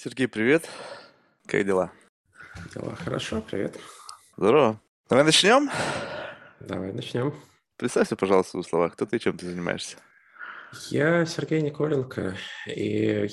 Сергей, привет. Как дела? Дела хорошо, привет. Здорово. Давай начнем. Давай начнем. Представься, пожалуйста, в двух словах, кто ты и чем ты занимаешься. Я Сергей Николенко, и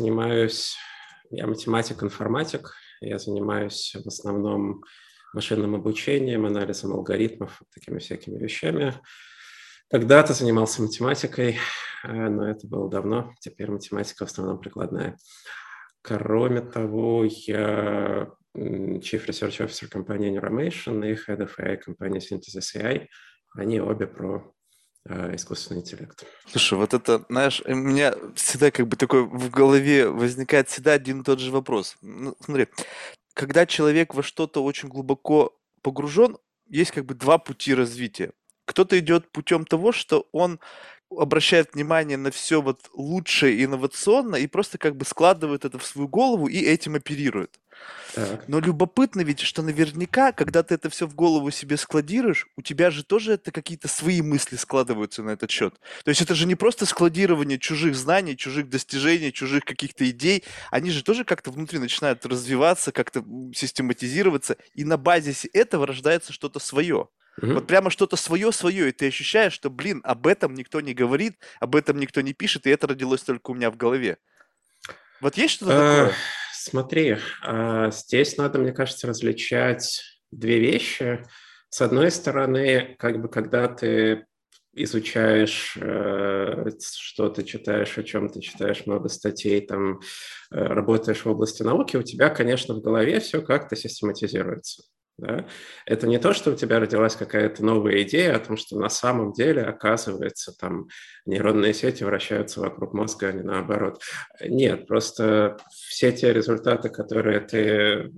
я математик-информатик, я занимаюсь в основном машинным обучением, анализом алгоритмов, вот такими всякими вещами. Когда-то занимался математикой, но это было давно, теперь математика в основном прикладная. Кроме того, я Chief Research Officer компании Neuramation и Head of AI компании Synthesis AI. Они обе про искусственный интеллект. Слушай, вот это, знаешь, у меня всегда как бы такой в голове возникает всегда один и тот же вопрос. Ну, смотри, когда человек во что-то очень глубоко погружен, есть как бы два пути развития. Кто-то идет путем того, что он обращает внимание на все вот лучшее и инновационно и просто как бы складывает это в свою голову и этим оперирует. Так. Но любопытно ведь, что наверняка, когда ты это все в голову себе складируешь, у тебя же тоже это какие-то свои мысли складываются на этот счет. То есть это же не просто складирование чужих знаний, чужих достижений, чужих каких-то идей. Они же тоже как-то внутри начинают развиваться, как-то систематизироваться, и на базе этого рождается что-то свое. Вот Мгм. прямо что-то свое, и ты ощущаешь, что, блин, об этом никто не говорит, об этом никто не пишет, и это родилось только у меня в голове. Вот есть что-то Э, такое? Смотри, здесь надо, мне кажется, различать две вещи. С одной стороны, как бы когда ты изучаешь что-то, читаешь, о чем ты читаешь много статей, там, работаешь в области науки, у тебя, конечно, в голове все как-то систематизируется. Да? Это не то, что у тебя родилась какая-то новая идея о том, что на самом деле, оказывается, там нейронные сети вращаются вокруг мозга, а не наоборот. Нет, просто все те результаты, которые ты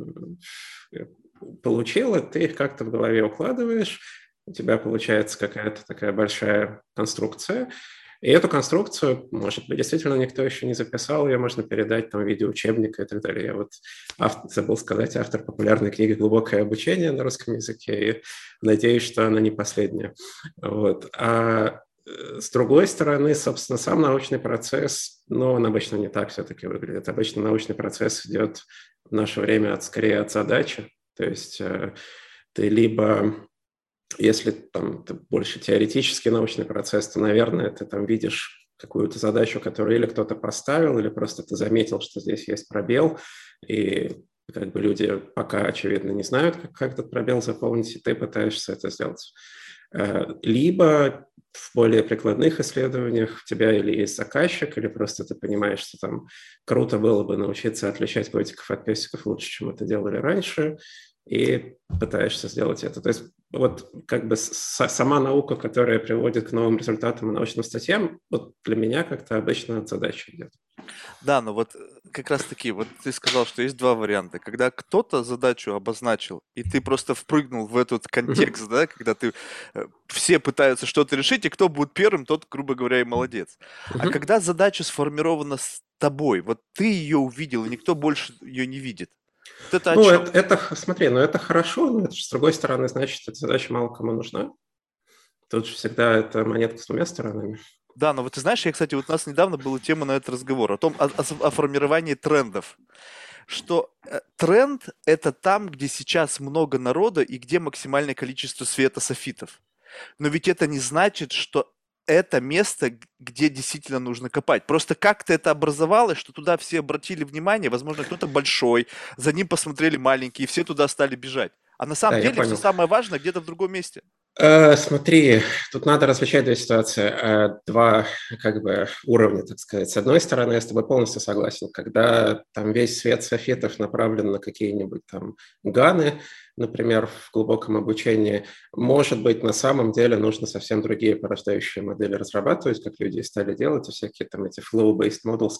получила, ты их как-то в голове укладываешь, у тебя получается какая-то такая большая конструкция, и эту конструкцию, может быть, действительно никто еще не записал, ее можно передать там в виде учебника и так далее. Я вот забыл сказать, автор популярной книги «Глубокое обучение» на русском языке, и надеюсь, что она не последняя. Вот. С другой стороны, собственно, сам научный процесс, но он обычно не так все-таки выглядит. Обычно научный процесс идет в наше время скорее от задачи. То есть ты либо, если там ты больше теоретический научный процесс, то, наверное, ты там видишь какую-то задачу, которую или кто-то поставил, или просто ты заметил, что здесь есть пробел, и как бы люди пока, очевидно, не знают, как этот пробел заполнить, и ты пытаешься это сделать. Либо в более прикладных исследованиях у тебя или есть заказчик, или просто ты понимаешь, что там круто было бы научиться отличать котиков от песиков лучше, чем это делали раньше, и пытаешься сделать это. То есть вот как бы сама наука, которая приводит к новым результатам и научным статьям, вот для меня как-то обычно от задачи идет. Да, но вот как раз таки, вот ты сказал, что есть два варианта. Когда кто-то задачу обозначил, и ты просто впрыгнул в этот Мгм. контекст, да, когда все пытаются что-то решить, и кто будет первым, тот, грубо говоря, и молодец. А Мгм. когда задача сформирована с тобой, вот ты ее увидел, и никто больше ее не видит. Вот это о Ну, чем? смотри, ну это хорошо, но это же, с другой стороны, значит, эта задача мало кому нужна. Тут же всегда это монетка с двумя сторонами. Да, но вот ты знаешь, я, кстати, вот у нас недавно была тема на этот разговор о том, о формировании трендов. Что тренд – это там, где сейчас много народа и где максимальное количество света-софитов. Но ведь это не значит, что это место, где действительно нужно копать. Просто как-то это образовалось, что туда все обратили внимание, возможно, кто-то большой, за ним посмотрели маленькие, и все туда стали бежать. А на Да, самом я деле все понял. самое важное где-то в другом месте. Смотри, тут надо различать две ситуации, два как бы уровня, так сказать. С одной стороны, я с тобой полностью согласен. Когда там весь свет софитов направлен на какие-нибудь там ганы, например, в глубоком обучении, может быть, на самом деле нужно совсем другие порождающие модели разрабатывать, как люди и стали делать, и всякие там эти flow-based models,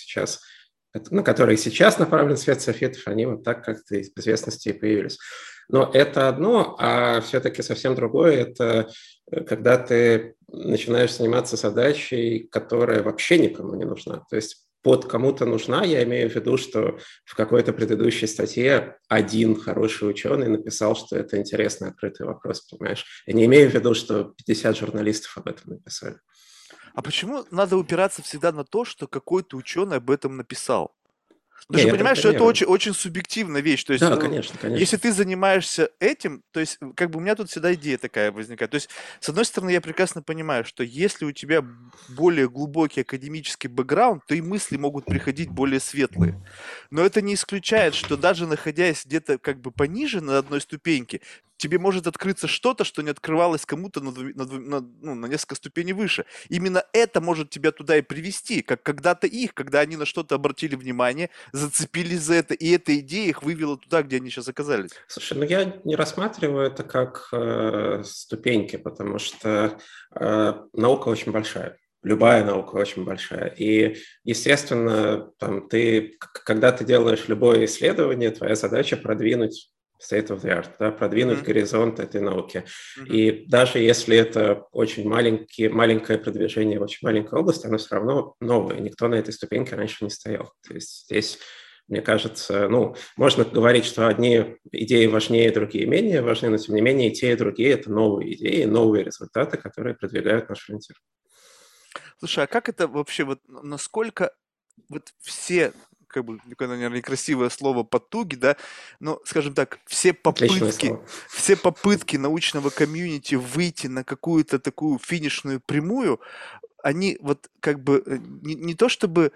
на которые сейчас направлен свет софитов, они вот так как-то из известности и появились. Но это одно, а все-таки совсем другое – это когда ты начинаешь заниматься задачей, которая вообще никому не нужна. То есть под кому-то нужна, я имею в виду, что в какой-то предыдущей статье один хороший ученый написал, что это интересный открытый вопрос, понимаешь? Я не имею в виду, что 50 журналистов об этом написали. А почему надо упираться всегда на то, что какой-то ученый об этом написал? Ты Не, же я понимаешь, что это контролирую. очень субъективная вещь. То есть, Да, конечно, если конечно. ты занимаешься этим, то есть, как бы у меня тут всегда идея такая возникает. То есть, с одной стороны, я прекрасно понимаю, что если у тебя более глубокий академический бэкграунд, то и мысли могут приходить более светлые. Но это не исключает, что даже находясь где-то как бы пониже на одной ступеньке, тебе может открыться что-то, что не открывалось кому-то на несколько ступеней выше. Именно это может тебя туда и привести, как когда-то их, когда они на что-то обратили внимание, зацепились за это, и эта идея их вывела туда, где они сейчас оказались. Слушай, ну я не рассматриваю это как ступеньки, потому что наука очень большая. Любая наука очень большая. И, естественно, там, когда ты делаешь любое исследование, твоя задача продвинуть state of the art, да, продвинуть Мгм. горизонт этой науки. Мгм. И даже если это очень маленькое продвижение в очень маленькой области, оно все равно новое. Никто на этой ступеньке раньше не стоял. То есть здесь, мне кажется, ну, можно говорить, что одни идеи важнее, другие менее важны, но тем не менее и те, и другие – это новые идеи, новые результаты, которые продвигают наш фронтир. Слушай, а как это вообще, вот насколько вот все, как бы, такое, наверное, некрасивое слово потуги, да, но, скажем так, Отличное слово. все попытки научного комьюнити выйти на какую-то такую финишную прямую, они вот как бы не то чтобы,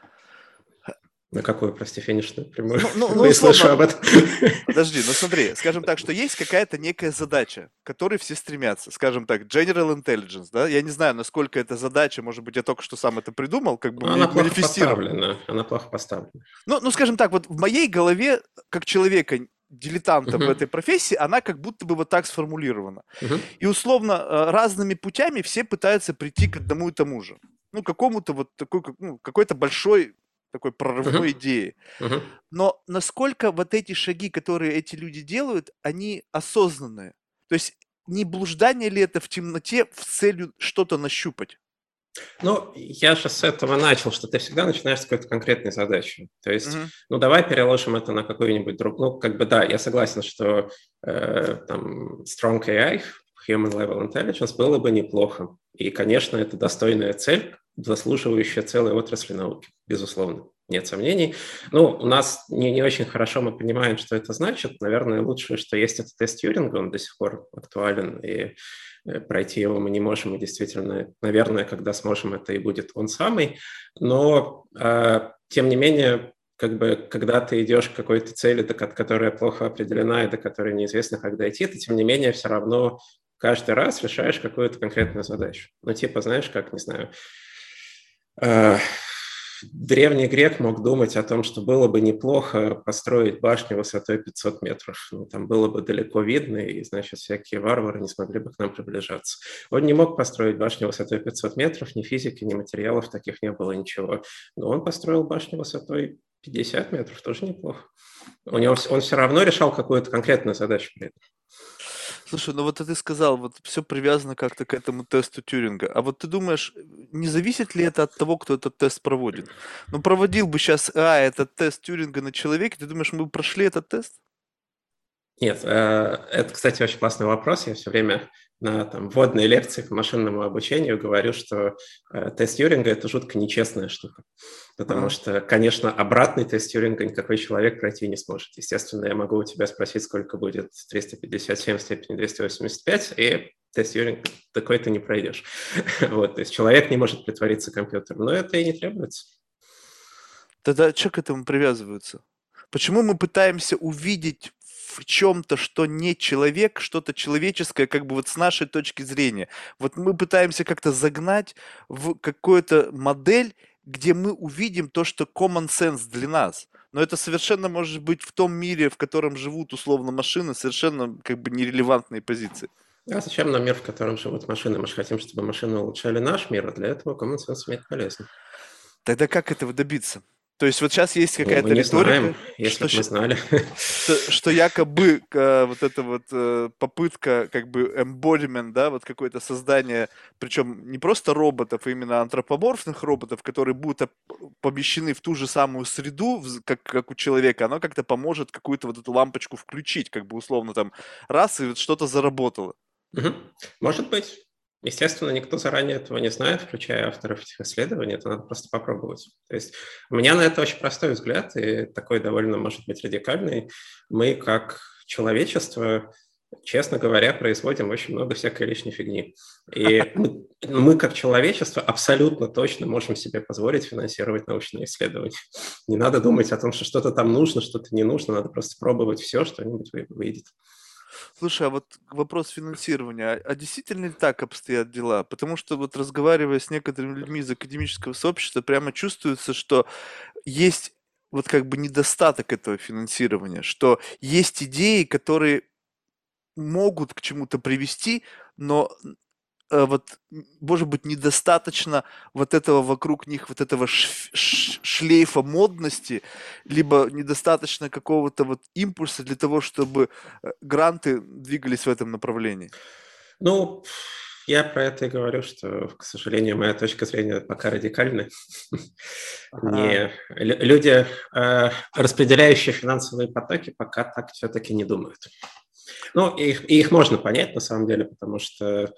На какую, прости, финишную прямую? ну, Не слышу условно, об этом. подожди, ну смотри, скажем так, что есть какая-то некая задача, к которой все стремятся, скажем так, General Intelligence, да, я не знаю, насколько эта задача, может быть, я только что сам это придумал, как бы Но она плохо манифестировал. поставлена. Она плохо поставлена. Ну, скажем так, вот в моей голове, как человека, дилетанта в Мгм. этой профессии, она как будто бы вот так сформулирована. Мгм. И условно разными путями все пытаются прийти к одному и тому же. Ну, какому-то вот такой, ну, какой-то большой такой прорывной Мгм. идеи. Мгм. Но насколько вот эти шаги, которые эти люди делают, они осознанные? То есть не блуждание ли это в темноте в целью что-то нащупать? Ну, я же с этого начал, что ты всегда начинаешь с какой-то конкретной задачи. То есть, Мгм. ну, давай переложим это на какой-нибудь другой. Ну, как бы да, я согласен, что там Strong AI, Human Level Intelligence было бы неплохо. И, конечно, это достойная цель, заслуживающая целой отрасли науки, безусловно. Нет сомнений. Ну, у нас не очень хорошо мы понимаем, что это значит. Наверное, лучшее, что есть, это тест Тьюринга, он до сих пор актуален, и пройти его мы не можем, и действительно, наверное, когда сможем, это и будет он самый. Но, тем не менее, как бы, когда ты идешь к какой-то цели, которая плохо определена и до которой неизвестно, как дойти, ты, тем не менее, все равно каждый раз решаешь какую-то конкретную задачу. Ну, типа, знаешь, как, не знаю, э, древний грек мог думать о том, что было бы неплохо построить башню высотой 500 метров. Ну, там было бы далеко видно, и, значит, всякие варвары не смогли бы к нам приближаться. Он не мог построить башню высотой 500 метров, ни физики, ни материалов таких не было, ничего. Но он построил башню высотой 50 метров, тоже неплохо. Он все равно решал какую-то конкретную задачу при этом. Слушай, ну вот ты сказал, вот все привязано как-то к этому тесту Тьюринга. А вот ты думаешь, не зависит ли это от того, кто этот тест проводит? Ну, проводил бы сейчас этот тест Тьюринга на человеке, ты думаешь, мы бы прошли этот тест? Нет, это, кстати, очень классный вопрос. Я все время на там, вводной лекции по машинному обучению говорю, что тест Тьюринга – это жутко нечестная штука. Потому Ага. что, конечно, обратный тест Тьюринга никакой человек пройти не сможет. Естественно, я могу у тебя спросить, сколько будет 357 в степени 285, и тест Тьюринга такой ты не пройдешь. Вот, то есть человек не может притвориться компьютером, но это и не требуется. Тогда что к этому привязываются? Почему мы пытаемся увидеть в чем-то, что не человек, что-то человеческое, как бы вот с нашей точки зрения? Вот мы пытаемся как-то загнать в какую-то модель, где мы увидим то, что common sense для нас. Но это совершенно может быть в том мире, в котором живут условно машины, совершенно как бы нерелевантные позиции. А зачем нам мир, в котором живут машины? Мы же хотим, чтобы машины улучшали наш мир, а для этого common sense иметь полезно. Тогда как этого добиться? То есть вот сейчас есть Ну, мы какая-то не знаем, риторика, если бы мы знали. что якобы вот эта вот попытка как бы embodiment, да, вот какое-то создание, причем не просто роботов, а именно антропоморфных роботов, которые будут помещены в ту же самую среду, как у человека, оно как-то поможет какую-то вот эту лампочку включить, как бы условно там раз, и вот что-то заработало. Мгм. Может быть. Естественно, никто заранее этого не знает, включая авторов этих исследований, это надо просто попробовать. То есть у меня на это очень простой взгляд, и такой довольно, может быть, радикальный. Мы, как человечество, честно говоря, производим очень много всякой лишней фигни. И мы, как человечество, абсолютно точно можем себе позволить финансировать научные исследования. Не надо думать о том, что что-то там нужно, что-то не нужно, надо просто пробовать все, что-нибудь выйдет. Слушай, а вот вопрос финансирования, а действительно ли так обстоят дела? Потому что вот разговаривая с некоторыми людьми из академического сообщества, прямо чувствуется, что есть вот как бы недостаток этого финансирования, что есть идеи, которые могут к чему-то привести, но вот, может быть, недостаточно вот этого вокруг них, вот этого шлейфа модности, либо недостаточно какого-то вот импульса для того, чтобы гранты двигались в этом направлении. Ну, я про это и говорю, что, к сожалению, моя точка зрения пока радикальна. Ага. Не, люди, распределяющие финансовые потоки, пока так все-таки не думают. Ну, их можно понять, на самом деле, потому что,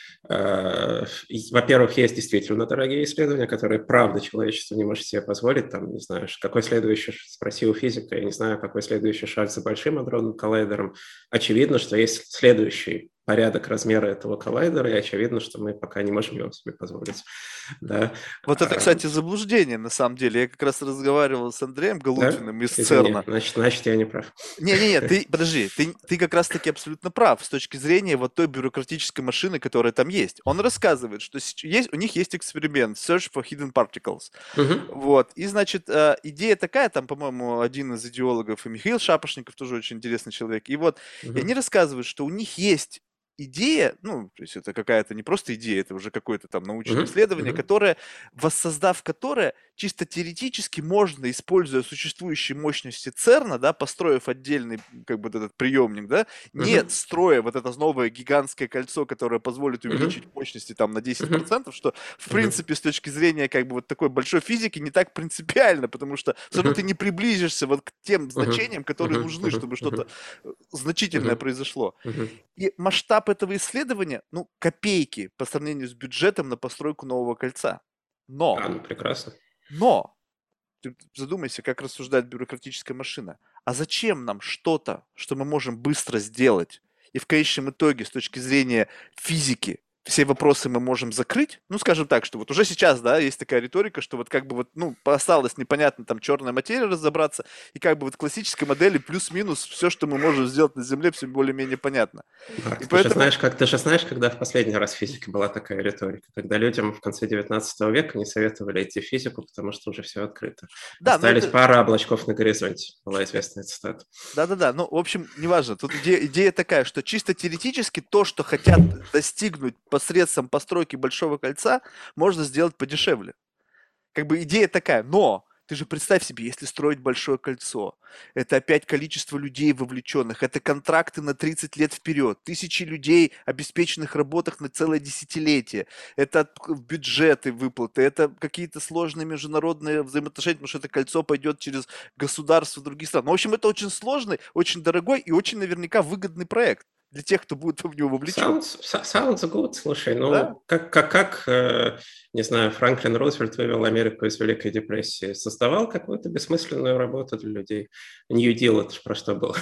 во-первых, есть действительно дорогие исследования, которые, правда, человечество не может себе позволить. Там, не знаю, какой следующий, спроси у физика, я не знаю, какой следующий шаг за Большим адронным коллайдером. Очевидно, что есть следующий порядок размера этого коллайдера, и очевидно, что мы пока не можем его себе позволить. Да. Вот это, кстати, заблуждение, на самом деле. Я как раз разговаривал с Андреем Да? Галутиным из Извини, ЦЕРНа. значит, я не прав. Не-не-не, ты, подожди, ты как раз-таки абсолютно прав с точки зрения вот той бюрократической машины, которая там есть. Он рассказывает, что у них есть эксперимент Search for Hidden Particles. Мгм. Вот. И, значит, идея такая, там, по-моему, один из идеологов, и Михаил Шапошников, тоже очень интересный человек. И вот, и они Мгм. рассказывают, что у них есть идея, ну, то есть это какая-то не просто идея, это уже какое-то там научное Мгм. исследование, Мгм. которое, воссоздав которое, чисто теоретически можно, используя существующие мощности ЦЕРНа, да, построив отдельный, как бы, вот этот приемник, да, не Мгм. строя вот это новое гигантское кольцо, которое позволит увеличить Мгм. мощности там на Мгм. 10%, что, в Мгм. принципе, с точки зрения, как бы, вот такой большой физики не так принципиально, потому что все равно ты Мгм. не приблизишься вот к тем Мгм. значениям, которые Мгм. нужны, Мгм. чтобы что-то Мгм. значительное Мгм. произошло. Мгм. И масштаб этого исследования, ну, копейки по сравнению с бюджетом на постройку нового кольца. Но, Ну прекрасно. но, ты задумайся, как рассуждает бюрократическая машина. А зачем нам что-то, что мы можем быстро сделать, и в конечном итоге, с точки зрения физики, все вопросы мы можем закрыть? Ну, скажем так, что вот уже сейчас, да, есть такая риторика, что вот как бы вот, ну, осталось непонятно там черная материя разобраться, и как бы вот в классической модели плюс-минус все, что мы можем сделать на Земле, все более-менее понятно. И Марк, поэтому, ты же знаешь, когда в последний раз в физике была такая риторика, когда людям в конце XIX века не советовали идти в физику, потому что уже все открыто. да, ну Остались это, пара облачков на горизонте, была известная цитата. да-да-да, ну, в общем, неважно. Тут идея такая, что чисто теоретически то, что хотят достигнуть посредством постройки Большого кольца, можно сделать подешевле. Как бы идея такая, но ты же представь себе, если строить большое кольцо, это опять количество людей вовлеченных, это контракты на 30 лет вперед, тысячи людей, обеспеченных работах на целое десятилетие, это бюджеты, выплаты, это какие-то сложные международные взаимоотношения, потому что это кольцо пойдет через государства других стран. Ну, в общем, это очень сложный, очень дорогой и очень наверняка выгодный проект для тех, кто будет в него вовлечен. Sounds good, слушай, Да? ну, не знаю, Франклин Рузвельт вывел Америку из Великой депрессии, создавал какую-то бессмысленную работу для людей. New Deal, это же про что было?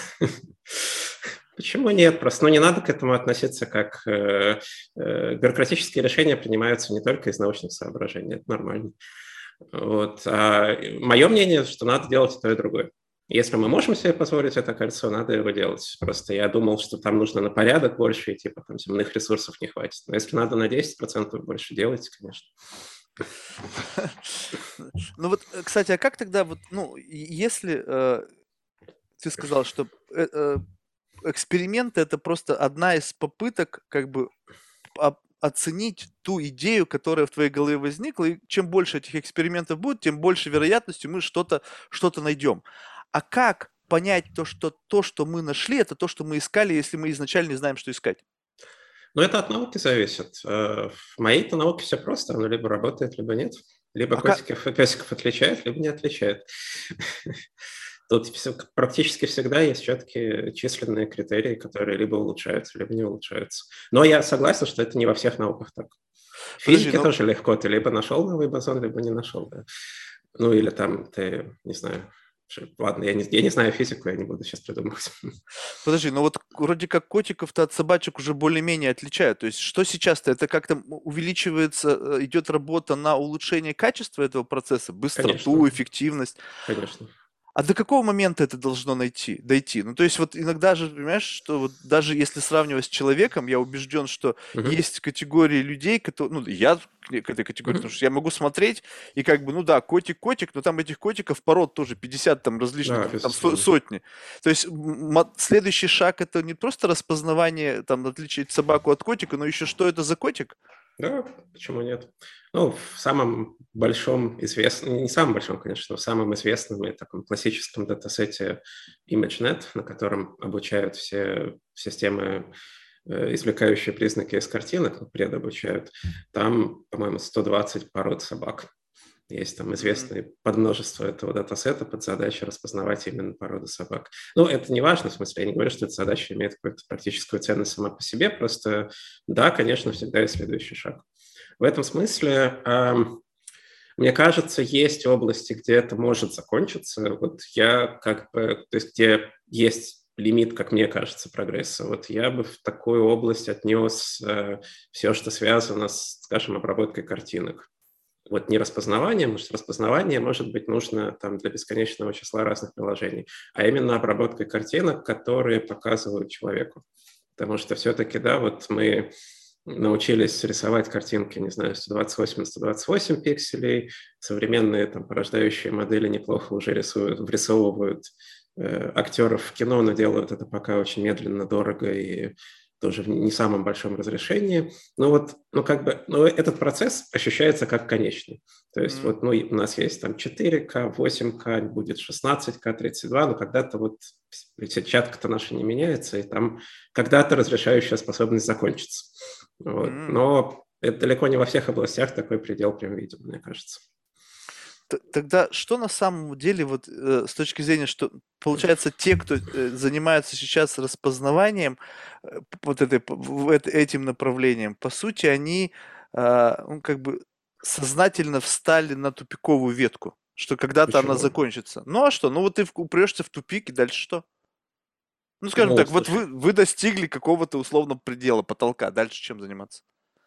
Почему нет? Просто не надо к этому относиться как бюрократические решения принимаются не только из научных соображений, это нормально. Вот. А мое мнение, что надо делать и то, и другое. Если мы можем себе позволить это кольцо, надо его делать. Просто я думал, что там нужно на порядок больше, и типа там земных ресурсов не хватит. Но если надо на 10% больше делать, конечно. Ну вот, кстати, а как тогда вот, ну, если ты сказал, что эксперименты это просто одна из попыток как бы оценить ту идею, которая в твоей голове возникла, и чем больше этих экспериментов будет, тем больше вероятностью мы что-то найдем. А как понять то, что мы нашли, это то, что мы искали, если мы изначально не знаем, что искать? Но это от науки зависит. В моей-то науке все просто. Оно либо работает, либо нет. Либо А как, песиков отличает, либо не отличает. Тут практически всегда есть четкие численные критерии, которые либо улучшаются, либо не улучшаются. Но я согласен, что это не во всех науках так. В Подожди, физике ну тоже легко. Ты либо нашел новый бозон, либо не нашел. Да. Ну, или там ты, не знаю... Ладно, я не знаю физику, я не буду сейчас придумывать. подожди, ну вот вроде как котиков-то от собачек уже более-менее отличают. То есть что сейчас-то? Это как-то увеличивается, идет работа на улучшение качества этого процесса, быстроту, Конечно, эффективность. конечно. А до какого момента это должно дойти? Ну, то есть вот иногда же, понимаешь, что вот даже если сравнивать с человеком, я убежден, что Мгм. есть категории людей, которые, ну, я к этой категории, потому Мгм. что я могу смотреть и как бы, ну да, котик, но там этих котиков пород тоже 50 там различных, Да, там безусловно. сотни. То есть следующий шаг это не просто распознавание, там, отличить собаку от котика, но еще что это за котик? Да, почему нет? Ну, в самом большом известном, не самом большом, конечно, но в самом известном и таком классическом датасете ImageNet, на котором обучают все системы, извлекающие признаки из картинок, ну, предобучают, там, по-моему, 120 пород собак. Есть там М, известные подмножество этого датасета под задачей распознавать именно породу собак. Ну, это не важно, в смысле, я не говорю, что эта задача имеет какую-то практическую ценность сама по себе, просто да, конечно, всегда есть следующий шаг. В этом смысле, мне кажется, есть области, где это может закончиться. Вот я как бы, то есть где есть лимит, как мне кажется, прогресса. Вот я бы в такую область отнес все, что связано с, скажем, обработкой картинок. Вот не распознавание, потому что распознавание может быть нужно там, для бесконечного числа разных приложений, а именно обработкой картинок, которые показывают человеку. Потому что все-таки, да, вот мы научились рисовать картинки, не знаю, 128 на 128 пикселей, современные там порождающие модели неплохо уже рисуют, врисовывают актеров в кино, но делают это пока очень медленно, дорого и тоже в не самом большом разрешении. Но вот, ну, как бы, ну, этот процесс ощущается как конечный. То есть м. вот, ну, у нас есть там 4К, 8К, будет 16К, 32, но когда-то вот сетчатка-то наша не меняется, и там когда-то разрешающая способность закончится. Вот. М. Но это далеко не во всех областях такой предел прям видим, мне кажется. Тогда что на самом деле, вот с точки зрения, что получается, те, кто занимаются сейчас распознаванием вот этим направлением, по сути, они ну, как бы сознательно встали на тупиковую ветку, что когда-то она Почему? закончится. Ну а что? Ну вот ты упрешься в тупик, и дальше что? Ну, скажем Ну, так, вот слушай, вы достигли какого-то условно предела, потолка. Дальше чем заниматься?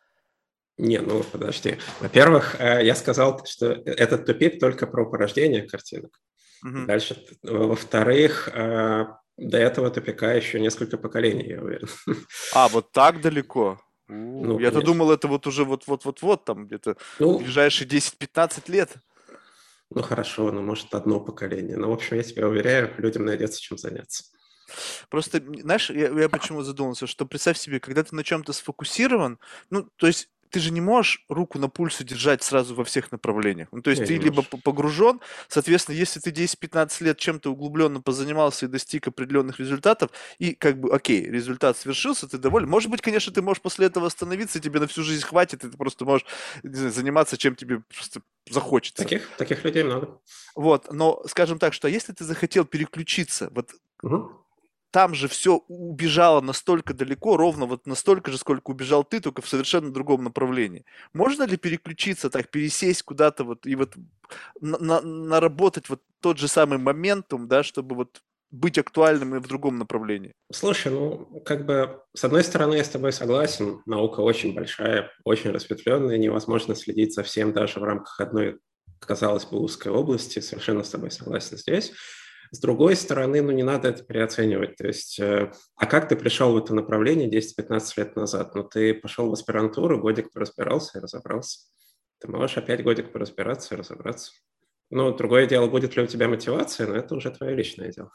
не, ну подожди. Во-первых, я сказал, что этот тупик только про порождение картинок. Мгм. Дальше, во-вторых, до этого тупика еще несколько поколений, я уверен. А, вот так далеко? Ну, Я-то конечно. думал, это вот уже вот-вот-вот-вот, там где-то в Ну, ближайшие 10-15 лет. ну хорошо, ну может одно поколение. Но, в общем, я тебя уверяю, людям найдется чем заняться. Просто, знаешь, я почему задумался, что представь себе, когда ты на чем-то сфокусирован, ну, то есть ты же не можешь руку на пульсе держать сразу во всех направлениях. Ну, то есть Не, ты не либо можешь. погружен, соответственно, если ты 10-15 лет чем-то углубленно позанимался и достиг определенных результатов, и как бы, окей, результат свершился, ты доволен. Может быть, конечно, ты можешь после этого остановиться, и тебе на всю жизнь хватит, и ты просто можешь, не знаю, заниматься чем тебе просто захочется. Таких людей много. Вот, но скажем так, что если ты захотел переключиться, вот Мгм. там же все убежало настолько далеко, ровно вот настолько же, сколько убежал ты, только в совершенно другом направлении. Можно ли переключиться так, пересесть куда-то вот и вот наработать вот тот же самый моментум, да, чтобы вот быть актуальным и в другом направлении? Слушай, ну, как бы, с одной стороны, я с тобой согласен, наука очень большая, очень разветвленная, невозможно следить за всем даже в рамках одной, казалось бы, узкой области, совершенно с тобой согласен здесь. С другой стороны, ну, не надо это переоценивать, то есть, а как ты пришел в это направление 10-15 лет назад? Ну, ты пошел в аспирантуру, годик поразбирался и разобрался. Ты можешь опять годик поразбираться и разобраться. Ну, другое дело, будет ли у тебя мотивация, но это уже твое личное дело.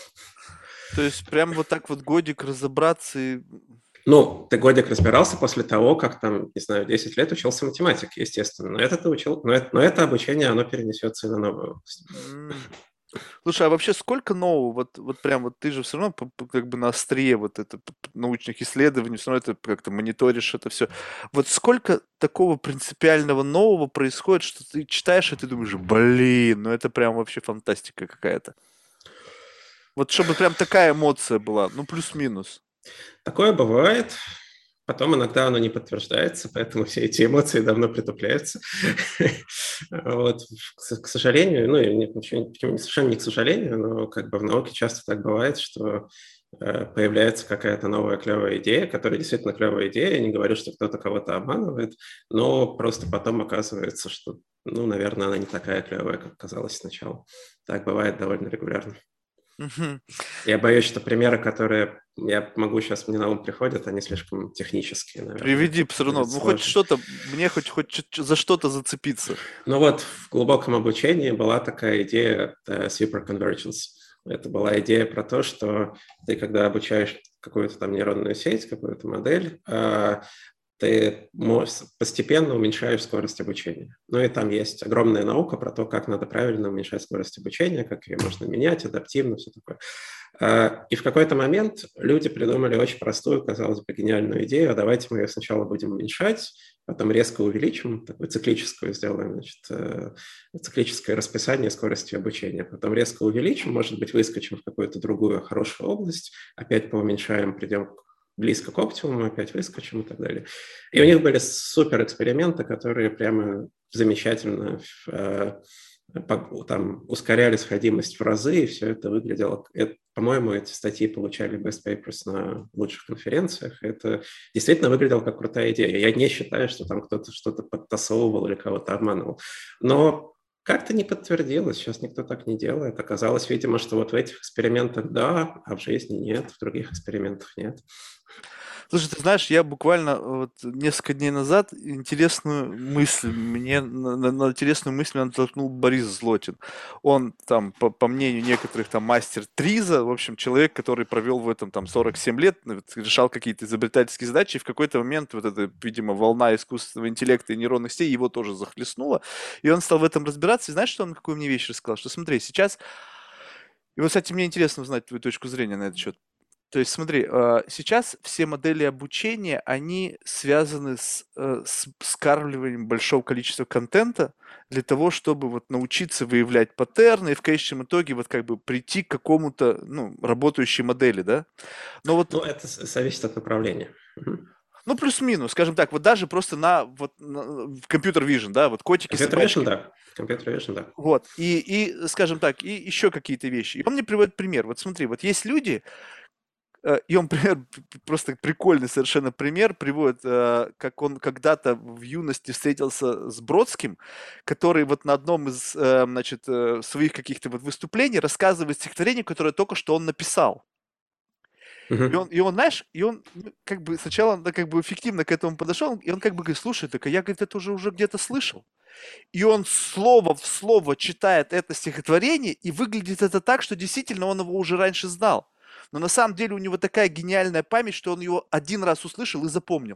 То есть прям вот так вот годик разобраться и... Ну, ты годик разбирался после того, как там, не знаю, 10 лет учился математике, естественно. Но это ты учил, но это обучение, оно перенесется и на новую область. М. Слушай, а вообще сколько нового, вот прям вот ты же все равно как бы на острие вот это научных исследований, все равно это как-то мониторишь это все. Вот сколько такого принципиального нового происходит, что ты читаешь и ты думаешь, блин, ну это прям вообще фантастика какая-то. Вот чтобы прям такая эмоция была, ну плюс-минус. Такое бывает. Потом иногда оно не подтверждается, поэтому все эти эмоции давно притупляются. Вот. К сожалению, ну, совершенно не к сожалению, но как бы в науке часто так бывает, что появляется какая-то новая клевая идея, которая действительно клевая идея. Я не говорю, что кто-то кого-то обманывает, но просто потом оказывается, что, ну, наверное, она не такая клевая, как казалось сначала. Так бывает довольно регулярно. Мгм. Я боюсь, что примеры, которые я могу сейчас, мне на ум приходят, они слишком технические, наверное. Приведи Тут все равно, будет ну хоть сложно. что-то, мне хоть за что-то зацепиться. Ну вот в глубоком обучении была такая идея superconvergence. Это была идея про то, что ты, когда обучаешь какую-то там нейронную сеть, какую-то модель, ты постепенно уменьшаешь скорость обучения. Ну и там есть огромная наука про то, как надо правильно уменьшать скорость обучения, как ее можно менять, адаптивно, все такое. И в какой-то момент люди придумали очень простую, казалось бы, гениальную идею. А давайте мы ее сначала будем уменьшать, потом резко увеличим, такую циклическую сделаем, значит, циклическое расписание скорости обучения. Потом резко увеличим, может быть, выскочим в какую-то другую хорошую область, опять поуменьшаем, придем близко к оптимуму, опять выскочим и так далее. И у них были супер эксперименты, которые прямо замечательно там ускоряли сходимость в разы, и все это выглядело... по-моему, эти статьи получали best papers на лучших конференциях. Это действительно выглядело как крутая идея. Я не считаю, что там кто-то что-то подтасовывал или кого-то обманывал. Но как-то не подтвердилось, сейчас никто так не делает. Оказалось, видимо, что вот в этих экспериментах да, а в жизни нет, в других экспериментах нет. Слушай, ты знаешь, я буквально вот несколько дней назад интересную мысль, на интересную мысль меня натолкнул Борис Злотин. Он там, по мнению некоторых, там мастер Триза, в общем, человек, который провел в этом там 47 лет, вот, решал какие-то изобретательские задачи, и в какой-то момент вот эта, видимо, волна искусственного интеллекта и нейронных сетей его тоже захлестнула, и он стал в этом разбираться, и знаешь, что он какую мне вещь рассказал? Что смотри, сейчас, и вот, кстати, мне интересно узнать твою точку зрения на этот счет. То есть смотри, сейчас все модели обучения, они связаны с скармливанием большого количества контента для того, чтобы вот научиться выявлять паттерны и в конечном итоге вот как бы прийти к какому-то, ну, работающей модели, да? Но вот, Ну, это зависит от направления. ну, плюс-минус, скажем так, вот даже просто в компьютер vision, да, вот котики, Компьютер Vision, собачки, да. Компьютер Vision, да. вот, скажем так, и еще какие-то вещи. И он мне приводит пример. Вот смотри, вот есть люди, и он пример, просто прикольный совершенно пример приводит, как он когда-то в юности встретился с Бродским, который вот на одном из, значит, своих каких-то вот выступлений рассказывает стихотворение, которое только что он написал. Мгм. Знаешь, ну, как бы сначала он как бы эффективно к этому подошел, и он как бы говорит, слушай, так я, говорит, это уже где-то слышал. И он слово в слово читает это стихотворение, и выглядит это так, что действительно он его уже раньше знал. Но на самом деле у него такая гениальная память, что он его один раз услышал и запомнил.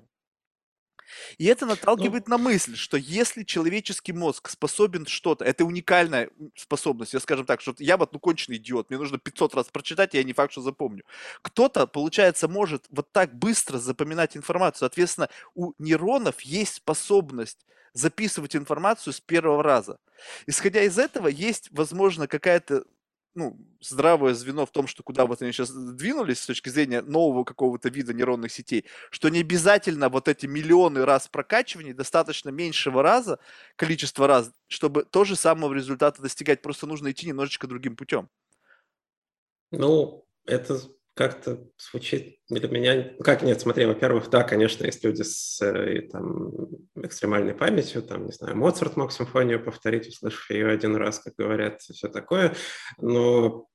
И это наталкивает Ну, на мысль, что если человеческий мозг способен что-то, это уникальная способность, я скажем так, что я вот ну конченый идиот, мне нужно 500 раз прочитать, и я не факт, что запомню. Кто-то, получается, может вот так быстро запоминать информацию. Соответственно, у нейронов есть способность записывать информацию с первого раза. Исходя из этого, есть, возможно, какая-то ну, здравое звено в том, что куда вот они сейчас двинулись с точки зрения нового какого-то вида нейронных сетей, что не обязательно вот эти миллионы раз прокачиваний, достаточно меньшего раза, количество раз, чтобы то же самого результата достигать. Просто нужно идти немножечко другим путем. Ну, это как-то звучит для меня... Как нет, смотри, во-первых, да, конечно, есть люди с там, экстремальной памятью, там, не знаю, Моцарт мог симфонию повторить, услышав ее один раз, как говорят, и все такое, но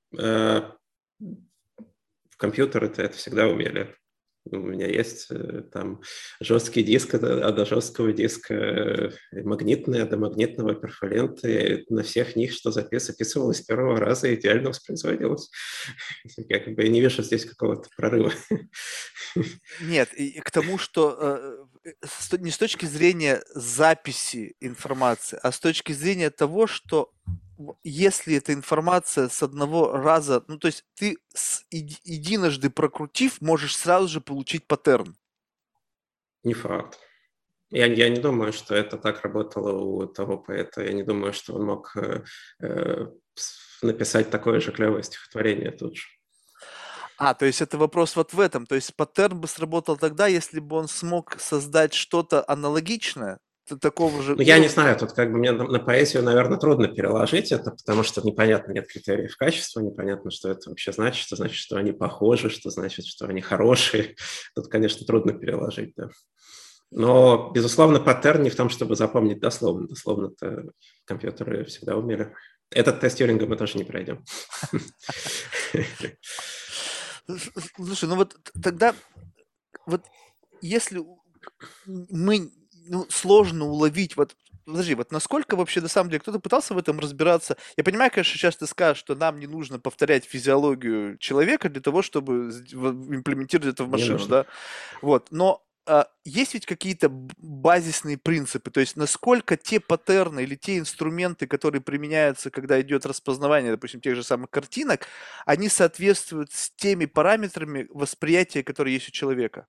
в компьютеры-то это всегда умели. У меня есть там жесткий диск, а до жесткого диска магнитный, а до магнитного перфоленты. На всех них, что записывалось с первого раза, идеально воспроизводилось. Я как бы не вижу здесь какого-то прорыва. Нет, и к тому, что не с точки зрения записи информации, а с точки зрения того, что если эта информация с одного раза, ну то есть ты единожды прокрутив, можешь сразу же получить паттерн. Не факт. Я не думаю, что это так работало у того поэта. Я не думаю, что он мог написать такое же клевое стихотворение тут же. То есть это вопрос вот в этом. То есть паттерн бы сработал тогда, если бы он смог создать что-то аналогичное, такого же Ну, я не уровня. знаю, тут как бы мне на поэзию, наверное, трудно переложить это, потому что непонятно, нет критериев качества, непонятно, что это вообще значит, что значит, что они похожи, что значит, что они хорошие. Тут, конечно, трудно переложить, да. Но, безусловно, паттерн не в том, чтобы запомнить дословно. Дословно-то компьютеры всегда умели. Этот тест Тьюринга мы тоже не пройдем. Слушай, ну вот тогда, вот если мы, сложно уловить, вот, подожди, вот насколько вообще на самом деле кто-то пытался в этом разбираться? Я понимаю, конечно, сейчас ты скажешь, что нам не нужно повторять физиологию человека для того, чтобы имплементировать это в Не машину, нужно. да? Вот, но есть ведь какие-то базисные принципы, то есть насколько те паттерны или те инструменты, которые применяются, когда идет распознавание, допустим, тех же самых картинок, они соответствуют с теми параметрами восприятия, которые есть у человека?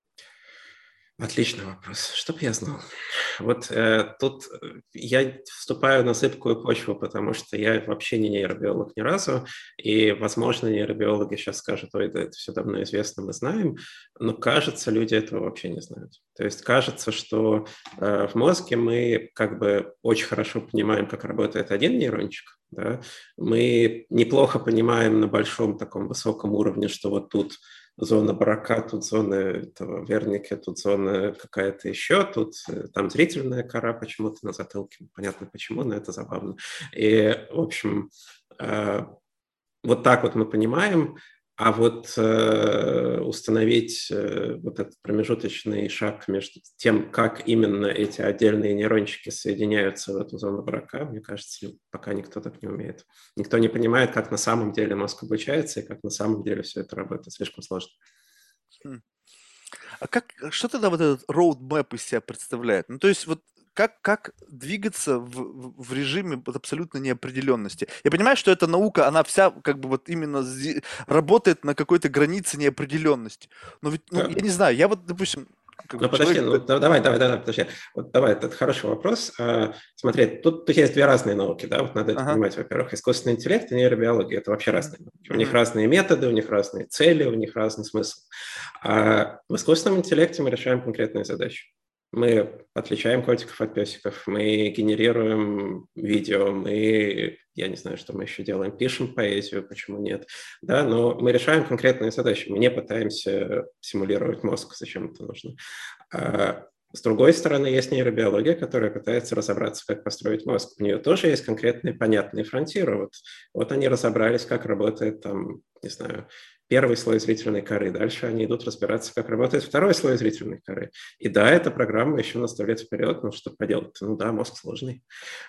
Отличный вопрос. Что бы я знал? Вот тут я вступаю на зыбкую почву, потому что я вообще не нейробиолог ни разу, и, возможно, нейробиологи сейчас скажут, ой, да это все давно известно, мы знаем, но, кажется, люди этого вообще не знают. То есть кажется, что в мозге мы как бы очень хорошо понимаем, как работает один нейрончик, да? Мы неплохо понимаем на большом таком высоком уровне, что вот тут зона Брака, тут зона этого Верника, тут зона какая-то еще, тут там зрительная кора почему-то на затылке. Понятно почему, но это забавно. И, в общем, вот так вот мы понимаем, а вот установить вот этот промежуточный шаг между тем, как именно эти отдельные нейрончики соединяются в эту зону брака, мне кажется, пока никто так не умеет. Никто не понимает, как на самом деле мозг обучается и как на самом деле все это работает. Слишком сложно. Хм. Что тогда вот этот roadmap из себя представляет? Ну, то есть вот как двигаться в режиме вот абсолютной неопределенности? Я понимаю, что эта наука, она вся как бы вот именно работает на какой-то границе неопределенности. Но ведь, я Да. не знаю, я вот, допустим, как Ну, бы подожди, человек... ну, давай, подожди. Вот давай, это хороший вопрос. Смотри, тут есть две разные науки, да, вот надо это Ага. понимать. Во-первых, искусственный интеллект и нейробиология – это вообще Мгм. разные науки. У них Мгм. разные методы, у них разные цели, у них разный смысл. А в искусственном интеллекте мы решаем конкретные задачи. Мы отличаем котиков от песиков, мы генерируем видео, мы, я не знаю, что мы еще делаем, пишем поэзию, почему нет, да, но мы решаем конкретные задачи, мы не пытаемся симулировать мозг, зачем это нужно. А с другой стороны, есть нейробиология, которая пытается разобраться, как построить мозг. У нее тоже есть конкретные понятные фронтиры. Вот они разобрались, как работает там, не знаю, первый слой зрительной коры. Дальше они идут разбираться, как работает второй слой зрительной коры. И да, эта программа еще на 100 лет вперед, ну что поделать? Ну да, мозг сложный.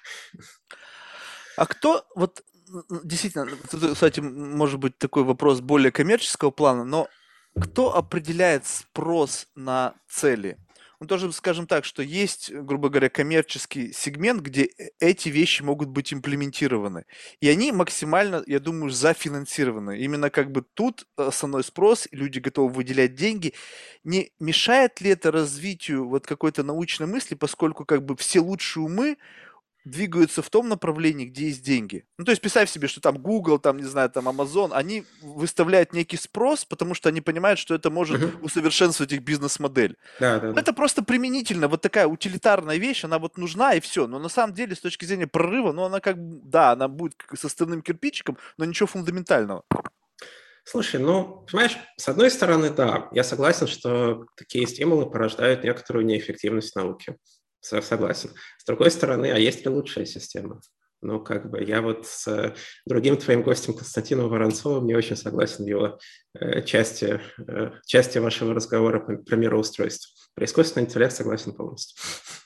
А кто вот действительно, тут, кстати, может быть такой вопрос более коммерческого плана, но кто определяет спрос на цели? Ну, тоже скажем так, что есть, грубо говоря, коммерческий сегмент, где эти вещи могут быть имплементированы. И они максимально, я думаю, зафинансированы. Именно как бы тут основной спрос, люди готовы выделять деньги. Не мешает ли это развитию вот какой-то научной мысли, поскольку как бы все лучшие умы двигаются в том направлении, где есть деньги. Ну, то есть представь себе, что там Google, там, не знаю, там Amazon, они выставляют некий спрос, потому что они понимают, что это может Мгм. усовершенствовать их бизнес-модель. Да, да, да. Это просто применительно, вот такая утилитарная вещь, она вот нужна и все. Но на самом деле, с точки зрения прорыва, ну, она как бы, да, она будет составным кирпичиком, но ничего фундаментального. Слушай, ну, понимаешь, с одной стороны, да, я согласен, что такие стимулы порождают некоторую неэффективность науки. Согласен. С другой стороны, а есть ли лучшая система? Ну, как бы я вот с другим твоим гостем Константином Воронцовым не очень согласен в его части вашего разговора про мироустройство. Про искусственный интеллект согласен полностью.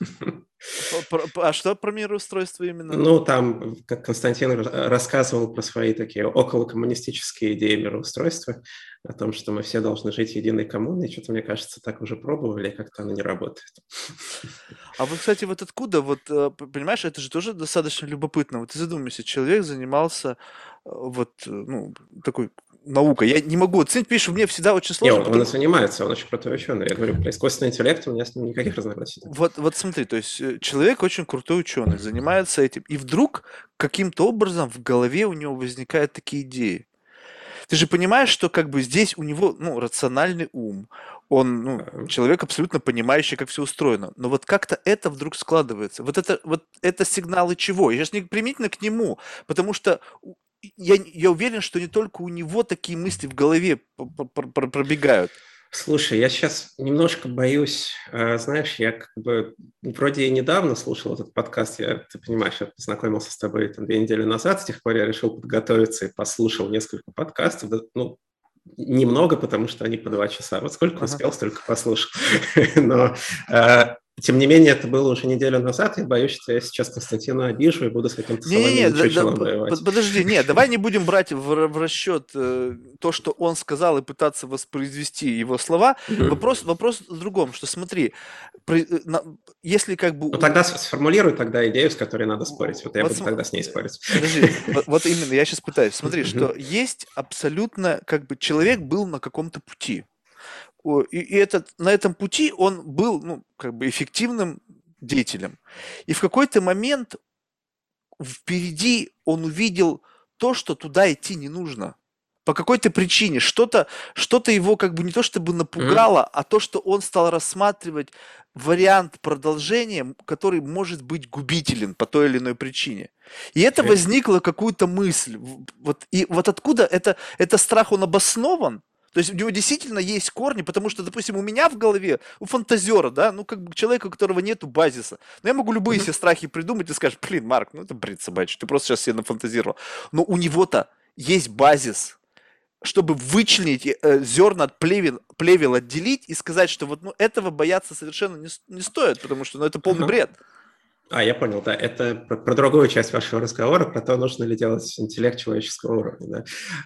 А что про мироустройство именно? Ну, там, как Константин рассказывал про свои такие околокоммунистические идеи мироустройства, о том, что мы все должны жить в единой коммуне. Что-то, мне кажется, так уже пробовали, как-то оно не работает. А вот, кстати, вот откуда, вот, понимаешь, это же тоже достаточно любопытно. Вот ты задумайся, человек занимался, ну, такой наука. Я не могу оценить, видишь, мне всегда очень Не, сложно, он и потому занимается, он очень крутой ученый. Я говорю, про искусственный интеллект у меня с ним никаких разногласий нет. вот смотри, то есть человек очень крутой ученый, занимается этим, и вдруг каким-то образом в голове у него возникают такие идеи. Ты же понимаешь, что как бы здесь у него, ну, рациональный ум, он, ну, Да. человек абсолютно понимающий, как все устроено. Но вот как-то это вдруг складывается. Вот это сигналы чего? Я сейчас не применительно к нему, потому что я уверен, что не только у него такие мысли в голове пробегают. Слушай, я сейчас немножко боюсь, знаешь, я как бы вроде и недавно слушал этот подкаст, ты понимаешь, я познакомился с тобой там 2 недели назад, с тех пор я решил подготовиться и послушал несколько подкастов, да, ну, немного, потому что они по 2 часа. Вот сколько Ага. успел, столько послушал. Но, тем не менее, это было уже неделю назад. Я боюсь, что я сейчас Константина обижу и буду с каким-то Не-не-не, соломенным чучелом воевать. подожди, нет, давай не будем брать в расчет то, что он сказал, и пытаться воспроизвести его слова. Мгм. Вопрос в другом, что смотри, если как бы Ну, тогда сформулируй тогда идею, с которой надо спорить. Вот я вот буду тогда с ней спорить. подожди, вот именно, я сейчас пытаюсь. Смотри, что Мгм. есть абсолютно, как бы человек был на каком-то пути. И этот, на этом пути он был, ну, как бы эффективным деятелем. И в какой-то момент впереди он увидел то, что туда идти не нужно. По какой-то причине. Что-то его как бы не то чтобы Мгм. напугало, а то, что он стал рассматривать вариант продолжения, который может быть губителен по той или иной причине. И это Окей. возникла какую-то мысль. И вот откуда это страх, он обоснован? То есть у него действительно есть корни, потому что, допустим, у меня в голове, у фантазера, да, ну как бы человека, у которого нету базиса, но я могу любые Мгм. себе страхи придумать и скажешь, блин, Марк, ну это бред собачий, ты просто сейчас себе нафантазировал. Но у него-то есть базис, чтобы вычленить зерна от плевел отделить и сказать, что вот ну, этого бояться совершенно не стоит, потому что ну, это полный Ага. бред. Я понял, да. Это про другую часть вашего разговора, про то, нужно ли делать интеллект человеческого уровня. Да.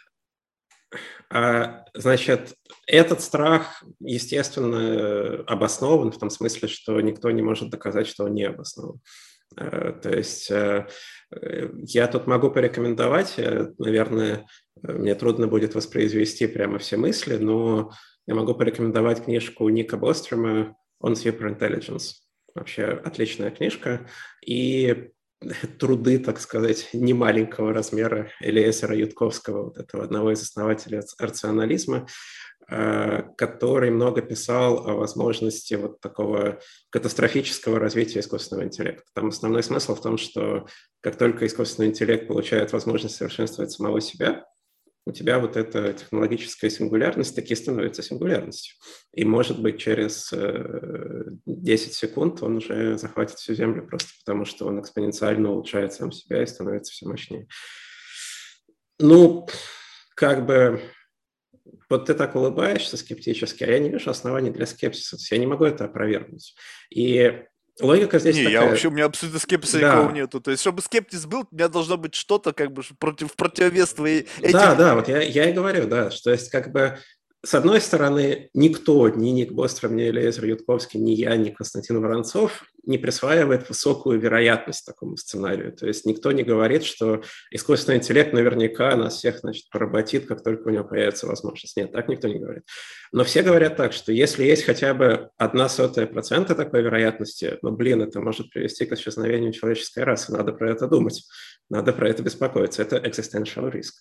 Значит, этот страх, естественно, обоснован в том смысле, что никто не может доказать, что он не обоснован. То есть я тут могу порекомендовать, наверное, мне трудно будет воспроизвести прямо все мысли, но я могу порекомендовать книжку Ника Бострома «On Superintelligence». Вообще отличная книжка. И труды, так сказать, немаленького размера Элиэзера Ютковского, вот этого одного из основателей рационализма, который много писал о возможности вот такого катастрофического развития искусственного интеллекта. Там основной смысл в том, что как только искусственный интеллект получает возможность совершенствовать самого себя, у тебя вот эта технологическая сингулярность таки становится сингулярностью. И, может быть, через 10 секунд он уже захватит всю Землю просто потому, что он экспоненциально улучшает сам себя и становится все мощнее. Ну, как бы, вот ты так улыбаешься скептически, а я не вижу оснований для скепсиса. Я не могу это опровергнуть. И логика здесь Не, я вообще, у такая, меня абсолютно скепсиса никакого да, нету. То есть, чтобы скептиз был, у меня должно быть что-то, как бы, в противовес твоей да, этим. да, вот я и говорю, да, что есть как бы с одной стороны, никто, ни Ник Бостром, ни Элиэзер Ютковский, ни я, ни Константин Воронцов не присваивает высокую вероятность такому сценарию. То есть никто не говорит, что искусственный интеллект наверняка нас всех, значит, поработит, как только у него появится возможность. Нет, так никто не говорит. Но все говорят так, что если есть хотя бы 0,01% такой вероятности, ну, блин, это может привести к исчезновению человеческой расы, надо про это думать, надо про это беспокоиться. Это existential risk.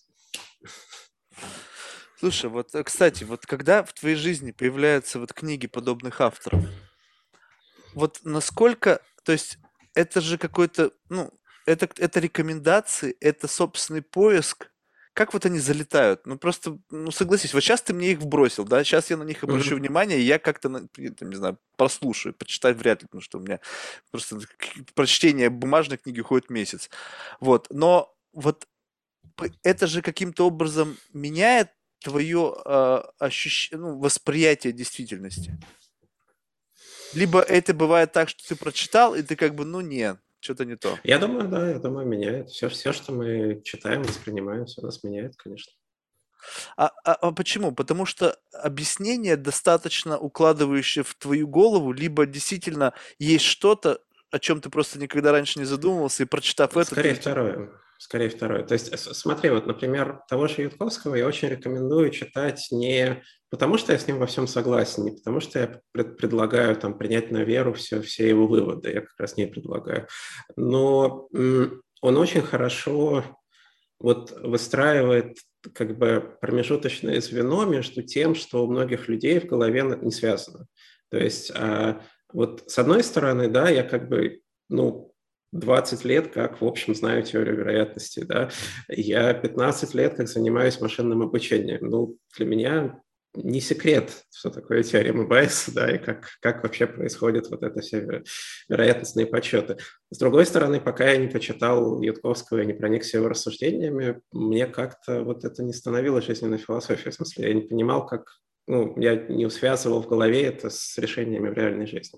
Слушай, вот, кстати, вот когда в твоей жизни появляются вот книги подобных авторов, вот насколько, то есть это же какой-то, ну, это рекомендации, это собственный поиск. Как вот они залетают? Ну просто, ну согласись, вот сейчас ты мне их вбросил, да, сейчас я на них обращу Мгм. внимание, и я как-то, там, не знаю, прослушаю, почитать вряд ли, потому что у меня просто прочтение бумажной книги уходит месяц. Вот, но вот это же каким-то образом меняет твое ну, восприятие действительности. Либо это бывает так, что ты прочитал, и ты как бы, ну нет, что-то не то. Я думаю, да, я думаю, меняет. Все, что мы читаем, воспринимаем, все нас меняет, конечно. А почему? Потому что объяснение достаточно укладывающее в твою голову, либо действительно есть что-то, о чем ты просто никогда раньше не задумывался, и прочитав это, ты Скорее на тебя... второе. Скорее второе. То есть, смотри, вот, например, того же Ютковского я очень рекомендую читать не потому, что я с ним во всем согласен, не потому, что я предлагаю там принять на веру все его выводы, я как раз не предлагаю. Но он очень хорошо вот выстраивает как бы промежуточное звено между тем, что у многих людей в голове не связано. То есть вот с одной стороны, да, я как бы, ну, 20 лет как, в общем, знаю теорию вероятности, да, я 15 лет как занимаюсь машинным обучением. Ну, для меня не секрет, что такое теорема Байеса, да, и как вообще происходят вот это все вероятностные подсчеты. С другой стороны, пока я не почитал Ютковского и не проникся его рассуждениями, мне как-то вот это не становилось жизненной философией. В смысле, я не понимал, как, ну, я не связывал в голове это с решениями в реальной жизни.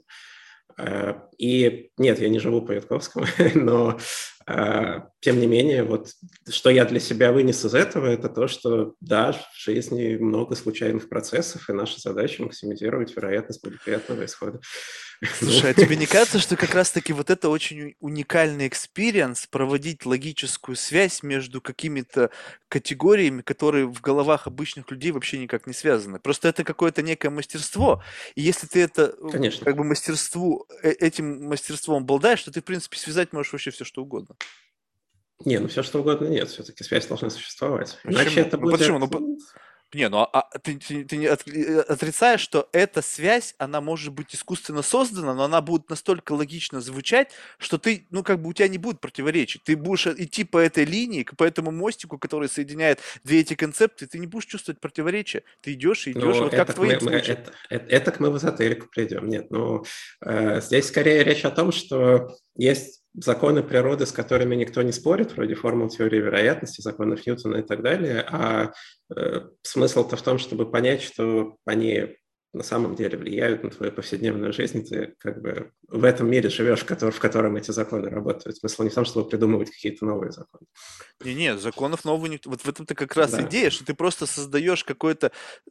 И нет, я не живу по Ютковскому, но тем не менее, вот что я для себя вынес из этого, это то, что да, в жизни много случайных процессов, и наша задача максимизировать вероятность благоприятного исхода. Слушай, а тебе не кажется, что как раз-таки вот это очень уникальный экспириенс, проводить логическую связь между какими-то категориями, которые в головах обычных людей вообще никак не связаны? Просто это какое-то некое мастерство, и если ты это Конечно. как бы этим мастерством обладаешь, то ты, в принципе, связать можешь вообще все, что угодно. Не, ну все что угодно нет, все-таки связь должна существовать. Иначе Почему? это Ну почему? будет... Не, ну ты не отрицаешь, что эта связь, она может быть искусственно создана, но она будет настолько логично звучать, что ты, ну как бы у тебя не будет противоречий. Ты будешь идти по этой линии, по этому мостику, который соединяет две эти концепции, ты не будешь чувствовать противоречия. Ты идешь и идешь, Ну, вот как в твоем случае. это мы в эзотерику придем. Нет, ну, здесь скорее речь о том, что есть законы природы, с которыми никто не спорит, вроде формул теории вероятности, законов Ньютона и так далее, а смысл-то в том, чтобы понять, что они на самом деле влияют на твою повседневную жизнь, ты как бы в этом мире живешь, в котором эти законы работают. Смысл не в том, чтобы придумывать какие-то новые законы. Не, законов нового не... Вот в этом-то как раз Да, идея, что ты просто создаешь какой-то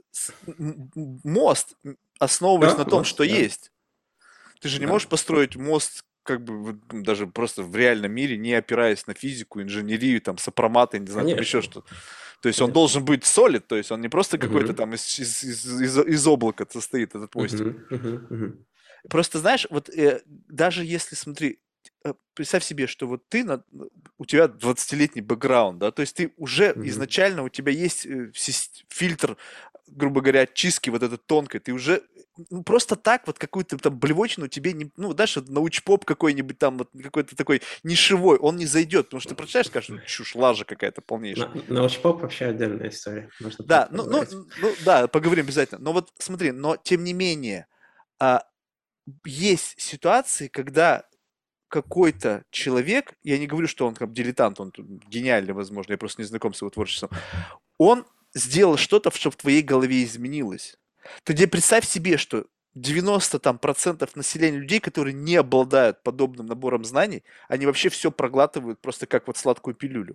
мост, основываясь да, на том, вот, что да, есть. Ты же не можешь да. построить мост как бы вот, даже просто в реальном мире, не опираясь на физику, инженерию, там, сопроматы, не знаю, там еще Конечно, что-то. То есть он конечно. должен быть solid, то есть он не просто какой-то Мгм. там из облака состоит, этот мостик. Мгм. Мгм. Мгм. Просто знаешь, вот даже если, смотри, представь себе, что вот у тебя 20-летний бэкграунд, да, то есть ты уже Мгм. изначально, у тебя есть фильтр, грубо говоря, чистки вот этой тонкой, ты уже ну, просто так вот какую-то там блевотину тебе не, ну, знаешь, вот научпоп какой-нибудь там, вот какой-то такой нишевой, он не зайдет, потому что ты прочитаешь, скажешь, ну, чушь, лажа какая-то полнейшая. Научпоп вообще отдельная история. Можно про Да, это поговорить. да, поговорим обязательно. Но вот смотри, но тем не менее, а, есть ситуации, когда какой-то человек, я не говорю, что он как дилетант, он тут гениальный, возможно, я просто не знаком с его творчеством, он сделал что-то, чтобы в твоей голове изменилось. Ты представь себе, что 90 там, процентов населения людей, которые не обладают подобным набором знаний, они вообще все проглатывают просто как вот сладкую пилюлю.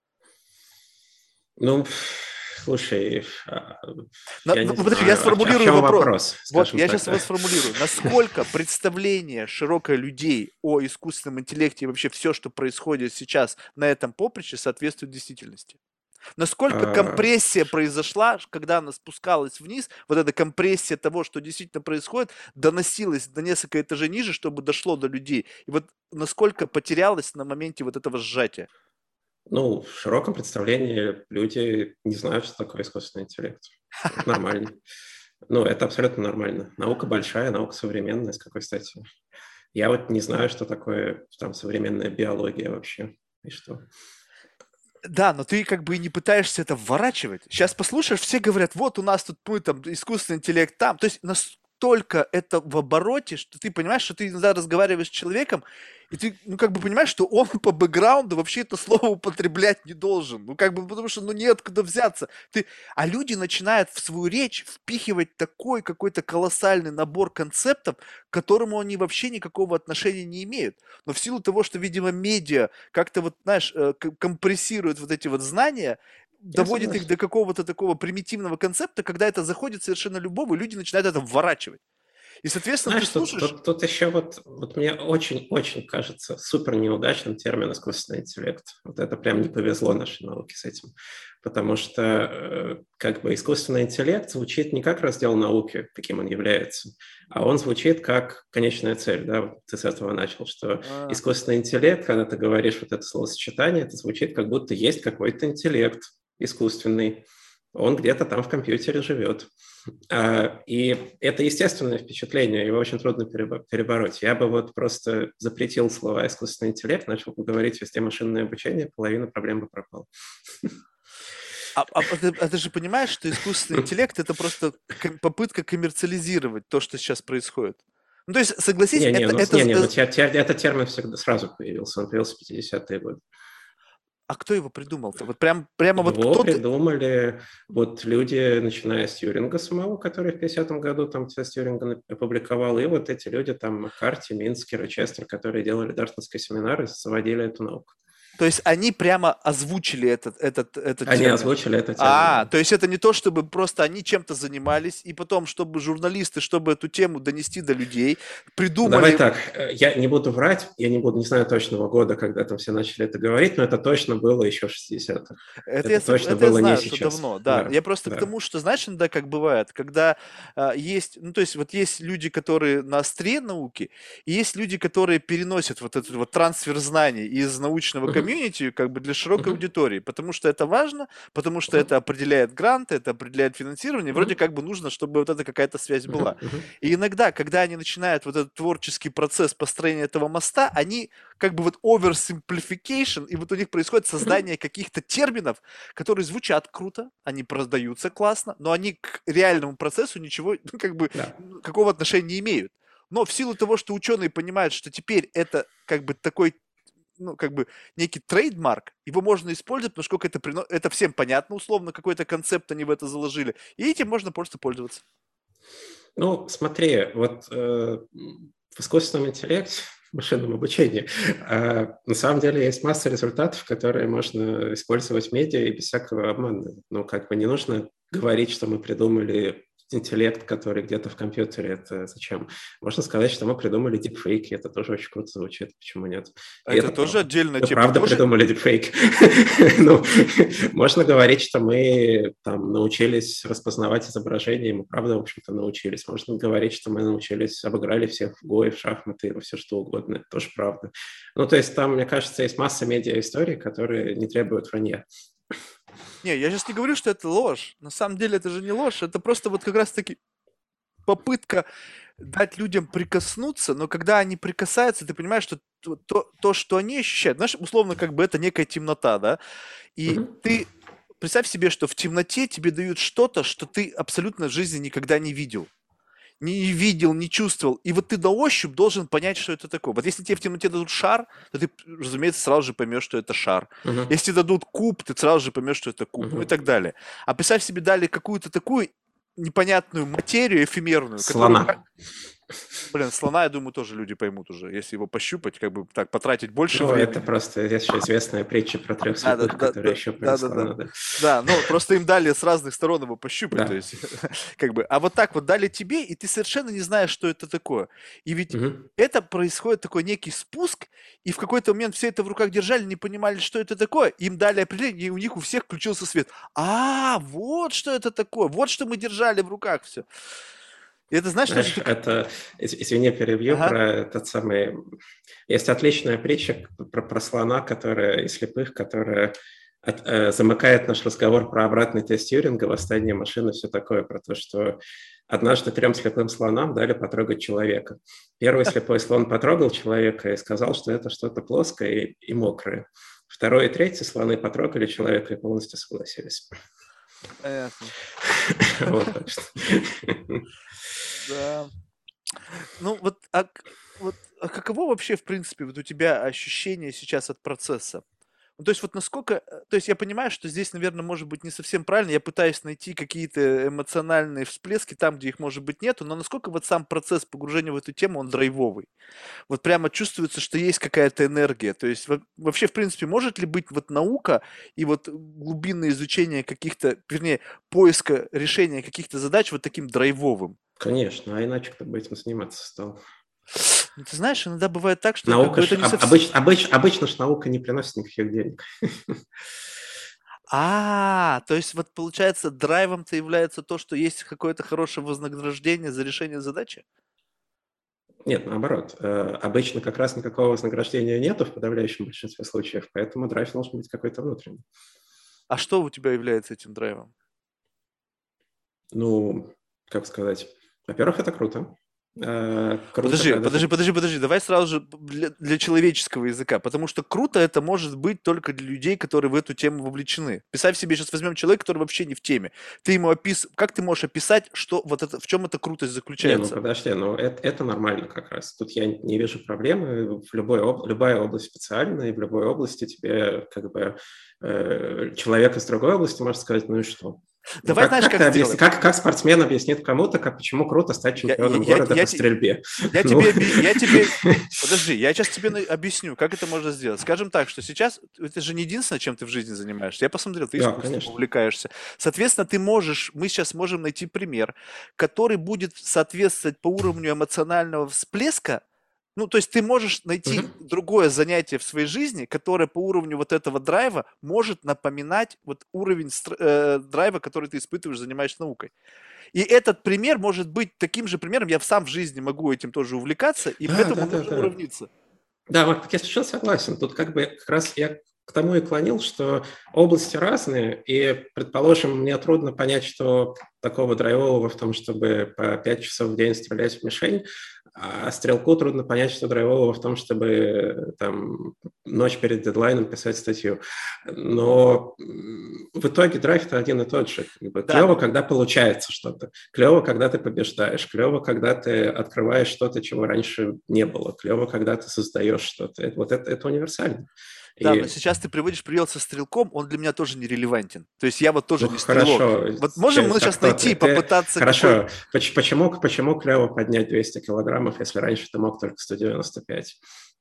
Ну, слушай, я Ну, не подожди, я знаю, в сформулирую чем вопрос. вопрос, Вот, скажем я так, сейчас да? его сформулирую. Насколько представление широкое людей о искусственном интеллекте и вообще все, что происходит сейчас на этом поприще, соответствует действительности? Насколько А, компрессия произошла, когда она спускалась вниз, вот эта компрессия того, что действительно происходит, доносилась до несколько этажей ниже, чтобы дошло до людей. И вот насколько потерялась на моменте вот этого сжатия. Ну, в широком представлении люди не знают, что такое искусственный интеллект. Это нормально. Ну, это абсолютно нормально. Наука большая, наука современная, с какой стати? Я вот не знаю, что такое там современная биология вообще. И что? Да, но ты как бы и не пытаешься это вворачивать. Сейчас послушаешь, все говорят, вот у нас тут мы там искусственный интеллект там. То есть настолько это в обороте, что ты понимаешь, что ты иногда разговариваешь с человеком, и ты, ну, как бы понимаешь, что он по бэкграунду вообще это слово употреблять не должен. Ну, как бы, потому что, ну, неоткуда взяться. А люди начинают в свою речь впихивать такой какой-то колоссальный набор концептов, к которому они вообще никакого отношения не имеют. Но в силу того, что, видимо, медиа как-то вот, знаешь, компрессирует вот эти вот знания, Я доводит их согласен. до какого-то такого примитивного концепта, когда это заходит совершенно любого, и люди начинают это вворачивать. И, соответственно, ты Знаешь, тут, слушаешь. тут, тут еще вот мне очень-очень кажется супер неудачным термин искусственный интеллект. Вот это прям не повезло нашей науке с этим. Потому что как бы искусственный интеллект звучит не как раздел науки, каким он является, а он звучит как конечная цель. Да? Вот ты с этого начал, что а, искусственный интеллект, когда ты говоришь вот это словосочетание, это звучит как будто есть какой-то интеллект искусственный. Он где-то там в компьютере живет. И это естественное впечатление, его очень трудно перебороть. Я бы вот просто запретил слова «искусственный интеллект», начал бы говорить везде машинное обучение, половина проблем бы пропала. ты же понимаешь, что искусственный интеллект это просто попытка коммерциализировать то, что сейчас происходит. Ну, то есть, согласись, Не-не, ну, это, не-не, ну, этот термин всегда сразу появился, он появился в 50-е годы. а кто его придумал-то? Вот прямо вот Его кто-то. придумали вот люди, начиная с Тьюринга самого, который в 50-м году там тест Тьюринга опубликовал, и вот эти люди, там, Маккарти, Минскер и Честер, которые делали Дартмутский семинар и заводили эту науку. То есть они прямо озвучили этот Они термин. озвучили этот термин, да. То есть это не то, чтобы просто они чем-то занимались, и потом, чтобы журналисты, чтобы эту тему донести до людей, Давай придумали. так, я не буду врать, не знаю точного года, когда там все начали это говорить, но это точно было еще в 60-х. Это точно Это я было не знаю, что сейчас. давно, да. Да, Я просто к да. тому, что, знаешь, иногда как бывает, когда есть, ну, то есть вот есть люди, которые на острие науки, и есть люди, которые переносят вот этот вот трансфер знаний из научного Мгм, комьюнити как бы для широкой мгм, аудитории, потому что это важно, потому что мгм, это определяет гранты, это определяет финансирование, вроде мгм, как бы нужно, чтобы вот эта какая-то связь мгм, была. мгм. И иногда, когда они начинают вот этот творческий процесс построения этого моста, они как бы вот oversimplification, и вот у них происходит создание каких-то терминов, которые звучат круто, они продаются классно, но они к реальному процессу ничего, ну, как бы, Да. какого отношения не имеют. Но в силу того, что ученые понимают, что теперь это как бы такой, ну, как бы некий трейдмарк, его можно использовать, насколько это всем понятно, условно, какой-то концепт они в это заложили, и этим можно просто пользоваться. Ну, смотри, вот в искусственном интеллекте, в машинном обучении, на самом деле есть масса результатов, которые можно использовать в медиа и без всякого обмана. Ну, как бы не нужно говорить, что мы придумали интеллект, который где-то в компьютере. Это зачем? Можно сказать, что мы придумали дипфейки. Это тоже очень круто звучит. Почему нет? И Это это тоже правда. отдельная Мы тема. правда Тоже. придумали дипфейк. Ну, можно говорить, что мы там научились распознавать изображения, и мы правда, в общем-то, научились. Можно говорить, что мы научились, обыграли всех в Го и в шахматы, и во все что угодно. Это тоже правда. Ну, то есть там, мне кажется, есть масса медиа-историй, которые не требуют вранья. Не, я сейчас не говорю, что это ложь. На самом деле это же не ложь, это просто вот как раз-таки попытка дать людям прикоснуться, но когда они прикасаются, ты понимаешь, что то, что они ощущают, знаешь, условно, как бы это некая темнота, да, и Мгм. ты представь себе, что в темноте тебе дают что-то, что ты абсолютно в жизни никогда не видел, не чувствовал. И вот ты на ощупь должен понять, что это такое. Вот если тебе в темноте дадут шар, то ты, разумеется, сразу же поймешь, что это шар. Мгм. Если тебе дадут куб, ты сразу же поймешь, что это куб, ну и Мгм. так далее. А представь себе, дали какую-то такую непонятную материю эфемерную, которую, Слона. блин, слона, я думаю, тоже люди поймут уже, если его пощупать, как бы так, потратить больше Ну, это времени. просто есть еще известная притча про трех Да, да, слепых, да, которые да, щупали да, да, да. слона, да. Да, но просто им дали с разных сторон его пощупать, то Да. есть, как бы, а вот так вот дали тебе, и ты совершенно не знаешь, что это такое. И ведь Мгм. это происходит такой некий спуск, и в какой-то момент все это в руках держали, не понимали, что это такое, им дали определение, и у них у всех включился свет. Вот что это такое, вот что мы держали в руках все. И это, знаешь, тоже Знаешь, так... это, извини, перебью, Ага. про этот самый... Есть отличная притча про слона, которая и слепых, которая замыкает наш разговор про обратный тест Тьюринга, восстание машины, все такое, про то, что однажды трем слепым слонам дали потрогать человека. Первый слепой слон потрогал человека и сказал, что это что-то плоское и мокрое. Второй и третий слоны потрогали человека и полностью согласились. Понятно. Вот так что. Да. Ну вот, а каково вообще, в принципе, вот у тебя ощущение сейчас от процесса? Ну, то есть вот насколько, то есть я понимаю, что здесь, наверное, может быть не совсем правильно, я пытаюсь найти какие-то эмоциональные всплески там, где их, может быть, нету, но насколько вот сам процесс погружения в эту тему, он драйвовый? Вот прямо чувствуется, что есть какая-то энергия. То есть вообще, в принципе, может ли быть вот наука и вот глубинное изучение каких-то, вернее, поиска решения каких-то задач вот таким драйвовым? Конечно, а иначе кто бы этим заниматься стал? Ну, ты знаешь, иногда бывает так, что как Наука бы это ж, не совсем... обычно ж наука не приносит никаких денег. То есть вот получается драйвом-то является то, что есть какое-то хорошее вознаграждение за решение задачи? Нет, наоборот. Обычно как раз никакого вознаграждения нету в подавляющем большинстве случаев, поэтому драйв должен быть какой-то внутренний. А что у тебя является этим драйвом? Ну, как сказать? Во-первых, это круто. Круто, Подожди, когда подожди, ты... подожди, подожди, давай сразу же для человеческого языка, потому что круто это может быть только для людей, которые в эту тему вовлечены. Представь себе, сейчас возьмем человека, который вообще не в теме. Ты ему как ты можешь описать, что вот это, в чем эта крутость Не, ну заключается? подожди, ну это нормально как раз. Тут я не вижу проблемы. Любая область специальная, и в любой области тебе как бы человек из другой области может сказать, ну и что? Ну, Давай знаешь, как как ты объяснишь, сделаем? как спортсмен объяснит кому-то, почему круто стать Я, чемпионом я, города я, по стрельбе? Я Ну, тебе, я тебе, подожди, я сейчас тебе объясню, как это можно сделать. Скажем так, что сейчас это же не единственное, чем ты в жизни занимаешься. Я посмотрел, ты да, искусством конечно. увлекаешься. Соответственно, мы сейчас можем найти пример, который будет соответствовать по уровню эмоционального всплеска. Ну, то есть ты можешь найти Мгм. другое занятие в своей жизни, которое по уровню вот этого драйва может напоминать вот уровень драйва, который ты испытываешь, занимаешься наукой. И этот пример может быть таким же примером, я сам в жизни могу этим тоже увлекаться, и к Да, этому да, да, можем да. уравниться. Да, Марк, так я совершенно согласен. Тут как бы как раз я к тому и клонил, что области разные, и, предположим, мне трудно понять, что такого драйвового в том, чтобы по 5 часов в день стрелять в мишень, а стрелку трудно понять, что драйвового в том, чтобы там ночь перед дедлайном писать статью. Но в итоге драйв-то один и тот же. Как бы Да, клево, но когда получается что-то. Клево, когда ты побеждаешь. Клево, когда ты открываешь что-то, чего раньше не было. Клево, когда ты создаешь что-то. Это универсально. да, но И, сейчас ты приводишь пример со стрелком, он для меня тоже нерелевантен. То есть я вот тоже ну, не стрелок. хорошо, Вот можем мы как сейчас кто найти ты? и Ты, попытаться какой... хорошо, почему клево поднять 200 килограммов, если раньше ты мог только 195?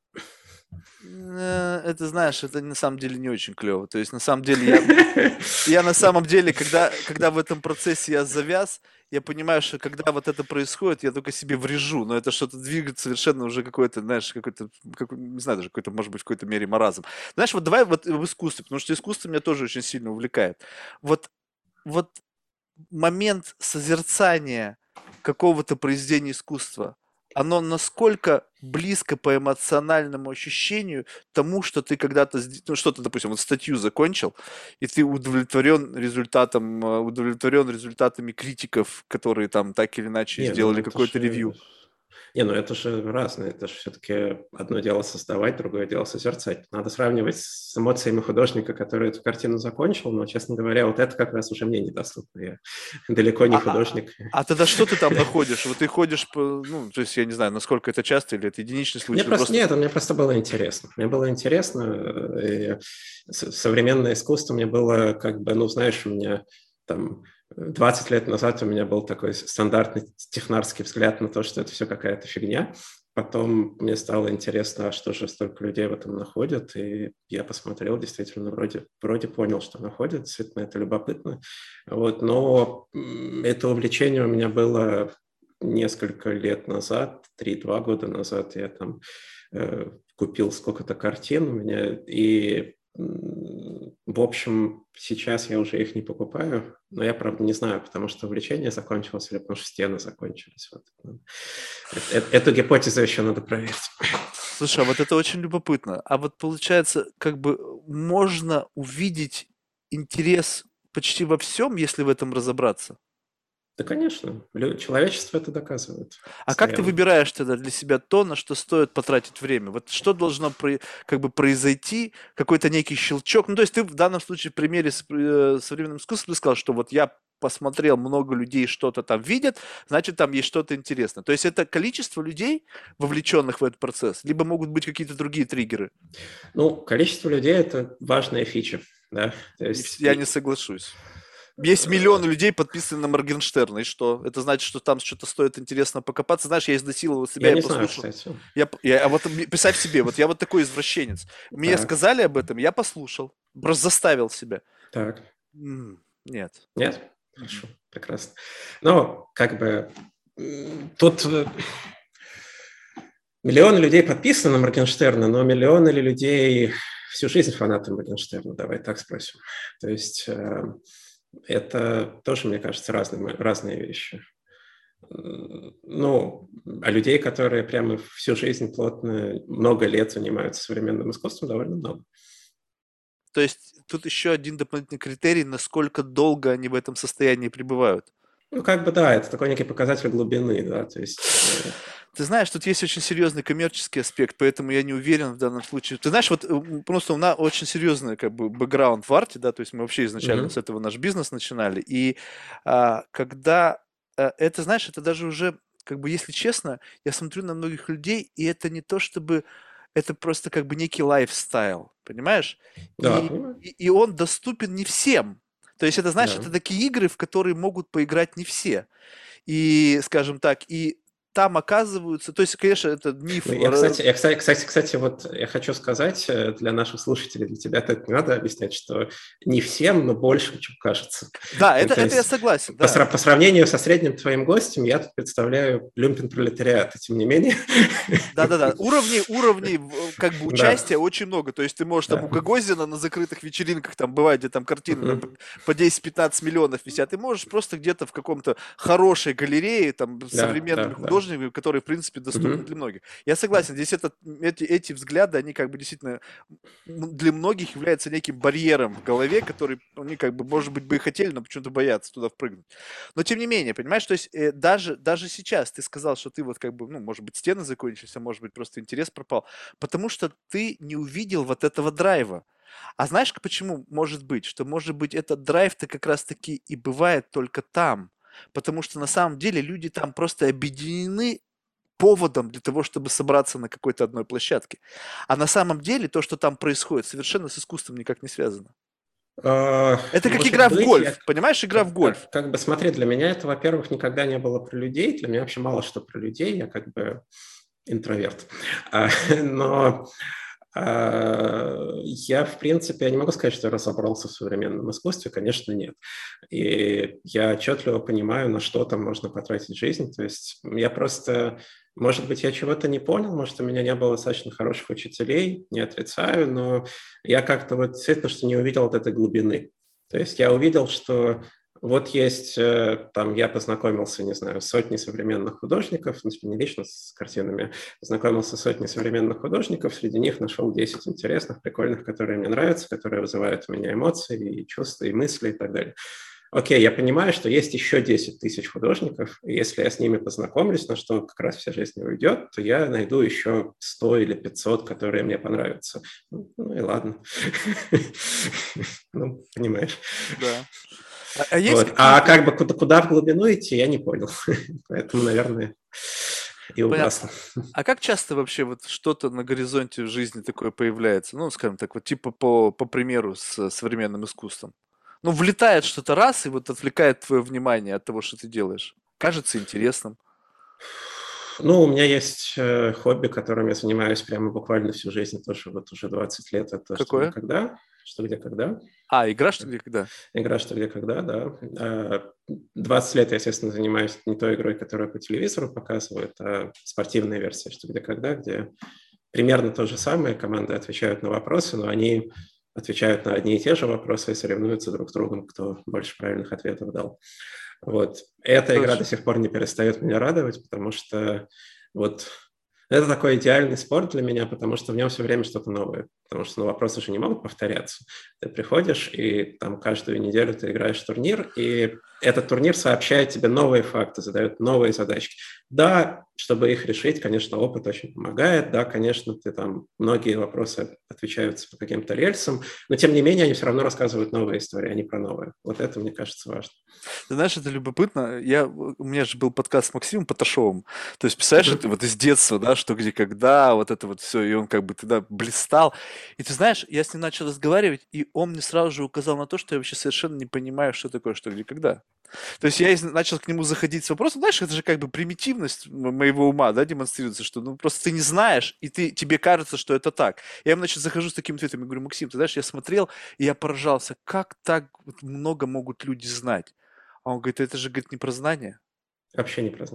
Это, знаешь, это на самом деле не очень клево. То есть на самом деле я на самом деле, когда в этом процессе я завяз, я понимаю, что когда вот это происходит, я только себе врежу, но это что-то двигает совершенно уже какой-то, знаешь, не знаю, даже какой-то, может быть, в какой-то мере маразм. Знаешь, вот давай вот в искусстве, потому что искусство меня тоже очень сильно увлекает. Вот, вот момент созерцания какого-то произведения искусства, оно насколько близко по эмоциональному ощущению тому, что ты когда-то, ну, что-то, допустим, вот статью закончил, и ты удовлетворен результатами критиков, которые там так или иначе Не, ну сделали это какое-то же... ревью. Не, ну это же разное. Это же все-таки одно дело создавать, другое дело созерцать. Надо сравнивать с эмоциями художника, который эту картину закончил, но, честно говоря, вот это как раз уже мне недоступно. Я далеко не А, а, художник. а тогда что ты там находишь? Вот ты ходишь по, ну, то есть я не знаю, насколько это часто или это единичный Мне случай, но просто просто нет, мне просто было интересно. Мне было интересно. И современное искусство мне было как бы, ну, знаешь, у меня там 20 лет назад у меня был такой стандартный технарский взгляд на то, что это все какая-то фигня. Потом мне стало интересно, а что же столько людей в этом находят, и я посмотрел, действительно, вроде понял, что находят, действительно, это любопытно. Вот, но это увлечение у меня было несколько лет назад, 3-2 года назад, я там купил сколько-то картин у меня, и в общем, сейчас я уже их не покупаю, но я, правда, не знаю, потому что увлечение закончилось или потому что стены закончились. Вот. Эту гипотезу еще надо проверить. слушай, а вот это очень любопытно. А вот получается, как бы можно увидеть интерес почти во всем, если в этом разобраться. Да, конечно, человечество это доказывает А как ты постоянно. выбираешь тогда для себя то, на что стоит потратить время? Вот что должно как бы произойти, какой-то некий щелчок? Ну, то есть ты в данном случае в примере с современным искусством ты сказал, что вот я посмотрел, много людей что-то там видят, значит, там есть что-то интересное. То есть это количество людей, вовлеченных в этот процесс, либо могут быть какие-то другие триггеры? Ну, количество людей – это важная фича, да, то есть Я не соглашусь. Есть миллионы людей, подписаны на Моргенштерна, и что? Это значит, что там что-то стоит интересно покопаться. Знаешь, я изнасиловал себя, я я не знаю, послушал. кстати. А вот представь себе, вот я вот такой извращенец. Мне Так, сказали об этом, я послушал. Просто заставил себя. так. Нет. Нет? Мгм. Хорошо, прекрасно. Ну, как бы Тут миллионы людей подписаны на Моргенштерна, но миллионы ли людей всю жизнь фанаты Моргенштерна? Давай так спросим. То есть это тоже, мне кажется, разные вещи. Ну, а людей, которые прямо всю жизнь плотно, много лет занимаются современным искусством, довольно много. То есть тут еще один дополнительный критерий, насколько долго они в этом состоянии пребывают. Ну, как бы да, это такой некий показатель глубины, да, то есть... Ты знаешь, тут есть очень серьезный коммерческий аспект, поэтому я не уверен в данном случае. Ты знаешь, вот просто у нас очень серьезный как бы бэкграунд в арте, да, то есть мы вообще изначально с этого наш бизнес начинали, и когда это, знаешь, это даже уже, как бы, если честно, я смотрю на многих людей, и это не то, чтобы это просто как бы некий лайфстайл, понимаешь? Да, И, понимаю. и он доступен не всем. То есть это, знаешь, Да. это такие игры, в которые могут поиграть не все. И, скажем так, и там оказываются, то есть, конечно, это миф. Ну, кстати, вот я хочу сказать для наших слушателей, для тебя это не надо объяснять, что не всем, но большим, чем кажется. Да, Ну, то это я есть согласен, по, да. по сравнению со средним твоим гостем я тут представляю люмпен-пролетариат, и тем не менее. Да-да-да, уровней как бы Да, участия очень много. То есть ты можешь там да. у Гогозина на закрытых вечеринках, там бывает, где там картины там, по 10-15 миллионов висят. Ты можешь просто где-то в каком-то хорошей галерее, там, с Да, современными да, да. художниками, которые, в принципе, доступны Мгм. для многих. Я согласен, здесь эти взгляды, они как бы действительно для многих являются неким барьером в голове, который они как бы, может быть, бы и хотели, но почему-то боятся туда впрыгнуть. Но тем не менее, понимаешь, то есть даже сейчас ты сказал, что ты вот как бы, ну, может быть, стены закончились, а может быть, просто интерес пропал, потому что ты не увидел вот этого драйва. А знаешь, почему может быть? Что, может быть, этот драйв-то как раз-таки и бывает только там. Потому что на самом деле люди там просто объединены поводом для того, чтобы собраться на какой-то одной площадке. А на самом деле то, что там происходит, совершенно с искусством никак не связано. Это как Может игра в быть, я гольф, понимаешь, игра в гольф. как бы смотри, для меня это, во-первых, никогда не было про людей, для меня вообще мало что про людей, я как бы интроверт. Но я, в принципе, я не могу сказать, что я разобрался в современном искусстве, конечно, нет. И я отчетливо понимаю, на что там можно потратить жизнь. То есть я просто, может быть, я чего-то не понял, может, у меня не было достаточно хороших учителей, не отрицаю, но я как-то вот действительно, что не увидел вот этой глубины. То есть я увидел, что вот есть, там, я познакомился, не знаю, с сотней современных художников, ну, не лично с картинами, познакомился с сотней современных художников, среди них нашел 10 интересных, прикольных, которые мне нравятся, которые вызывают у меня эмоции, и чувства, и мысли, и так далее. Окей, я понимаю, что есть еще 10 тысяч художников, и если я с ними познакомлюсь, на что как раз вся жизнь не уйдет, то я найду еще 100 или 500, которые мне понравятся. Ну и ладно. Ну, понимаешь. Да. А есть Вот. А какие-то... как бы куда в глубину идти, я не понял. Поэтому, наверное, и Понятно. угасло. А как часто вообще вот что-то на горизонте в жизни такое появляется? Ну, скажем так, вот типа по примеру с современным искусством. Ну, влетает что-то раз и вот отвлекает твое внимание от того, что ты делаешь. Кажется интересным. Ну, у меня есть хобби, которым я занимаюсь прямо буквально всю жизнь, тоже вот уже 20 лет, это «Что, где, Какое? когда». «Что, где, когда». А, игра что где когда? Игра «Что, где, когда», да. 20 лет я, естественно, занимаюсь не той игрой, которую по телевизору показывают, а спортивной версией «Что, где, когда», где примерно то же самое, команды отвечают на вопросы, но они отвечают на одни и те же вопросы и соревнуются друг с другом, кто больше правильных ответов дал. Вот. Эта игра до Точно. сих пор не перестает меня радовать, потому что вот это такой идеальный спорт для меня, потому что в нем все время что-то новое. Потому что вопросы же не могут повторяться. Ты приходишь, и там каждую неделю ты играешь в турнир, и этот турнир сообщает тебе новые факты, задает новые задачки. Да, чтобы их решить, конечно, опыт очень помогает. Да, конечно, ты там многие вопросы отвечаются по каким-то рельсам, но тем не менее они все равно рассказывают новые истории, а не про новые. Вот это, мне кажется, важно. Ты знаешь, это любопытно. У меня же был подкаст с Максимом Поташовым. То есть, представляешь, это вот из детства, да, что где когда, вот это вот все, и он как бы тогда блистал. И ты знаешь, я с ним начал разговаривать, и он мне сразу же указал на то, что я вообще совершенно не понимаю, что такое что где когда. То есть я начал к нему заходить с вопросом, знаешь, это же как бы примитивность моего ума, да, демонстрируется, что ну просто ты не знаешь, и тебе кажется, что это так. Я ему, значит, захожу с таким ответом, и говорю: Максим, ты знаешь, я смотрел, и я поражался, как так вот много могут люди знать. А он говорит: это же, говорит, не про знание. Вообще не про знание.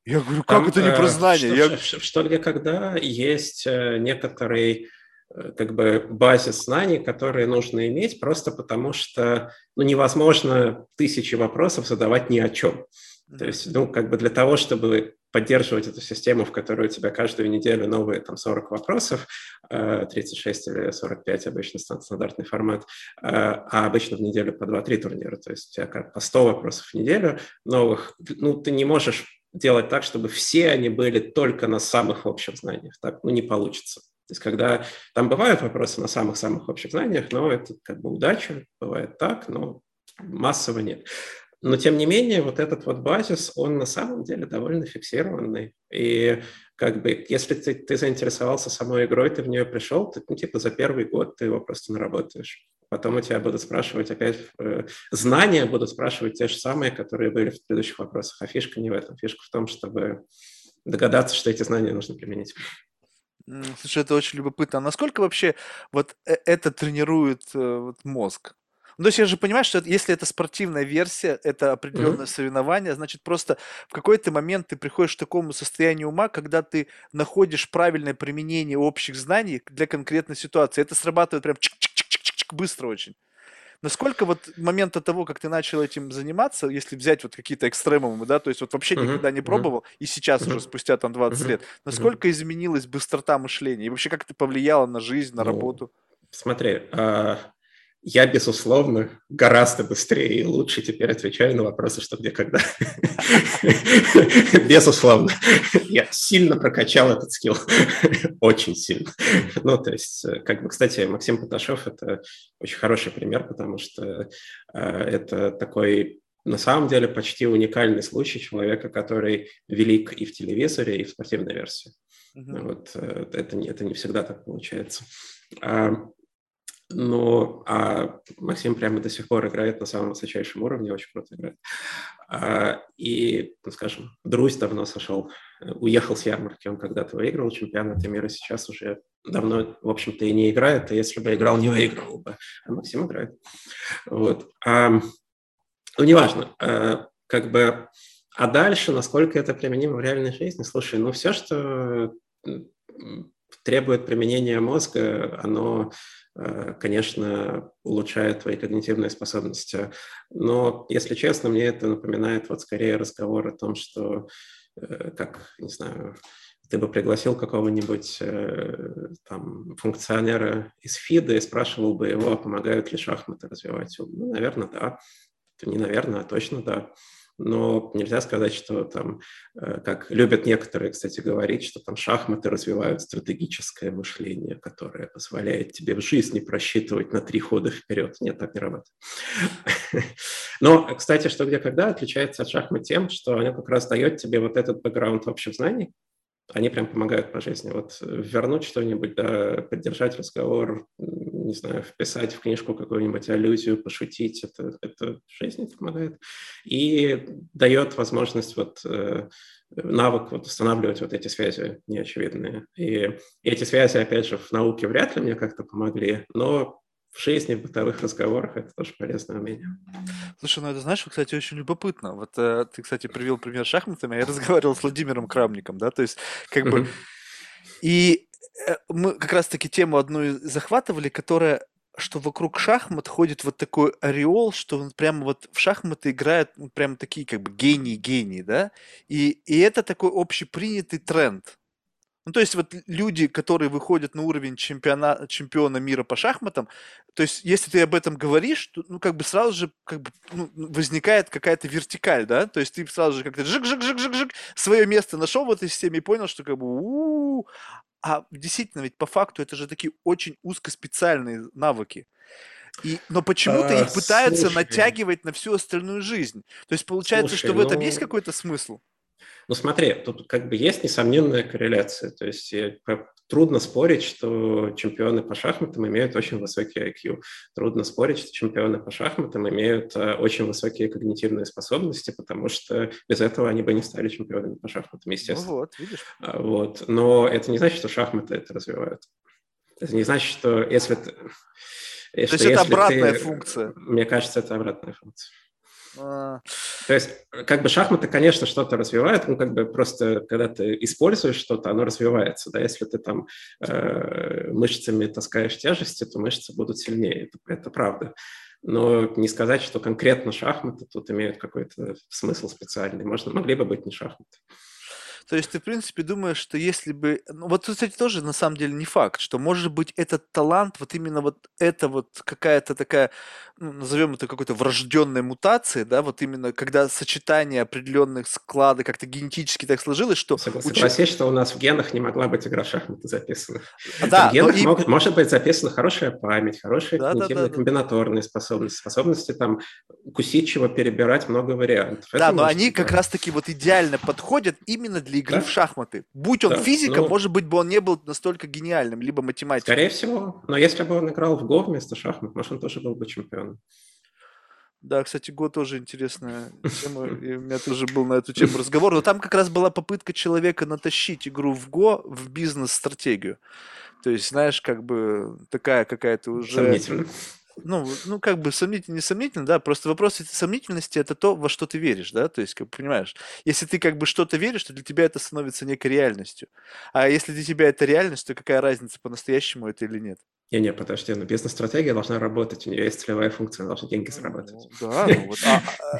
Я говорю, как Там это не про знания? что где когда есть некоторый как бы базис знаний, которые нужно иметь, просто потому что невозможно тысячи вопросов задавать ни о чем. То Мгм. есть, как бы для того, чтобы поддерживать эту систему, в которой у тебя каждую неделю новые там 40 вопросов, 36 или 45 обычно стандартный формат, а обычно в неделю по 2-3 турнира, то есть у тебя как по 100 вопросов в неделю новых, ты не можешь делать так, чтобы все они были только на самых общих знаниях. Так, не получится. То есть, когда там бывают вопросы на самых-самых общих знаниях, но это как бы удача, бывает так, но массово нет. Но, тем не менее, вот этот вот базис, он на самом деле довольно фиксированный. И как бы, если ты заинтересовался самой игрой, ты в нее пришел, ты, типа, за первый год ты его просто наработаешь. Потом у тебя будут спрашивать опять, знания будут спрашивать те же самые, которые были в предыдущих вопросах. А фишка не в этом. Фишка в том, чтобы догадаться, что эти знания нужно применить. Слушай, это очень любопытно. А насколько вообще вот это тренирует вот мозг? Ну, то есть я же понимаю, что если это спортивная версия, это определенное Мгм. соревнование, значит, просто в какой-то момент ты приходишь к такому состоянию ума, когда ты находишь правильное применение общих знаний для конкретной ситуации. Это срабатывает прям чик-чик-чик-чик-чик быстро очень. Насколько вот момента того, как ты начал этим заниматься, если взять вот какие-то экстремумы, да, то есть вот вообще никогда Мгм. не Мгм. пробовал, и сейчас уже Мгм. спустя там 20 Мгм. лет, Мгм. насколько изменилась быстрота мышления? И вообще как это повлияло на жизнь, на Ну, работу? смотри, я, безусловно, гораздо быстрее и лучше теперь отвечаю на вопросы, что где когда. Безусловно. Я сильно прокачал этот скилл. Очень сильно. Ну, то есть, как бы, кстати, Максим Паташов – это очень хороший пример, потому что это такой, на самом деле, почти уникальный случай человека, который велик и в телевизоре, и в спортивной версии. Мгм. Вот, это не всегда так получается. А, а Максим прямо до сих пор играет на самом высочайшем уровне, очень круто играет. И, скажем, Друзь давно сошел, уехал с ярмарки, он когда-то выиграл чемпионаты мира, сейчас уже давно, в общем-то, и не играет, а если бы играл, не выиграл бы. А Максим играет. Вот. Неважно, как бы, а дальше, насколько это применимо в реальной жизни? Слушай, все, что требует применения мозга, оно, конечно, улучшает твои когнитивные способности. Но, если честно, мне это напоминает вот скорее разговор о том, что, как, не знаю, ты бы пригласил какого-нибудь там функционера из ФИДа и спрашивал бы его, помогают ли шахматы развивать ум. Ну, наверное, да. Не наверное, а точно да. Но нельзя сказать, что там, как любят некоторые, кстати, говорить, что там шахматы развивают стратегическое мышление, которое позволяет тебе в жизни просчитывать на 3 хода вперед. Нет, так не работает. Но, кстати, что где когда отличается от шахмат тем, что они как раз дают тебе вот этот бэкграунд общих знаний, они прям помогают по жизни. Вот вернуть что-нибудь, да, поддержать разговор, не знаю, вписать в книжку какую-нибудь аллюзию, пошутить, это в жизни помогает. И дает возможность вот навык вот устанавливать вот эти связи неочевидные. И эти связи, опять же, в науке вряд ли мне как-то помогли, но в жизни, в бытовых разговорах это тоже полезное умение. Слушай, ну это, знаешь, кстати, очень любопытно. Вот ты, кстати, привел пример с шахматами, а я разговаривал с Владимиром Крамником, да, то есть как бы Мгм. и мы как раз-таки тему одну захватывали, которая, что вокруг шахмат ходит вот такой ореол, что он прямо вот в шахматы играют ну, прямо такие как бы гении-гении, да? И это такой общепринятый тренд. Ну, то есть вот люди, которые выходят на уровень чемпиона мира по шахматам, то есть если ты об этом говоришь, то, ну, как бы сразу же как бы, ну, возникает какая-то вертикаль, да, то есть ты сразу же как-то жик-жик-жик-жик-жик свое место нашел в этой системе и понял, что как бы а действительно ведь по факту это же такие очень узкоспециальные навыки. Но почему-то их пытаются Слушай, натягивать на всю остальную жизнь. То есть получается, слушай, что в этом есть какой-то смысл? ну, смотри, тут как бы есть несомненная корреляция. То есть трудно спорить, что чемпионы по шахматам имеют очень высокий IQ. Трудно спорить, что чемпионы по шахматам имеют очень высокие когнитивные способности, потому что без этого они бы не стали чемпионами по шахматам, Ну естественно. вот, видишь. Вот. Но это не значит, что шахматы это развивают. Это не значит, что То есть это если обратная ты... функция. Мне кажется, это обратная функция. А, То есть, как бы шахматы, конечно, что-то развивают, ну, как бы просто, когда ты используешь что-то, оно развивается, да, если ты там мышцами таскаешь тяжести, то мышцы будут сильнее, это правда. Но не сказать, что конкретно шахматы тут имеют какой-то смысл специальный. Могли бы быть не шахматы. То есть ты, в принципе, думаешь, что если бы... Ну, вот, кстати, тоже на самом деле не факт, что, может быть, этот талант, вот именно вот это вот какая-то такая, ну, назовем это какой-то врожденной мутацией, да, вот именно когда сочетание определенных складов как-то генетически так сложилось, что Согласись, что у нас в генах не могла быть игра в шахматы записана. В Да, но генах и... может быть записана хорошая память, хорошие Да. когнитивно-комбинаторные способности, способности там усидчиво перебирать много вариантов. Это Да, но может они быть, как да. раз-таки вот идеально подходят именно для игры в Да, шахматы. Будь он да. физиком, Ну, может быть, бы он не был настолько гениальным, либо скорее математиком. всего. Но если бы он играл в Го вместо шахмат, может, он тоже был бы чемпионом. Да, кстати, Го тоже интересная тема, и у меня тоже был на эту тему разговор, но там как раз была попытка человека натащить игру в Го в бизнес-стратегию. То есть, знаешь, как бы такая какая-то уже, Сомнительно. ну, как бы сомнительно, не сомнительно, да, просто вопрос этой сомнительности – это то, во что ты веришь, да, то есть, как бы, понимаешь, если ты как бы что-то веришь, то для тебя это становится некой реальностью, а если для тебя это реальность, то какая разница, по-настоящему это или нет? Не, подожди, но бизнес-стратегия должна работать, у нее есть целевая функция, она должна деньги зарабатывать. Ну, да, ну вот,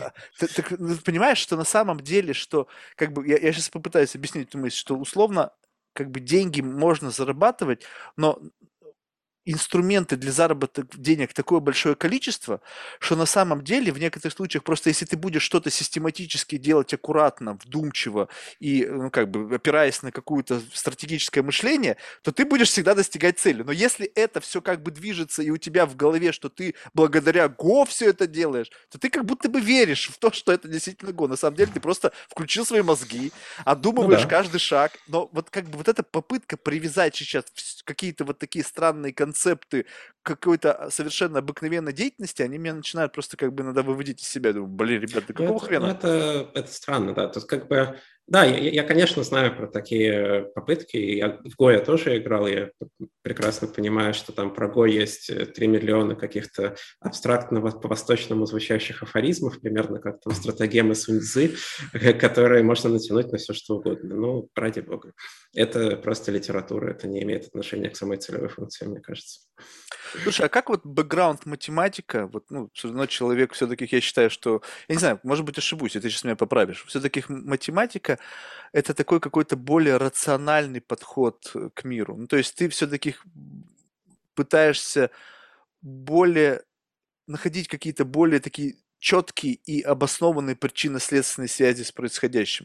ты понимаешь, что на самом деле, что, как бы, я сейчас попытаюсь объяснить эту мысль, что условно, как бы, деньги можно зарабатывать, но инструменты для заработка денег такое большое количество, что на самом деле в некоторых случаях просто если ты будешь что-то систематически делать аккуратно, вдумчиво и, ну, как бы опираясь на какое-то стратегическое мышление, то ты будешь всегда достигать цели. Но если это все как бы движется и у тебя в голове, что ты благодаря Го все это делаешь, то ты как будто бы веришь в то, что это действительно Го. На самом деле ты просто включил свои мозги, Ну отдумываешь да. каждый шаг, но вот как бы вот эта попытка привязать сейчас какие-то вот такие странные концепты к какой-то совершенно обыкновенной деятельности, они меня начинают просто как бы иногда выводить из себя. Думаю, блин, ребята, Ну, какого хрена? это странно, да. То есть, как бы, да, я, конечно, знаю про такие попытки. В Го я тоже играл, я прекрасно понимаю, что там про Го есть 3 миллиона каких-то абстрактно по-восточному звучащих афоризмов, примерно как там стратегемы Сунь-Цзы, которые можно натянуть на все, что угодно. Ну, ради бога. Это просто литература, это не имеет отношения к самой целевой функции, мне кажется. Слушай, а как вот бэкграунд математика, вот, ну, все равно человек все-таки, я считаю, что, я не знаю, может быть, ошибусь, и ты сейчас меня поправишь, все-таки математика это такой какой-то более рациональный подход к миру. Ну, то есть ты все-таки пытаешься более находить какие-то более такие четкие и обоснованные причинно-следственные связи с происходящим.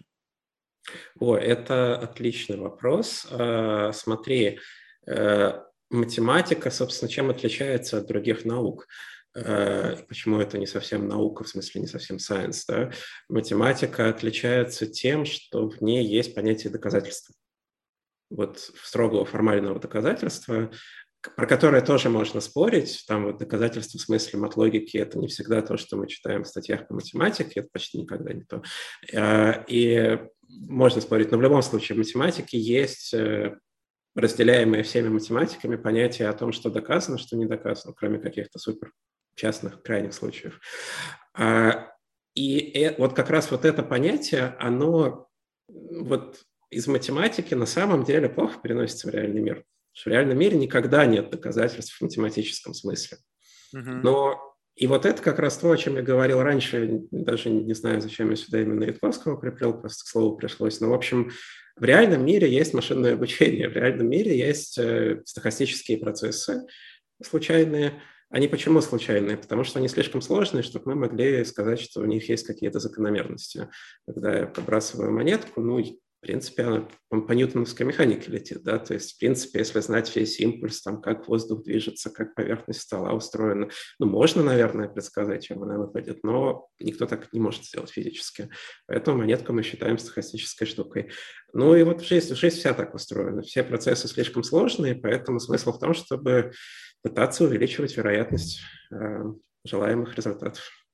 Это отличный вопрос. Смотри, математика, собственно, чем отличается от других наук? Почему это не совсем наука, в смысле не совсем science, да? Математика отличается тем, что в ней есть понятие доказательства. Вот строгого формального доказательства, про которое тоже можно спорить. Там вот доказательства в смысле матлогики – это не всегда то, что мы читаем в статьях по математике, это почти никогда не то. И можно спорить, но в любом случае в математике есть разделяемые всеми математиками понятие о том, что доказано, что не доказано, кроме каких-то супер частных крайних случаев. И вот как раз вот это понятие, оно вот из математики на самом деле плохо переносится в реальный мир. Что в реальном мире никогда нет доказательств в математическом смысле. Мгм. Но и вот это как раз то, о чем я говорил раньше, даже не знаю, зачем я сюда именно Ютковского приплел, просто к слову пришлось. Но, в общем, в реальном мире есть машинное обучение, в реальном мире есть стохастические процессы случайные. Они почему случайные? Потому что они слишком сложные, чтобы мы могли сказать, что у них есть какие-то закономерности. Когда я подбрасываю монетку, ну, в принципе, она по ньютоновской механике летит, да, то есть, в принципе, если знать весь импульс, там, как воздух движется, как поверхность стола устроена, ну, можно, наверное, предсказать, чем она выпадет, но никто так не может сделать физически. Поэтому монетку мы считаем стохастической штукой. Ну, и вот жизнь вся так устроена. Все процессы слишком сложные, поэтому смысл в том, чтобы пытаться увеличивать вероятность желаемых результатов.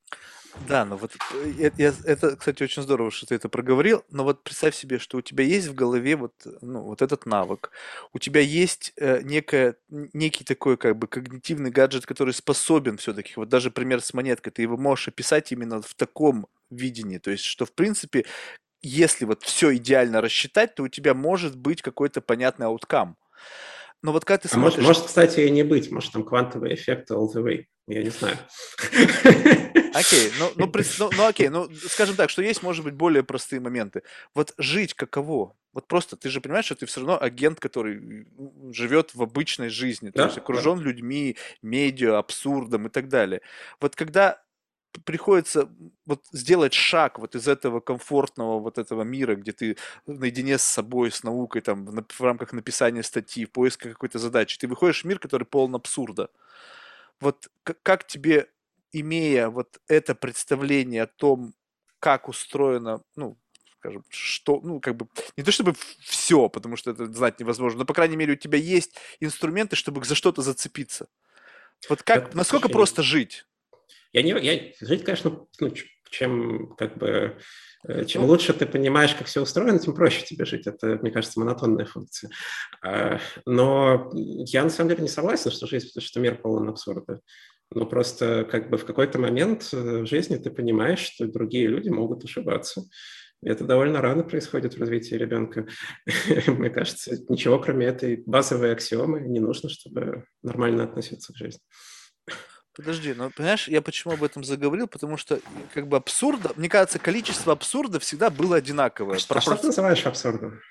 Да, но вот это, кстати, очень здорово, что ты это проговорил. Но вот представь себе, что у тебя есть в голове вот, ну, вот этот навык. У тебя есть некий такой как бы когнитивный гаджет, который способен все-таки, вот даже пример с монеткой, ты его можешь описать именно в таком видении. То есть, что в принципе, если вот все идеально рассчитать, то у тебя может быть какой-то понятный ауткам. Но вот когда ты А может, смотришь. может, кстати, и не быть. Может, там квантовый эффект all the way. Я не знаю. Окей, ну окей, ну скажем так, что есть, может быть, более простые моменты. Вот жить каково? Вот просто ты же понимаешь, что ты все равно агент, который живет в обычной жизни, то есть Да, да. окружен людьми, медиа, абсурдом и так далее. Вот когда приходится вот сделать шаг вот из этого комфортного вот этого мира, где ты наедине с собой, с наукой, там, в рамках написания статьи, в поиске какой-то задачи, ты выходишь в мир, который полон абсурда. Вот как тебе, имея вот это представление о том, как устроено, ну, скажем, что, ну, как бы, не то чтобы все, потому что это знать невозможно, но, по крайней мере, у тебя есть инструменты, чтобы за что-то зацепиться. Вот как, Да, насколько слушай, просто жить? я жить, конечно, ну, чем как бы чем лучше ты понимаешь, как все устроено, тем проще тебе жить. Это, мне кажется, монотонная функция. Но я на самом деле не согласен, что жизнь, потому что мир полон абсурда. Но просто как бы в какой-то момент в жизни ты понимаешь, что другие люди могут ошибаться. И это довольно рано происходит в развитии ребенка. Мне кажется, ничего, кроме этой базовой аксиомы, не нужно, чтобы нормально относиться к жизни. Подожди, ну, понимаешь, я почему об этом заговорил, потому что как бы абсурда, мне кажется, количество абсурда всегда было одинаковое. А что ты называешь абсурдом?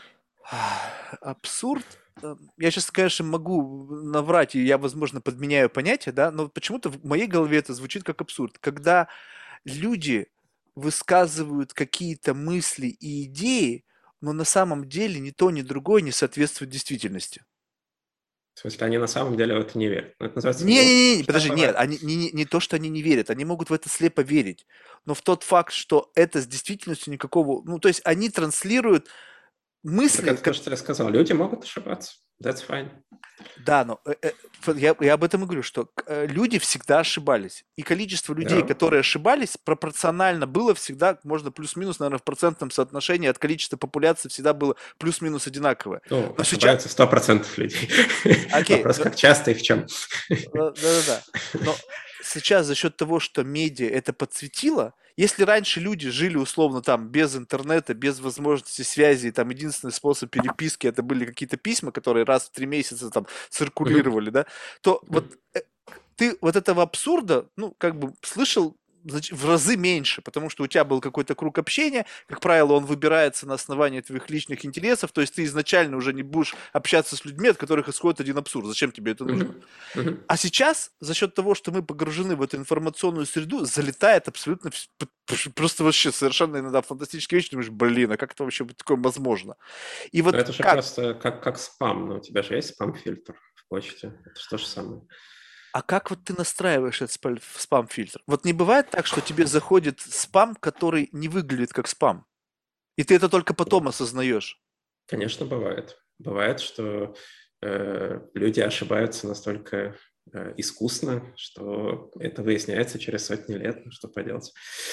Абсурд. Я сейчас, конечно, могу наврать, и я, возможно, подменяю понятие, да, но почему-то в моей голове это звучит как абсурд. Когда люди высказывают какие-то мысли и идеи, но на самом деле ни то, ни другое не соответствует действительности. В смысле, они на самом деле в это не верят. Ну, это называется ложь. Не-не-не, Что подожди, нет, бывает? они, не то, что они не верят, они могут в это слепо верить, но в тот факт, что это с действительностью никакого, ну, то есть они транслируют Так мысли, это то, что я сказал. Люди могут ошибаться. That's fine. да, но я об этом и говорю, что люди всегда ошибались. И количество людей, Да. которые ошибались, пропорционально было всегда, можно плюс-минус, наверное, в процентном соотношении от количества популяции всегда было плюс-минус одинаковое. Ну, Но сейчас, ошибаются 100% людей. окей, Вопрос, как часто и в чем. да-да-да, но сейчас за счет того, что медиа это подсветило, если раньше люди жили условно там без интернета, без возможности связи, и там единственный способ переписки это были какие-то письма, которые раз в 3 месяца там Мгм. циркулировали, да, то вот ты вот этого абсурда, ну, как бы слышал в разы меньше, потому что у тебя был какой-то круг общения, как правило, он выбирается на основании твоих личных интересов, то есть ты изначально уже не будешь общаться с людьми, от которых исходит один абсурд. Зачем тебе это нужно? Мгм. Мгм. А сейчас, за счет того, что мы погружены в эту информационную среду, залетает абсолютно просто вообще совершенно иногда фантастические вещи. Думаешь, блин, а как это вообще такое возможно? И Но вот это же как? просто как спам. Но у тебя же есть спам-фильтр в почте. Это же то же самое. А как вот ты настраиваешь этот спам-фильтр? Вот не бывает так, что тебе заходит спам, который не выглядит как спам, и ты это только потом осознаешь. Конечно, бывает. Бывает, что люди ошибаются настолько искусно, что это выясняется через сотни лет. Ну, что поделать.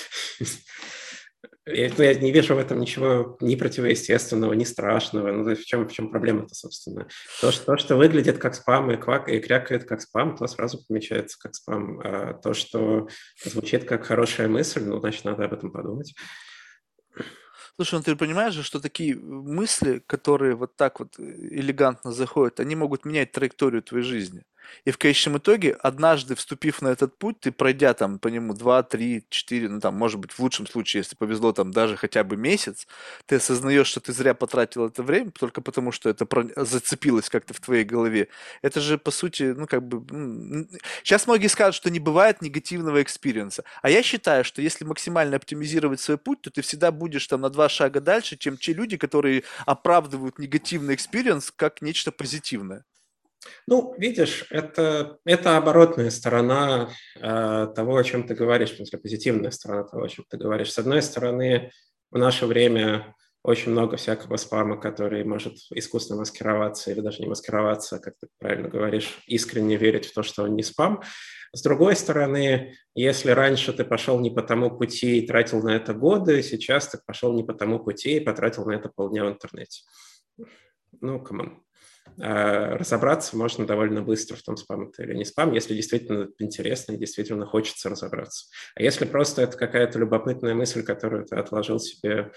Я не вижу в этом ничего ни противоестественного, ни страшного. Ну, то есть в чем проблема-то, собственно? То, что выглядит как спам и крякает как спам, то сразу помечается как спам. А то, что звучит как хорошая мысль, ну, значит, надо об этом подумать. Слушай, ну ты понимаешь же, что такие мысли, которые вот так вот элегантно заходят, они могут менять траекторию твоей жизни. И в конечном итоге, однажды вступив на этот путь, ты пройдя там по нему 2, 3, 4, ну там, может быть, в лучшем случае, если повезло, там даже хотя бы месяц, ты осознаешь, что ты зря потратил это время только потому, что это зацепилось как-то в твоей голове. Это же, по сути, ну как бы... Сейчас многие скажут, что не бывает негативного экспириенса. А я считаю, что если максимально оптимизировать свой путь, то ты всегда будешь там на 2 шага дальше, чем те люди, которые оправдывают негативный экспириенс как нечто позитивное. Ну, видишь, это оборотная сторона того, о чем ты говоришь, в смысле, позитивная сторона того, о чем ты говоришь. С одной стороны, в наше время очень много всякого спама, который может искусственно маскироваться или даже не маскироваться, как ты правильно говоришь, искренне верить в то, что он не спам. С другой стороны, если раньше ты пошел не по тому пути и тратил на это годы, сейчас ты пошел не по тому пути и потратил на это полдня в интернете. Ну, камон. Разобраться можно довольно быстро в том, спам это или не спам, если действительно интересно и действительно хочется разобраться. А если просто это какая-то любопытная мысль, которую ты отложил себе,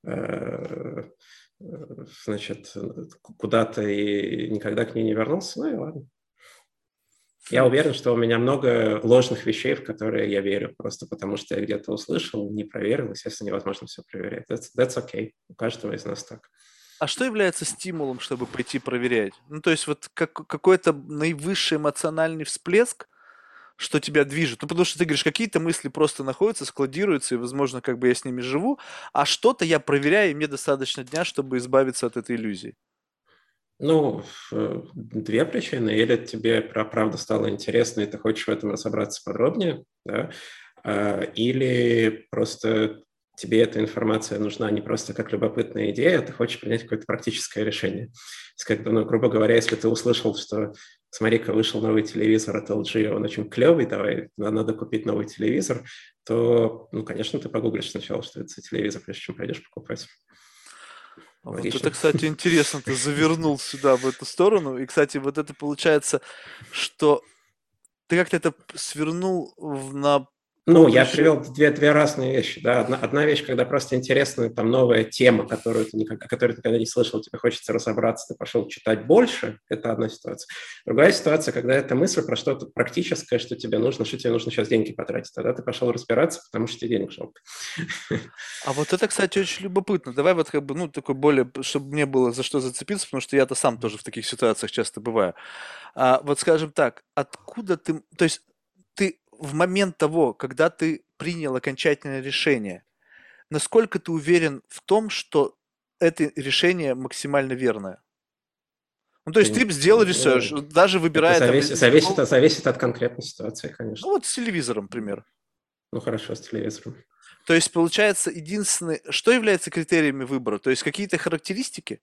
значит, куда-то и никогда к ней не вернулся, ну и ладно. Я уверен, что у меня много ложных вещей, в которые я верю, просто потому что я где-то услышал, не проверил, естественно, невозможно все проверять. That's okay. У каждого из нас так. А что является стимулом, чтобы пойти проверять? Ну, то есть вот какой-то наивысший эмоциональный всплеск, что тебя движет. Ну, потому что ты говоришь, какие-то мысли просто находятся, складируются, и, возможно, как бы я с ними живу, а что-то я проверяю, и мне достаточно дня, чтобы избавиться от этой иллюзии. Ну, две причины. Или тебе правда стало интересно, и ты хочешь в этом разобраться подробнее, да? Или просто тебе эта информация нужна не просто как любопытная идея, а ты хочешь принять какое-то практическое решение. То есть, как бы, ну, грубо говоря, если ты услышал, что смотри-ка, вышел новый телевизор от LG, он очень клевый, давай, надо купить новый телевизор, то, ну, конечно, ты погуглишь сначала, что это за телевизор, прежде чем пойдешь покупать. А вот это, Логично. кстати, интересно, ты завернул сюда, в эту сторону. И, кстати, вот это получается, что ты как-то это свернул на Ну, я поприще. привел две разные вещи. Да? Одна вещь, когда просто интересная там новая тема, о которой ты никогда не слышал, тебе хочется разобраться, ты пошел читать больше, это одна ситуация. Другая ситуация, когда это мысль про что-то практическое, что тебе нужно сейчас деньги потратить. Тогда ты пошел разбираться, потому что тебе денег жалко. А вот это, кстати, очень любопытно. Давай вот как бы, ну, такой более, чтобы мне было за что зацепиться, потому что я-то сам тоже в таких ситуациях часто бываю. Вот скажем так, откуда ты, то есть ты в момент того, когда ты принял окончательное решение, насколько ты уверен в том, что это решение максимально верное? Ну, то есть ты сделал ресерч, Ну, даже это выбирая там из какого... зависит от конкретной ситуации, Ну, конечно. вот с телевизором, пример. Ну, хорошо, с телевизором. То есть, получается, единственное... Что является критериями выбора? То есть, какие-то характеристики?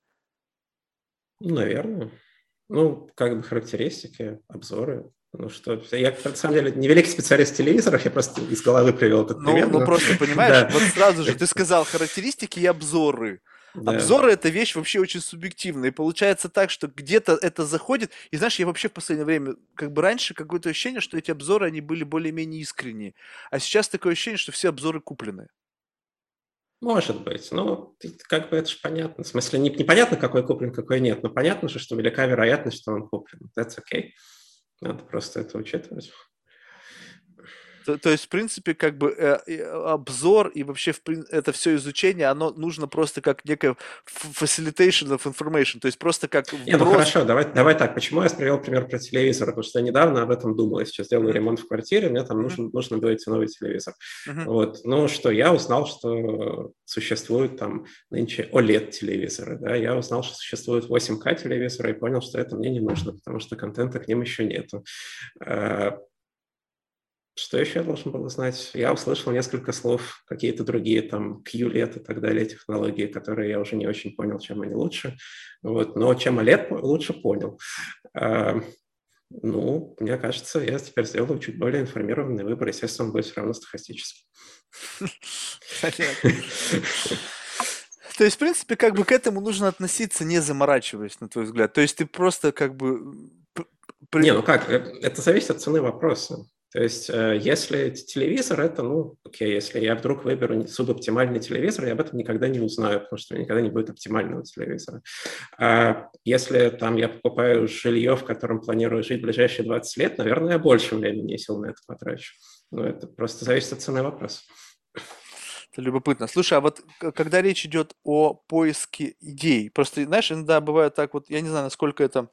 Ну, наверное. Ну, как бы характеристики, обзоры. Ну что, я, на самом деле, не великий специалист в телевизорах, я просто из головы привел этот Ну, пример. ну Но, просто понимаешь, да, вот сразу же ты сказал характеристики и обзоры. да. Обзоры это вещь вообще очень субъективная. И получается так, что где-то это заходит. И знаешь, я вообще в последнее время, как бы раньше какое-то ощущение, что эти обзоры, они были более-менее искренние. А сейчас такое ощущение, что все обзоры куплены. Может быть. Ну, как бы это же понятно. В смысле, непонятно, какой куплен, какой нет, но понятно же, что велика вероятность, что он куплен. That's okay. Надо просто это учитывать. То есть, в принципе, как бы обзор и вообще это все изучение, оно нужно просто как некое facilitation of information, то есть просто как Не, ну вброс. хорошо, давай так. Почему я привел пример про телевизор? Потому что я недавно об этом думал. Я сейчас делаю Мгм, ремонт в квартире, мне там мгм, нужно будет новый телевизор. мгм. Вот. Ну что, я узнал, что существуют там нынче OLED-телевизоры. Да? Я узнал, что существуют 8К телевизоры и понял, что это мне не нужно, потому что контента к ним еще нету. А, Что еще я должен был узнать? Я услышал несколько слов, какие-то другие, там, QLED и так далее, технологии, которые я уже не очень понял, чем они лучше. Вот. Но чем OLED лучше понял. А, Ну, мне кажется, я теперь сделаю чуть более информированный выбор. Естественно, он будет все равно стохастический. Понятно. То есть, в принципе, как бы к этому нужно относиться, не заморачиваясь, на твой взгляд. То есть ты просто как бы... п- Не, при- ну как, это зависит от цены вопроса. То есть, если телевизор, это, ну, окей, если я вдруг выберу субоптимальный телевизор, я об этом никогда не узнаю, потому что у меня никогда не будет оптимального телевизора. А если там я покупаю жилье, в котором планирую жить в ближайшие 20 лет, наверное, я больше времени и сил на это потрачу. Ну, это просто зависит от цены вопроса. Это любопытно. Слушай, а вот когда речь идет о поиске идей, просто, знаешь, иногда бывает так вот, я не знаю, насколько это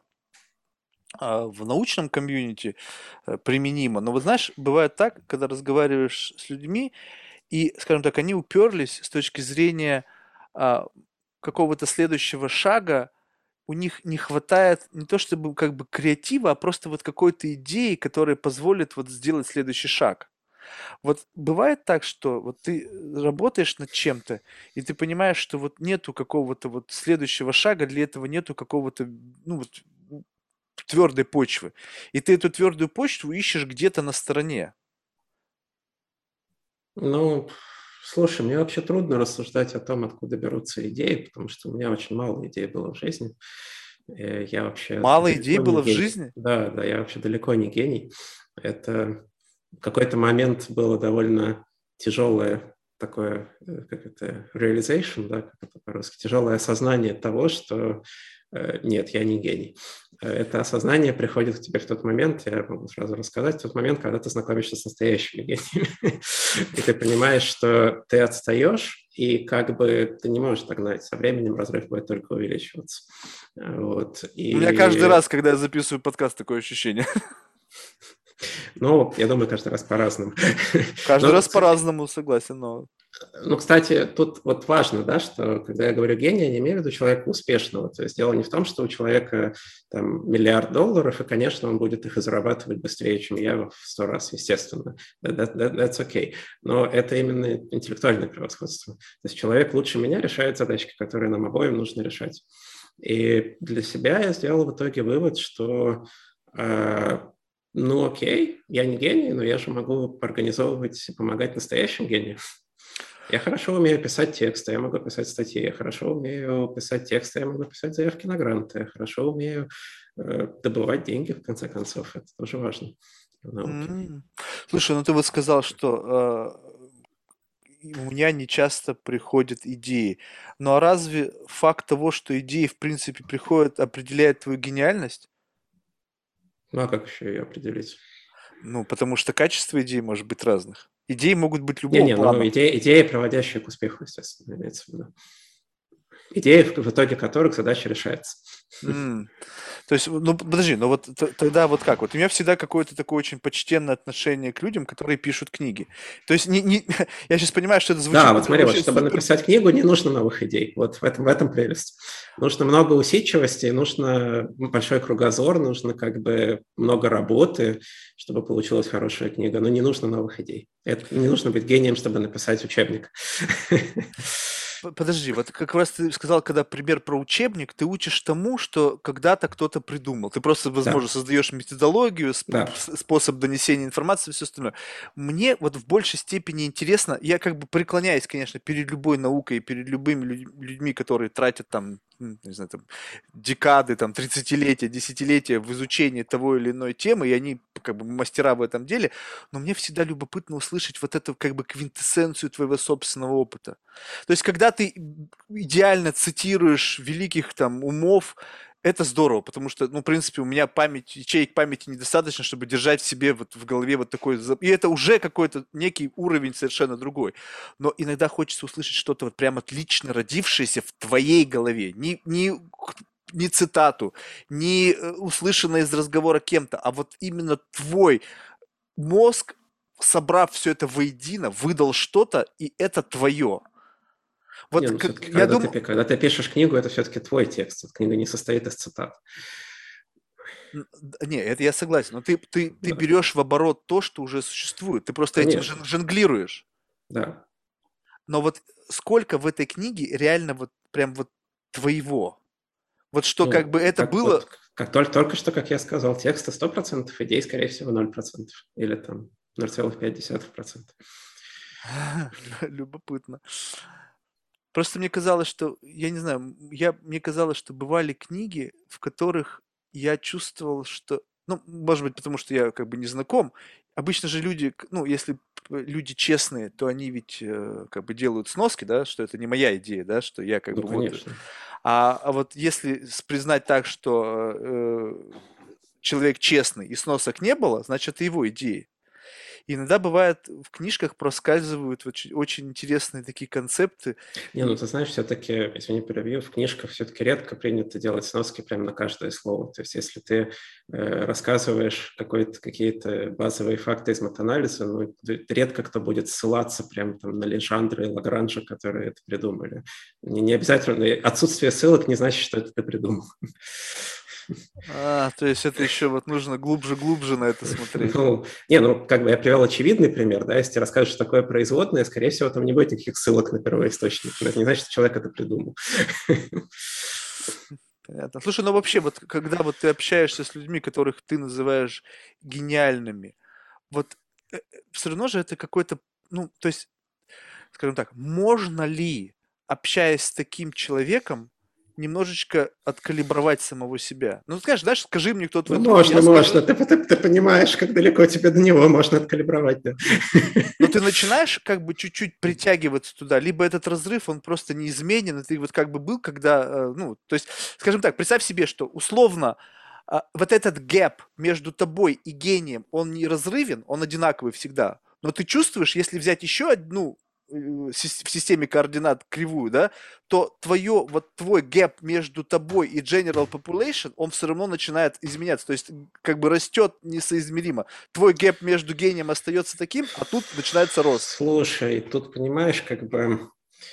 в научном комьюнити применимо, но вот знаешь, бывает так, когда разговариваешь с людьми, и, скажем так, они уперлись с точки зрения а, какого-то следующего шага, у них не хватает не то чтобы как бы креатива, а просто вот какой-то идеи, которая позволит вот сделать следующий шаг. Вот бывает так, что вот ты работаешь над чем-то, и ты понимаешь, что вот нету какого-то вот следующего шага, для этого нету какого-то, ну вот, твердой почвы. И ты эту твердую почву ищешь где-то на стороне. Ну, слушай, мне вообще трудно рассуждать о том, откуда берутся идеи, потому что у меня очень мало идей было в жизни. Я вообще Мало идей далеко не было в гений. жизни? Да, да, я вообще далеко не гений. Это в какой-то момент было довольно тяжелое такое, как это, realization, да, как это по-русски, тяжелое осознание того, что нет, я не гений. Это осознание приходит к тебе в тот момент, я могу сразу рассказать, в тот момент, когда ты знакомишься с настоящими гениями, и ты понимаешь, что ты отстаешь, и как бы ты не можешь догнать. Со временем разрыв будет только увеличиваться. Вот. У меня каждый И, раз, когда я записываю подкаст, такое ощущение. ну, я думаю, каждый раз по-разному. Каждый Но, раз по-разному, согласен, но... ну, кстати, тут вот важно, да, что когда я говорю гений, я не имею в виду человека успешного. То есть дело не в том, что у человека там $1 миллиард, и, конечно, он будет их зарабатывать быстрее, чем я в 100 раз, естественно. That's okay. Но это именно интеллектуальное превосходство. То есть человек лучше меня решает задачки, которые нам обоим нужно решать. И для себя я сделал в итоге вывод, что ну окей, я не гений, но я же могу организовывать и помогать настоящим гениям. Я хорошо умею писать тексты, я могу писать статьи, я хорошо умею писать тексты, я могу писать заявки на гранты, я хорошо умею добывать деньги, в конце концов. Это тоже важно в науке. Слушай, ну ты вот сказал, что у меня не часто приходят идеи. Ну а разве факт того, что идеи в принципе приходят, определяет твою гениальность? Ну а как еще ее определить? Ну, потому что качество идей может быть разных. Идеи могут быть любого Не-не, ну плана. идеи, приводящие к успеху, естественно, имеется в виду. Идеи, в итоге которых задача решается. М. То есть, ну подожди, но вот тогда вот как? Вот у меня всегда какое-то такое очень почтенное отношение к людям, которые пишут книги. То есть я сейчас понимаю, что это звучит Да, вот смотри, вот очень чтобы супер. написать книгу, не нужно новых идей. Вот в этом прелесть. Нужно много усидчивости, нужно большой кругозор, нужно как бы много работы, чтобы получилась хорошая книга. Но не нужно новых идей. Это не нужно быть гением, чтобы написать учебник. Подожди, вот как раз ты сказал, когда пример про учебник, ты учишь тому, что когда-то кто-то придумал. Ты просто, возможно, Да, создаешь методологию, да. способ донесения информации и все остальное. Мне вот в большей степени интересно, я как бы преклоняюсь, конечно, перед любой наукой и перед любыми людьми, которые тратят там, не знаю, там, декады, там, 30-летия, десятилетия в изучении того или иной темы, и они как бы мастера в этом деле, но мне всегда любопытно услышать вот эту как бы квинтэссенцию твоего собственного опыта. То есть, когда ты идеально цитируешь великих там умов, это здорово, потому что, ну, в принципе, у меня ячеек памяти недостаточно, чтобы держать в себе вот в голове вот такой... И это уже какой-то некий уровень совершенно другой. Но иногда хочется услышать что-то вот прям отлично родившееся в твоей голове. Не цитату, не услышанное из разговора кем-то, а вот именно твой мозг, собрав все это воедино, выдал что-то, и это твое. Не, Вот ну как, все-таки, я думаю, когда ты пишешь книгу, это все-таки твой текст. Эта книга не состоит из цитат. не, это я согласен, но ты Да, берешь в оборот то, что уже существует, ты просто этим конечно, жонглируешь. да. Но вот сколько в этой книге реально вот прям вот твоего? Вот что как Ну, бы это как, было... вот, как только что, как я сказал, текста 100%, идей, скорее всего, 0%. Или там 0,5%. Любопытно. Просто мне казалось, что, я не знаю, мне казалось, что бывали книги, в которых я чувствовал, что, ну, может быть, потому что я как бы не знаком. Обычно же люди, ну, если люди честные, то они ведь как бы делают сноски, да, что это не моя идея, да, что я как Ну, бы вот... конечно. А вот если признать так, что человек честный и сносок не было, значит, это его идеи. И иногда бывает в книжках проскальзывают очень интересные такие концепты. Не, ну И ты знаешь, все-таки, извини, перебью, в книжках все-таки редко принято делать сноски прямо на каждое слово. То есть если ты рассказываешь какие-то базовые факты из матанализа, ну, редко кто будет ссылаться прямо там на Лежандра и Лагранжа, которые это придумали. Не обязательно, отсутствие ссылок не значит, что это ты придумал. То есть это еще вот нужно глубже-глубже на это смотреть. Ну, не, ну, как бы я привел очевидный пример, да, если ты расскажешь, что такое производное, скорее всего, там не будет никаких ссылок на первоисточник. Но это не значит, что человек это придумал. Понятно. Слушай, ну вообще, вот когда вот ты общаешься с людьми, которых ты называешь гениальными, вот все равно же это какой-то, ну, то есть, скажем так, можно ли, общаясь с таким человеком, немножечко откалибровать самого себя? Ну, скажешь, знаешь, скажи мне, кто Ну, твой друг, можно, я скажу. можно. Ты понимаешь, как далеко тебе до него можно откалибровать, да. Но ты начинаешь как бы чуть-чуть притягиваться туда, либо этот разрыв, он просто неизменен, и ты вот как бы был, когда, ну, то есть, скажем так, представь себе, что условно вот этот гэп между тобой и гением, он не разрывен, он одинаковый всегда. Но ты чувствуешь, если взять еще одну в системе координат кривую, да, то вот твой гэп между тобой и general population, он все равно начинает изменяться, то есть как бы растет несоизмеримо. Твой гэп между гением остается таким, а тут начинается рост. Слушай, тут понимаешь, как бы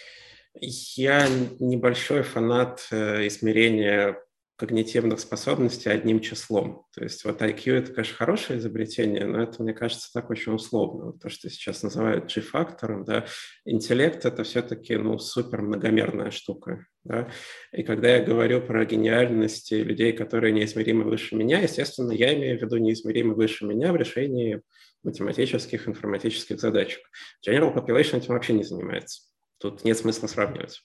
я небольшой фанат измерения когнитивных способностей одним числом. То есть вот IQ – это, конечно, хорошее изобретение, но это, мне кажется, так очень условно. Вот то, что сейчас называют G-фактором, да, интеллект – это все-таки, ну, супер многомерная штука. Да? И когда я говорю про гениальность людей, которые неизмеримо выше меня, естественно, я имею в виду неизмеримо выше меня в решении математических, информатических задачек. General population этим вообще не занимается. Тут нет смысла сравнивать.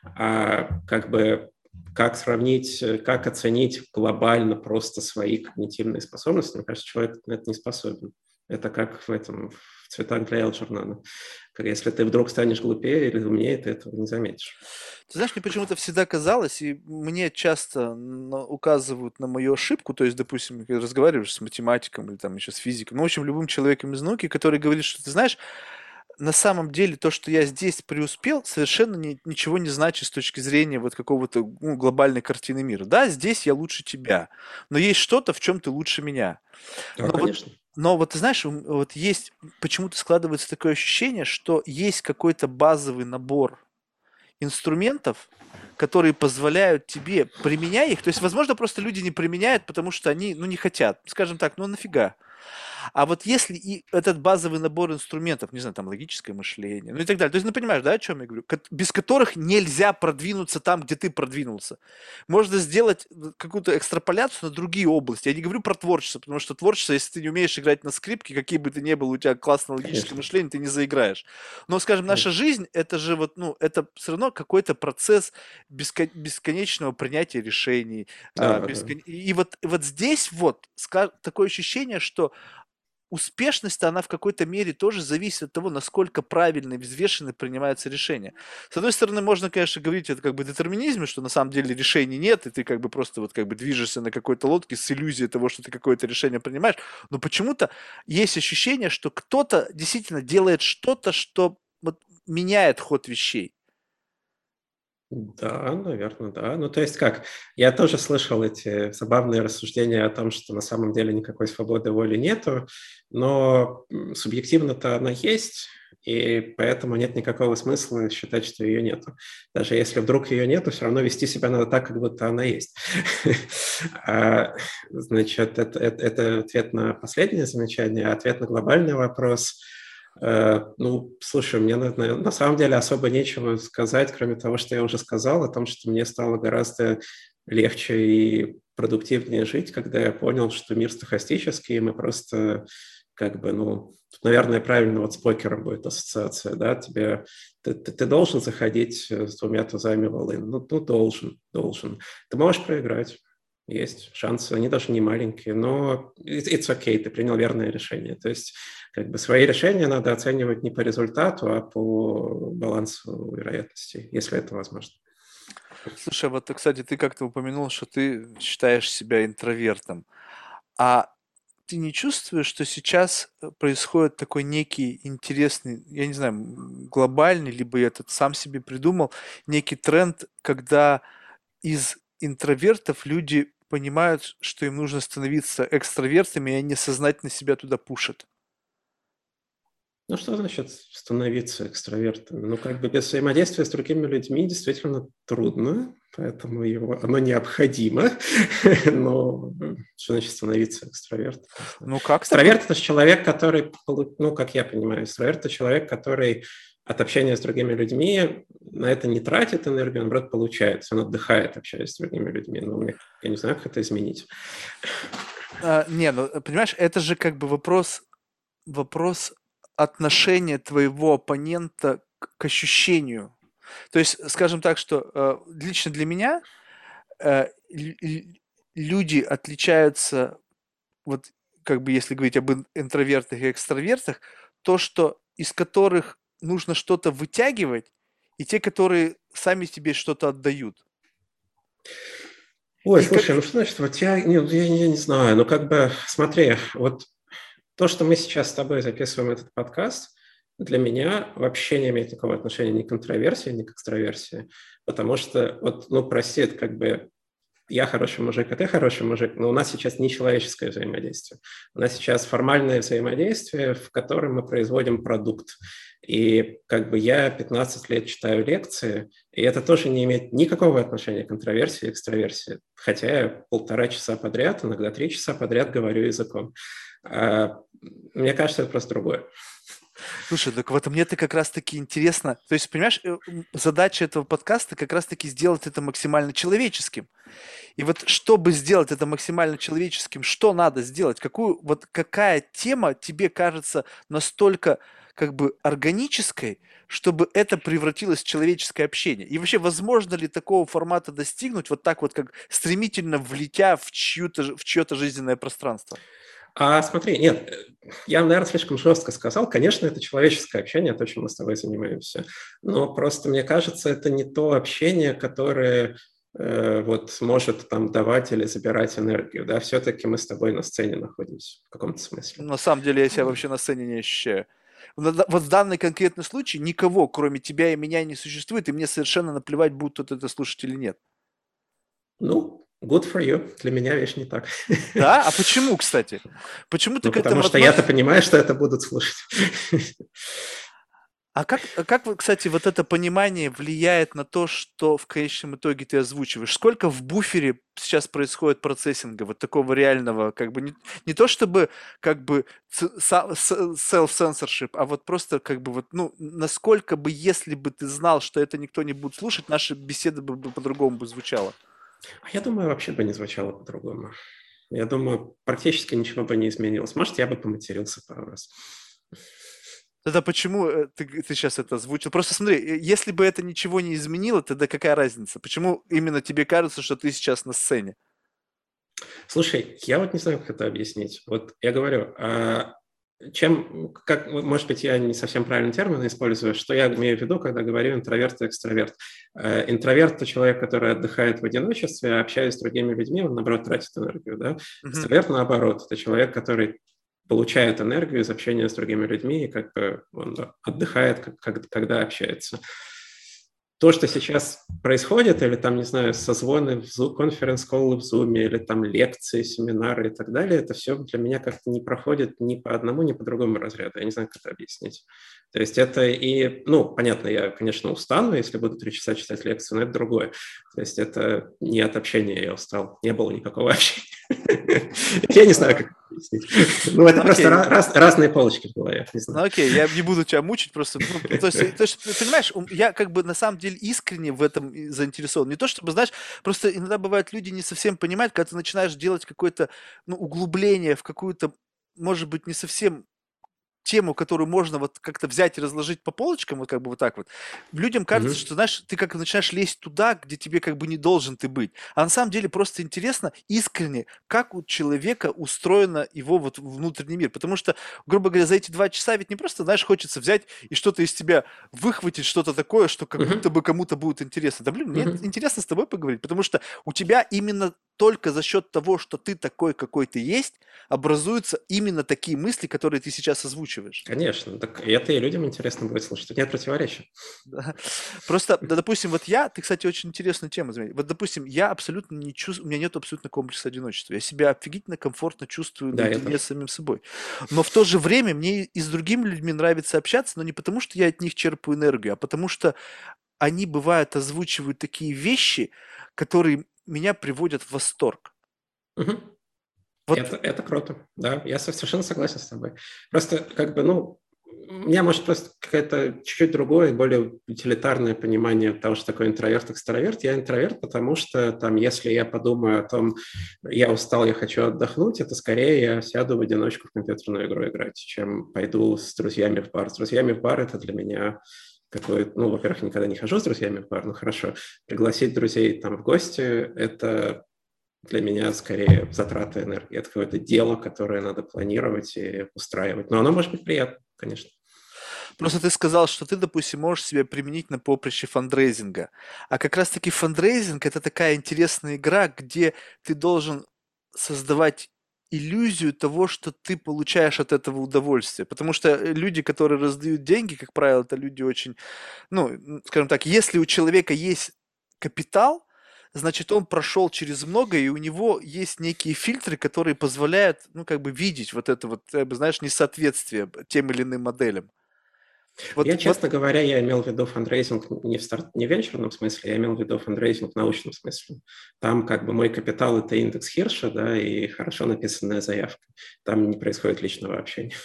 А как бы как сравнить, как оценить глобально просто свои когнитивные способности, мне кажется, человек на это не способен. Это как в цветах для Элджернона. Если ты вдруг станешь глупее или умнее, ты этого не заметишь. Ты знаешь, мне почему-то всегда казалось, и мне часто указывают на мою ошибку, то есть, допустим, когда разговариваешь с математиком или там еще с физиком, ну, в общем, любым человеком из науки, который говорит, что ты знаешь, на самом деле то, что я здесь преуспел, совершенно ничего не значит с точки зрения вот какого-то глобальной картины мира. Да, здесь я лучше тебя, но есть что-то, в чем ты лучше меня. Да, Но вот, конечно. но вот ты знаешь, вот есть, почему-то складывается такое ощущение, что есть какой-то базовый набор инструментов, которые позволяют тебе, применяя их, то есть, возможно, просто люди не применяют, потому что они, ну, не хотят, скажем так, ну, нафига. А вот если и этот базовый набор инструментов, не знаю, там логическое мышление, ну и так далее, то есть, ну понимаешь, да, о чем я говорю, без которых нельзя продвинуться там, где ты продвинулся. Можно сделать какую-то экстраполяцию на другие области. Я не говорю про творчество, потому что творчество, если ты не умеешь играть на скрипке, какие бы ты ни был, у тебя классное логическое Конечно. мышление, ты не заиграешь. Но, скажем, наша Конечно. жизнь, это же вот, ну, это все равно какой-то процесс бесконечного принятия решений. Да, да. И вот здесь вот такое ощущение, что успешность, она в какой-то мере тоже зависит от того, насколько правильно и взвешенно принимаются решения. С одной стороны, можно, конечно, говорить это как бы детерминизме, что на самом деле решений нет, и ты как бы просто вот как бы движешься на какой-то лодке с иллюзией того, что ты какое-то решение принимаешь, но почему-то есть ощущение, что кто-то действительно делает что-то, что вот меняет ход вещей. Да, наверное, да. Ну, то есть как? Я тоже слышал эти забавные рассуждения о том, что на самом деле никакой свободы воли нету, но субъективно-то она есть, и поэтому нет никакого смысла считать, что ее нету. Даже если вдруг ее нету, все равно вести себя надо так, как будто она есть. Значит, это ответ на последнее замечание, ответ на глобальный вопрос – ну, слушай, мне на самом деле особо нечего сказать, кроме того, что я уже сказал, о том, что мне стало гораздо легче и продуктивнее жить, когда я понял, что мир стохастический, и мы просто как бы, ну, тут, наверное, правильно вот с покером будет ассоциация, да, ты должен заходить с двумя тузами в all-in, ну, должен. Ты можешь проиграть, есть шансы, они даже не маленькие, но it's okay, ты принял верное решение. То есть как бы свои решения надо оценивать не по результату, а по балансу вероятностей, если это возможно. Слушай, вот, кстати, ты как-то упомянул, что ты считаешь себя интровертом. А ты не чувствуешь, что сейчас происходит такой некий интересный, я не знаю, глобальный, либо я этот сам себе придумал, некий тренд, когда из интровертов люди понимают, что им нужно становиться экстравертами, и они сознательно себя туда пушат. Ну, что значит становиться экстравертом? Ну, как бы без взаимодействия с другими людьми действительно трудно, поэтому оно необходимо. Но что значит становиться экстравертом? Ну, как такой? Экстраверт – это же человек, который, ну, как я понимаю, экстраверт – это человек, который от общения с другими людьми на это не тратит энергию, он, наоборот, получает. Он отдыхает, общаясь с другими людьми. Ну, я не знаю, как это изменить. Не, ну, понимаешь, это же как бы вопрос отношения твоего оппонента к ощущению. То есть, скажем так, что лично для меня люди отличаются, вот как бы если говорить об интровертах и экстравертах, то, что из которых нужно что-то вытягивать, и те, которые сами тебе что-то отдают. Ой, И как... слушай, ну что значит, вот я не знаю, ну как бы, смотри, вот то, что мы сейчас с тобой записываем этот подкаст, для меня вообще не имеет никакого отношения ни к интроверсии, ни к экстраверсии, потому что, вот, ну, прости, это как бы я хороший мужик, а ты хороший мужик, но у нас сейчас не человеческое взаимодействие. У нас сейчас формальное взаимодействие, в котором мы производим продукт. И как бы я 15 лет читаю лекции, и это тоже не имеет никакого отношения к интроверсии и экстраверсии. Хотя я 1,5 часа подряд, иногда 3 часа подряд говорю языком. Мне кажется, это просто другое. Слушай, так вот мне-то как раз-таки интересно. То есть, понимаешь, задача этого подкаста как раз-таки сделать это максимально человеческим. И вот чтобы сделать это максимально человеческим, что надо сделать? Какая тема тебе кажется настолько как бы органической, чтобы это превратилось в человеческое общение? И вообще, возможно ли такого формата достигнуть вот так вот, как стремительно влетя в чье-то жизненное пространство? Смотри, нет, я, наверное, слишком жестко сказал. Конечно, это человеческое общение, то, чем мы с тобой занимаемся. Но просто, мне кажется, это не то общение, которое вот может там давать или забирать энергию. Да? Все-таки мы с тобой на сцене находимся в каком-то смысле. На самом деле я себя вообще на сцене не ощущаю. Вот в данный конкретный случай никого, кроме тебя и меня, не существует, и мне совершенно наплевать, будет кто-то это слушать или нет. Ну, good for you. Для меня вещь не так. Да? А почему, кстати? Почему ты Ну, к этому потому что я-то относишься? понимаю, что это будут слушать. А как, кстати, вот это понимание влияет на то, что в конечном итоге ты озвучиваешь? Сколько в буфере сейчас происходит процессинга, вот такого реального, как бы не то чтобы как бы self-censorship, а вот просто как бы вот, ну, насколько бы, если бы ты знал, что это никто не будет слушать, наша беседа бы по-другому бы звучала? Я думаю, вообще бы не звучало по-другому. Я думаю, практически ничего бы не изменилось. Может, я бы поматерился пару раз. Тогда почему ты сейчас это озвучил? Просто смотри, если бы это ничего не изменило, тогда какая разница? Почему именно тебе кажется, что ты сейчас на сцене? Слушай, я вот не знаю, как это объяснить. Вот я говорю, может быть, я не совсем правильный термин использую, что я имею в виду, когда говорю интроверт и экстраверт. Интроверт – это человек, который отдыхает в одиночестве, а общаясь с другими людьми, он, наоборот, тратит энергию. Да? Мгм. Экстраверт, наоборот, это человек, который получает энергию из общения с другими людьми, и как бы он отдыхает, когда общается. То, что сейчас происходит, или там, не знаю, созвоны, конференц-коллы в Zoom, или там лекции, семинары и так далее, это все для меня как-то не проходит ни по одному, ни по другому разряду. Я не знаю, как это объяснить. То есть это и, ну, понятно, я, конечно, устану, если буду 3 часа читать лекцию, но это другое. То есть это не от общения я устал, не было никакого общения. Я не знаю, как это объяснить. Ну, это Ну просто окей, разные полочки в голове, не ну знаю. окей, я не буду тебя мучить, просто, ну, то есть, понимаешь, я как бы на самом деле искренне в этом заинтересован. Не то чтобы, знаешь, просто иногда бывает, люди не совсем понимают, когда ты начинаешь делать какое-то, ну, углубление в какую-то, может быть, не совсем тему, которую можно вот как-то взять и разложить по полочкам, вот как бы вот так вот, людям кажется, Мгм. что, знаешь, ты как начинаешь лезть туда, где тебе как бы не должен ты быть. А на самом деле просто интересно искренне, как у человека устроено его вот внутренний мир. Потому что, грубо говоря, за эти 2 часа ведь не просто, знаешь, хочется взять и что-то из тебя выхватить, что-то такое, что как будто Мгм. бы кому-то будет интересно. Да, блин, мне Мгм. интересно с тобой поговорить, потому что у тебя именно только за счет того, что ты такой, какой ты есть, образуются именно такие мысли, которые ты сейчас озвучиваешь. Конечно, так это и людям интересно будет слушать. Тут нет противоречия. Да. Просто, да, допустим, вот ты, кстати, очень интересную тему заметил. Вот, допустим, я абсолютно не чувствую, у меня нет абсолютно комплекса одиночества. Я себя офигительно комфортно чувствую Да, я наедине тоже. с самим собой. Но в то же время мне и с другими людьми нравится общаться, но не потому, что я от них черпаю энергию, а потому что они, бывают, озвучивают такие вещи, которые меня приводят в восторг. Мгм. Вот, Это круто, да, я совершенно согласен с тобой. Просто как бы, ну, у меня, может, просто какое-то чуть-чуть другое, более утилитарное понимание того, что такое интроверт-экстраверт. Я интроверт, потому что там, если я подумаю о том, я устал, я хочу отдохнуть, это скорее я сяду в одиночку в компьютерную игру играть, чем пойду с друзьями в бар. С друзьями в бар это для меня ну, во-первых, никогда не хожу с друзьями в бар, ну хорошо, пригласить друзей там в гости, это для меня скорее затрата энергии. Это какое-то дело, которое надо планировать и устраивать. Но оно может быть приятно, конечно. просто ты сказал, что ты, допустим, можешь себя применить на поприще фандрейзинга. А как раз-таки фандрейзинг– это такая интересная игра, где ты должен создавать иллюзию того, что ты получаешь от этого удовольствие. Потому что люди, которые раздают деньги, как правило, это люди очень, скажем так, если у человека есть капитал, значит, он прошел через много, и у него есть некие фильтры, которые позволяют, как бы видеть вот это вот, знаешь, несоответствие тем или иным моделям. Я, Вот, честно говоря, я имел в виду фандрейзинг не в венчурном смысле, я имел в виду фандрейзинг в научном смысле. Там как бы мой капитал– это индекс Хирша, да, и хорошо написанная заявка. Там не происходит личного общения.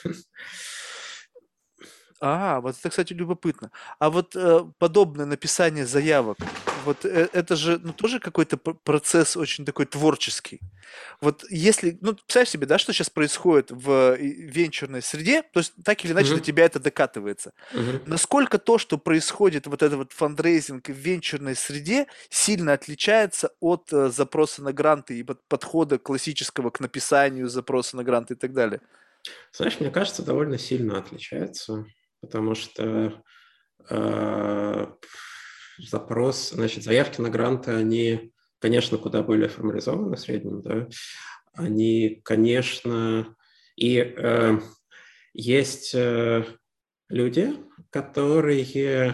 вот это, кстати, любопытно. А вот подобное написание заявок, вот это же, тоже какой-то процесс очень такой творческий. Вот если, представь себе, да, что сейчас происходит в венчурной среде, то есть так или иначе до Мгм. тебя это докатывается. Мгм. Насколько то, что происходит, вот этот вот фандрейзинг в венчурной среде, сильно отличается от запроса на гранты и подхода классического к написанию запроса на гранты и так далее? Знаешь, мне кажется, довольно сильно отличается, потому что э, заявки на гранты, они, конечно, куда более формализованы в среднем, да, они, конечно, и есть люди, которые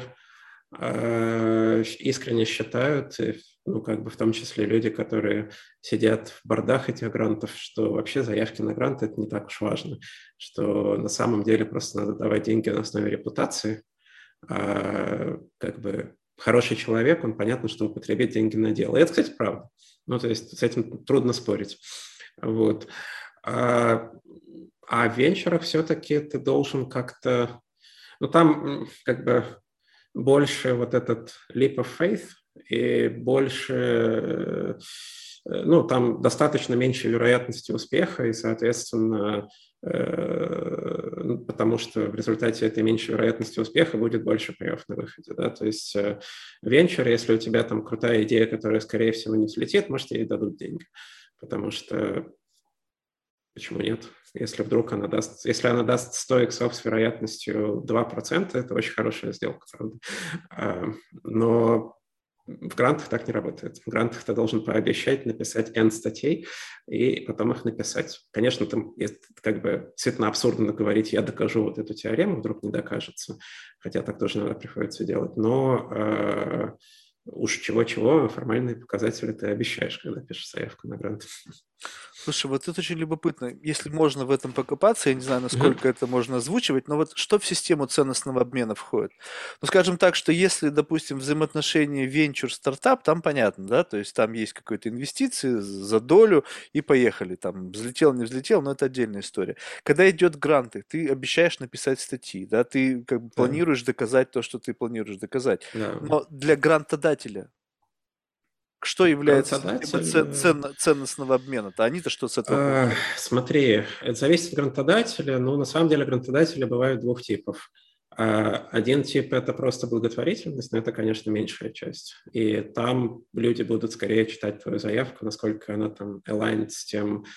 искренне считают, и, ну, как бы в том числе люди, которые сидят в бордах этих грантов, что вообще заявки на гранты – это не так уж важно, что на самом деле просто надо давать деньги на основе репутации, а как бы хороший человек, он понятно, что употребит деньги на дело. И это, кстати, правда. Ну, то есть с этим трудно спорить. Вот. А, а в венчурах все-таки ты должен как-то… Ну, там как бы больше вот этот leap of faith и больше, ну, там достаточно меньше вероятности успеха, и, соответственно, потому что в результате этой меньшей вероятности успеха будет больше паёв на выходе, да, то есть венчур, если у тебя там крутая идея, которая, скорее всего, не взлетит, может, ей дадут деньги, потому что почему нет? Если она даст 100 иксов с вероятностью 2%, это очень хорошая сделка, правда. Но в грантах так не работает. В грантах ты должен пообещать написать N статей и потом их написать. Конечно, там как бы действительно абсурдно говорить, я докажу вот эту теорему, вдруг не докажется, хотя так тоже иногда приходится делать. Но уж чего-чего, формальные показатели ты обещаешь, когда пишешь заявку на грант. Слушай, вот это очень любопытно. Если можно в этом покопаться, я не знаю, Мгм. насколько это можно озвучивать, но вот что в систему ценностного обмена входит? Ну, скажем так, что если, допустим, взаимоотношения венчур-стартап, там понятно, да, то есть там есть какие-то инвестиции за долю и поехали, там взлетел, не взлетел, но это отдельная история. Когда идет гранты, ты обещаешь написать статьи, да, ты как бы Да, планируешь доказать то, что ты планируешь доказать. да. Но для грантодателя что является системой Грантодатель, ценностного обмена-то? Они-то что с этого получают? смотри, это зависит от грантодателя, но на самом деле грантодатели бывают двух типов. Один тип– это просто благотворительность, но это, конечно, меньшая часть. И там люди будут скорее читать твою заявку, насколько она там aligned с тем,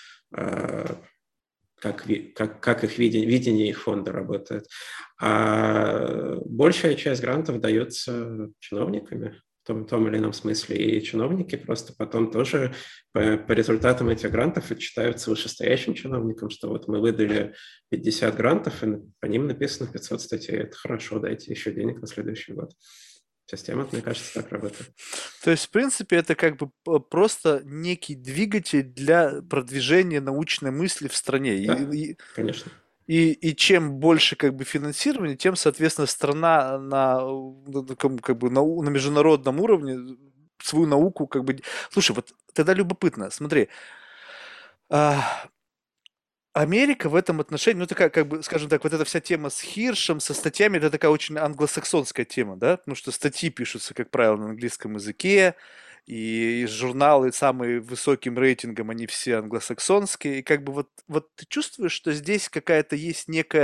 как их видение их фонда работает. А большая часть грантов дается чиновниками, в том или ином смысле, и чиновники просто потом тоже по результатам этих грантов отчитаются вышестоящим чиновникам, что вот мы выдали 50 грантов, и по ним написано 500 статей. Это хорошо, дайте еще денег на следующий год. Система, мне кажется, так работает. То есть, в принципе, это как бы просто некий двигатель для продвижения научной мысли в стране. Да, конечно. И чем больше как бы финансирования, тем, соответственно, страна на таком как бы на международном уровне свою науку как бы... Слушай, вот тогда любопытно, смотри, а, Америка в этом отношении, ну такая, как бы, скажем так, вот эта вся тема с Хиршем, со статьями, это такая очень англосаксонская тема, да, потому что статьи пишутся, как правило, на английском языке, и журналы с самым высоким рейтингом, они все англосаксонские, и как бы вот ты чувствуешь, что здесь какая-то есть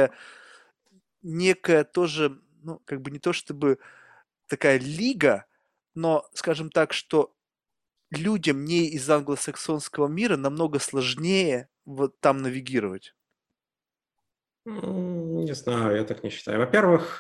некая тоже, ну, как бы не то чтобы такая лига, но, скажем так, что людям не из англосаксонского мира намного сложнее вот там навигировать. Не знаю, я так не считаю. Во-первых,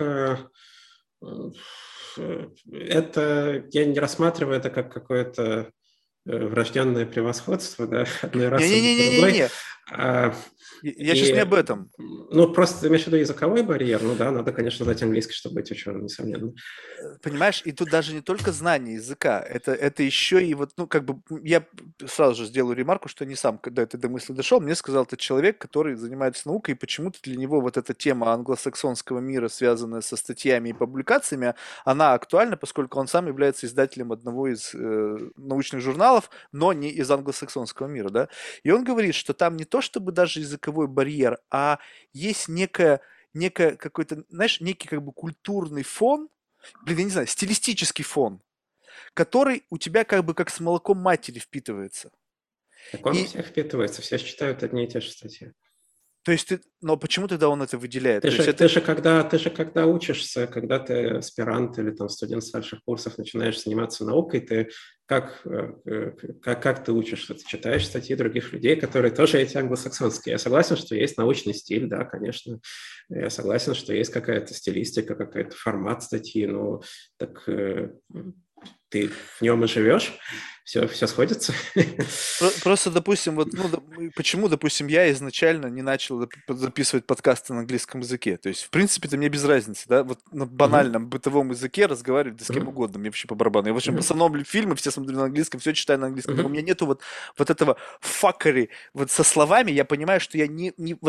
это я не рассматриваю это как какое-то врожденное превосходство, да, одной расы над другой. Не-не-не-не-не. А, Я сейчас не об И, этом. ну, просто ты имеешь в виду языковой барьер, ну да, надо, конечно, знать английский, чтобы быть ученым, несомненно. Понимаешь, и тут даже не только знание языка, это еще и вот, ну, как бы, я сразу же сделаю ремарку, что не сам, когда это до мысли дошел, мне сказал этот человек, который занимается наукой, и почему-то для него вот эта тема англосаксонского мира, связанная со статьями и публикациями, она актуальна, поскольку он сам является издателем одного из научных журналов, но не из англосаксонского мира, да. И он говорит, что там не то чтобы даже языковой барьер, а есть некая какой-то, знаешь, некий как бы культурный фон, блин, я не знаю, стилистический фон, который у тебя как бы как с молоком матери впитывается. Так он у И, всех впитывается, все читают одни и те же статьи. то есть ты, но почему тогда он это выделяет? Ты То есть же, это, когда учишься, когда ты аспирант или там студент старших курсов, начинаешь заниматься наукой, ты как ты учишься? Ты читаешь статьи других людей, которые тоже эти англосаксонские. Я согласен, что есть научный стиль, да, конечно. Я согласен, что есть какая-то стилистика, какой-то формат статьи, но так ты в нем и живешь, все сходится. просто, допустим, вот, ну, почему, допустим, я изначально не начал записывать подкасты на английском языке? То есть, в принципе-то мне без разницы, да, вот на Мгм, банальном бытовом языке разговаривать да с кем мгм, угодно, мне вообще по барабану. Я, в общем, в мгм, основном фильмы все смотрю на английском, все читаю на английском, но у мгм. меня нету вот этого факари, вот со словами я понимаю, что я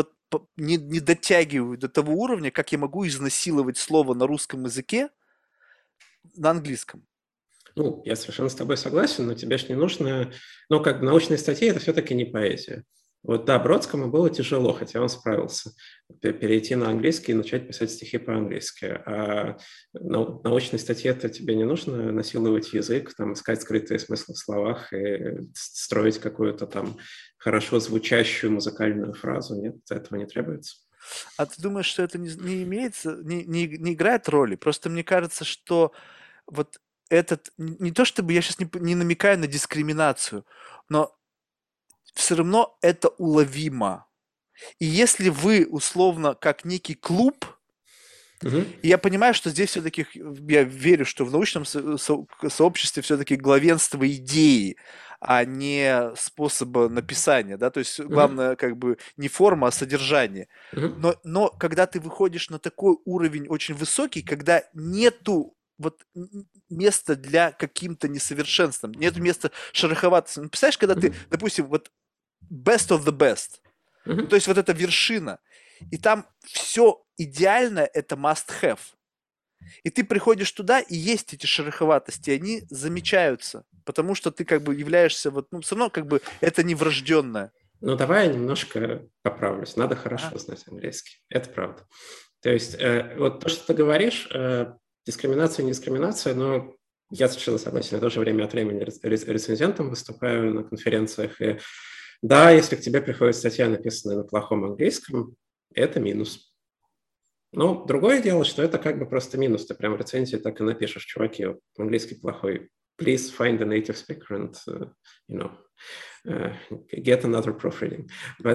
не дотягиваю до того уровня, как я могу изнасиловать слово на русском языке на английском. Ну, я совершенно с тобой согласен, но тебе ж не нужно... Ну, как бы научные статьи– это все-таки не поэзия. Вот да, Бродскому было тяжело, хотя он справился. Перейти на английский и начать писать стихи по-английски. А научные статьи это тебе не нужно насиловать язык, там, искать скрытые смыслы в словах и строить какую-то там хорошо звучащую музыкальную фразу. Нет, этого не требуется. А ты думаешь, что это не имеется, не играет роли? Просто мне кажется, что вот этот, не то чтобы я сейчас не намекаю на дискриминацию, но все равно это уловимо. И если вы условно как некий клуб, Мгм. и я понимаю, что здесь все-таки, я верю, что в научном сообществе все-таки главенство идеи, а не способа написания, да, то есть Мгм. главное как бы не форма, а содержание. Мгм. Но когда ты выходишь на такой уровень очень высокий, когда нету вот места для каким-то несовершенствам, нету места шероховатости. Ну, представляешь, когда ты, Мгм. допустим, вот best of the best, ну, то Мгм. есть вот эта вершина, и там все идеально, это must have. И ты приходишь туда, и есть эти шероховатости, они замечаются, потому что ты как бы являешься вот, ну, все равно как бы это не врожденное. Ну, давай я немножко поправлюсь. Надо Ага. хорошо знать английский. Это правда. То есть, вот то, что ты говоришь, дискриминация, не дискриминация, но я совершенно согласен. Я тоже время от времени рецензентом выступаю на конференциях. И да, если к тебе приходит статья, написанная на плохом английском, это минус. Ну, другое дело, что это как бы просто минус. Ты прям в рецензии так и напишешь, чуваки, вот английский плохой. Please find a native speaker and, you know, get another proofreading.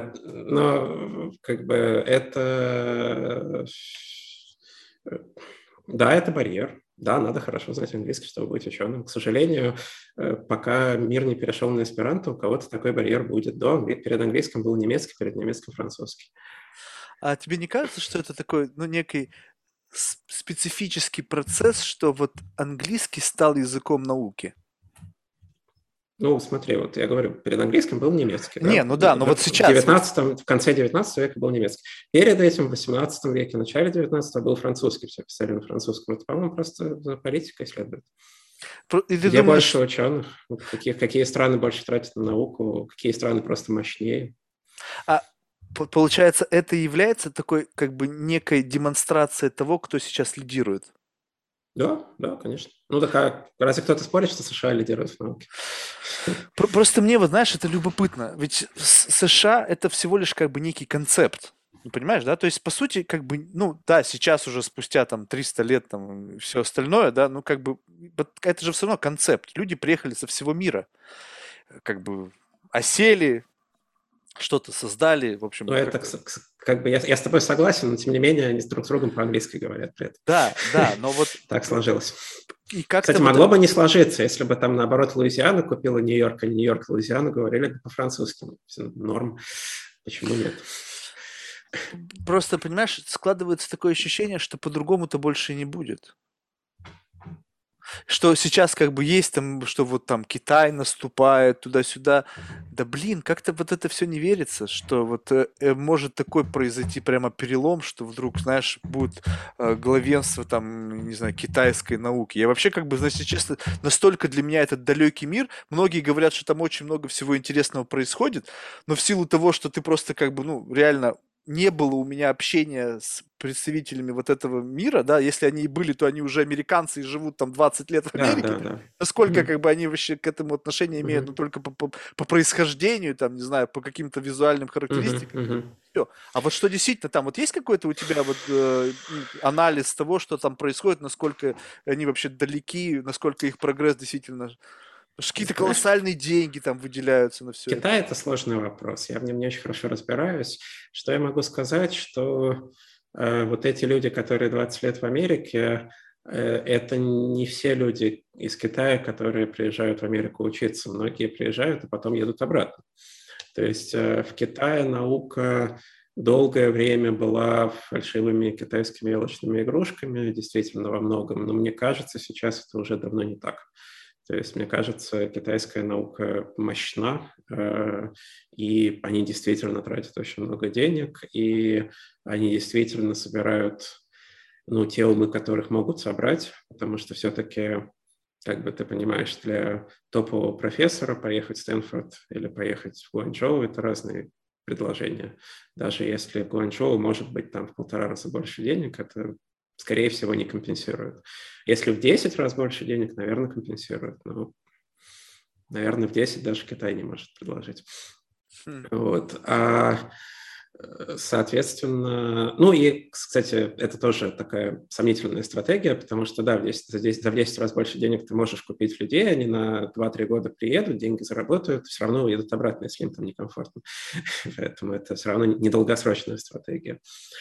Но как бы это... Да, это барьер. Да, надо хорошо знать английский, чтобы быть ученым. К сожалению, пока мир не перешел на эсперанто, у кого-то такой барьер будет. Перед английским был немецкий, перед немецким французский. А тебе не кажется, что это такой, ну, некий специфический процесс, что вот английский стал языком науки? Ну, смотри, вот я говорю, перед английским был немецкий, Не, да? ну да, но вот В сейчас, вот, 19 в конце 19 века был немецкий. Перед этим в 18 веке, в начале 19 был французский, все писали на французском. Это, по-моему, просто за политикой следует. и ты Где думаешь, больше ученых? Какие страны больше тратят на науку? Какие страны просто мощнее? а получается, это является такой, как бы, некой демонстрацией того, кто сейчас лидирует? Да, да, конечно. Ну, так разве кто-то спорит, что США лидирует в науке? Просто мне, вот знаешь, это любопытно. Ведь США это всего лишь как бы некий концепт. Ну, понимаешь, да? То есть, по сути, как бы, ну, да, сейчас уже спустя там 300 лет там все остальное, да, ну, как бы, это же все равно концепт. Люди приехали со всего мира, как бы осели, что-то создали, в Ну, общем, это как-то. как бы я с тобой согласен, но тем не менее они друг с другом по-английски говорят при этом. Да, да, но вот Так сложилось. и как-то Кстати, вот могло бы не сложиться, если бы там, наоборот, Луизиана купила Нью-Йорк, а Нью-Йорк и Луизиану говорили бы по-французски. Все норм. Почему нет? просто, понимаешь, складывается такое ощущение, что по-другому-то больше не будет. Что сейчас как бы есть там, что вот там Китай наступает туда-сюда. Да блин, как-то вот это все не верится, что вот может такой произойти прямо перелом, что вдруг, знаешь, будет главенство там, не знаю, китайской науки. Я вообще как бы, значит, честно, настолько для меня этот далекий мир. Многие говорят, что там очень много всего интересного происходит, но в силу того, что ты просто как бы, ну, реально не было у меня общения с представителями вот этого мира, да, если они и были, то они уже американцы и живут там 20 лет в Да, Америке, да, да. насколько как бы они вообще к этому отношение имеют, ну, Мгм. только по происхождению, там, не знаю, по каким-то визуальным Мгм. характеристикам, Мгм. все. А вот что действительно там, вот есть какой-то у тебя вот анализ того, что там происходит, насколько они вообще далеки, насколько их прогресс действительно, что какие-то Знаешь, колоссальные деньги там выделяются на все это. Китай – это сложный вопрос. Я в нем не очень хорошо разбираюсь. Что я могу сказать, что вот эти люди, которые 20 лет в Америке, это не все люди из Китая, которые приезжают в Америку учиться. Многие приезжают и потом едут обратно. То есть в Китае наука долгое время была фальшивыми китайскими елочными игрушками, действительно во многом, но мне кажется, сейчас это уже давно не так. То есть, мне кажется, китайская наука мощна, и они действительно тратят очень много денег, и они действительно собирают, ну, те умы, которых могут собрать, потому что все-таки, как бы ты понимаешь, для топового профессора поехать в Стэнфорд или поехать в Гуанчжоу – это разные предложения. Даже если в Гуанчжоу может быть там в 1,5 раза больше денег, это, скорее всего, не компенсирует. Если в 10 раз больше денег, наверное, компенсирует. Но, наверное, в 10 даже Китай не может предложить. Хм. Вот. Соответственно, ну и, кстати, это тоже такая сомнительная стратегия, потому что, да, за в 10 раз больше денег ты можешь купить людей, они на 2-3 года приедут, деньги заработают, все равно уедут обратно, если им там некомфортно. Поэтому это все равно недолгосрочная стратегия.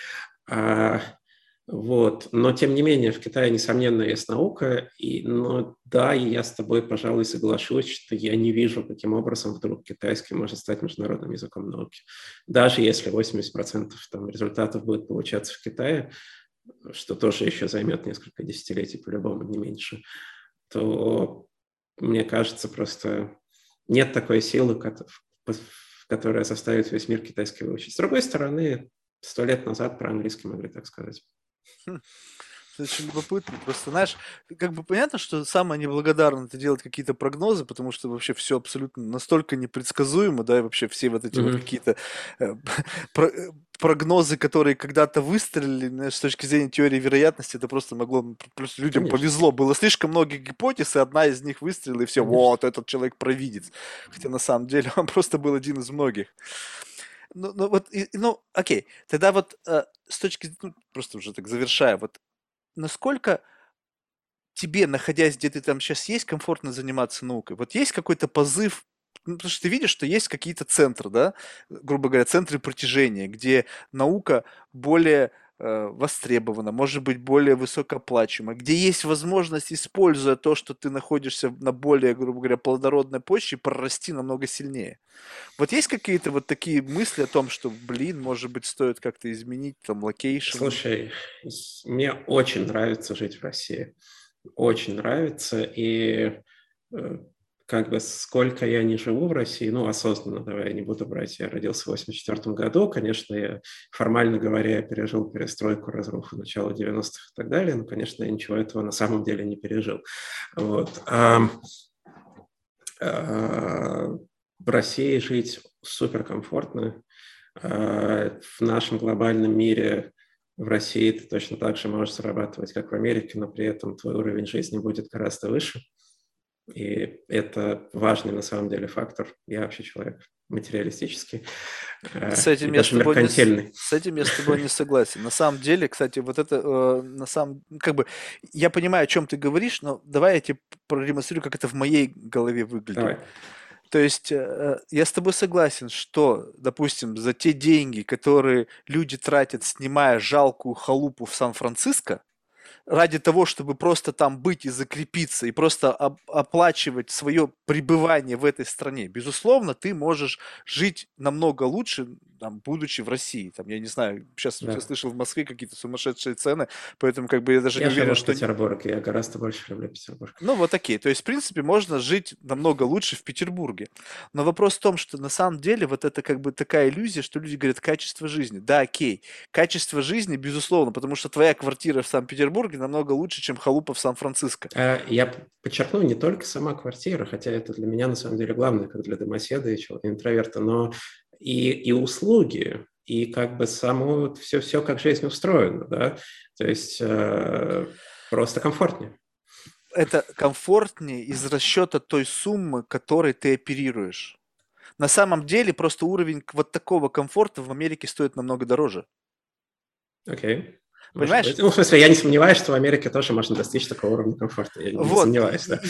Вот. Но, тем не менее, в Китае, несомненно, есть наука. Но да, и я с тобой, пожалуй, соглашусь, что я не вижу, каким образом вдруг китайский может стать международным языком науки. Даже если 80% там, результатов будет получаться в Китае, что тоже еще займет несколько десятилетий по-любому, не меньше, то, мне кажется, просто нет такой силы, которая заставит весь мир китайский выучить. С другой стороны, 100 лет назад про английский могли так сказать. Хм. Это очень любопытно. Просто, знаешь, как бы понятно, что самое неблагодарное это делать какие-то прогнозы, потому что вообще все абсолютно настолько непредсказуемо, да, и вообще все вот эти вот Мгм. какие-то э, прогнозы, которые когда-то выстрелили, знаешь, с точки зрения теории вероятности, это просто могло, просто людям Конечно, повезло. Было слишком много гипотез, и одна из них выстрелила, и все, конечно. вот, этот человек провидец. Хотя на самом деле он просто был один из многих. Ну вот, ну, окей, тогда вот с точки, ну, просто уже так завершая, вот насколько тебе, находясь где ты там сейчас есть, комфортно заниматься наукой? Вот есть какой-то позыв, ну, потому что ты видишь, что есть какие-то центры, да, грубо говоря, центры притяжения, где наука более востребовано, может быть более высокооплачиваемо, где есть возможность, используя то, что ты находишься на более, грубо говоря, плодородной почве, прорасти намного сильнее. Вот есть какие-то вот такие мысли о том, что, блин, может быть, стоит как-то изменить там локейшн? Слушай, мне очень нравится жить в России. Очень нравится. И э, как бы сколько я не живу в России, ну, осознанно, давай я не буду брать, я родился в 1984 году, конечно, я, формально говоря, пережил перестройку, разруху начала 90-х и так далее, но, конечно, я ничего этого на самом деле не пережил. Вот. В России жить суперкомфортно. В нашем глобальном мире в России ты точно так же можешь зарабатывать, как в Америке, но при этом твой уровень жизни будет гораздо выше. И это важный на самом деле фактор. Я вообще человек материалистический С и этим я с даже тобой не, меркантильный. с этим я с тобой не согласен. На самом деле, кстати, вот это, на самом, как бы, я понимаю, о чем ты говоришь, но давай я тебе продемонстрирую, как это в моей голове выглядит. Давай. То есть я с тобой согласен, что, допустим, за те деньги, которые люди тратят, снимая жалкую халупу в Сан-Франциско, ради того, чтобы просто там быть и закрепиться, и просто оплачивать свое пребывание в этой стране, безусловно, ты можешь жить намного лучше, там, будучи в России. Там, я не знаю, сейчас я Да. слышал в Москве какие-то сумасшедшие цены, поэтому как бы я даже не Я живу уверен, в что... Петербурге, я гораздо больше люблю Петербург. Ну, вот такие. То есть, в принципе, можно жить намного лучше в Петербурге. Но вопрос в том, что на самом деле вот это как бы такая иллюзия, что люди говорят качество жизни. Да, окей. Качество жизни, безусловно, потому что твоя квартира в Санкт-Петербурге намного лучше, чем халупа в Сан-Франциско. Я подчеркну, не только сама квартира, хотя это для меня на самом деле главное, как для домоседа и интроверта, но и услуги, и как бы само все, как жизнь устроена, да, то есть просто комфортнее. Это комфортнее из расчета той суммы, которой ты оперируешь. На самом деле просто уровень вот такого комфорта в Америке стоит намного дороже. Окей, может Понимаешь? быть. Ну, в смысле, я не сомневаюсь, что в Америке тоже можно достичь такого уровня комфорта, я не Вот, сомневаюсь, да.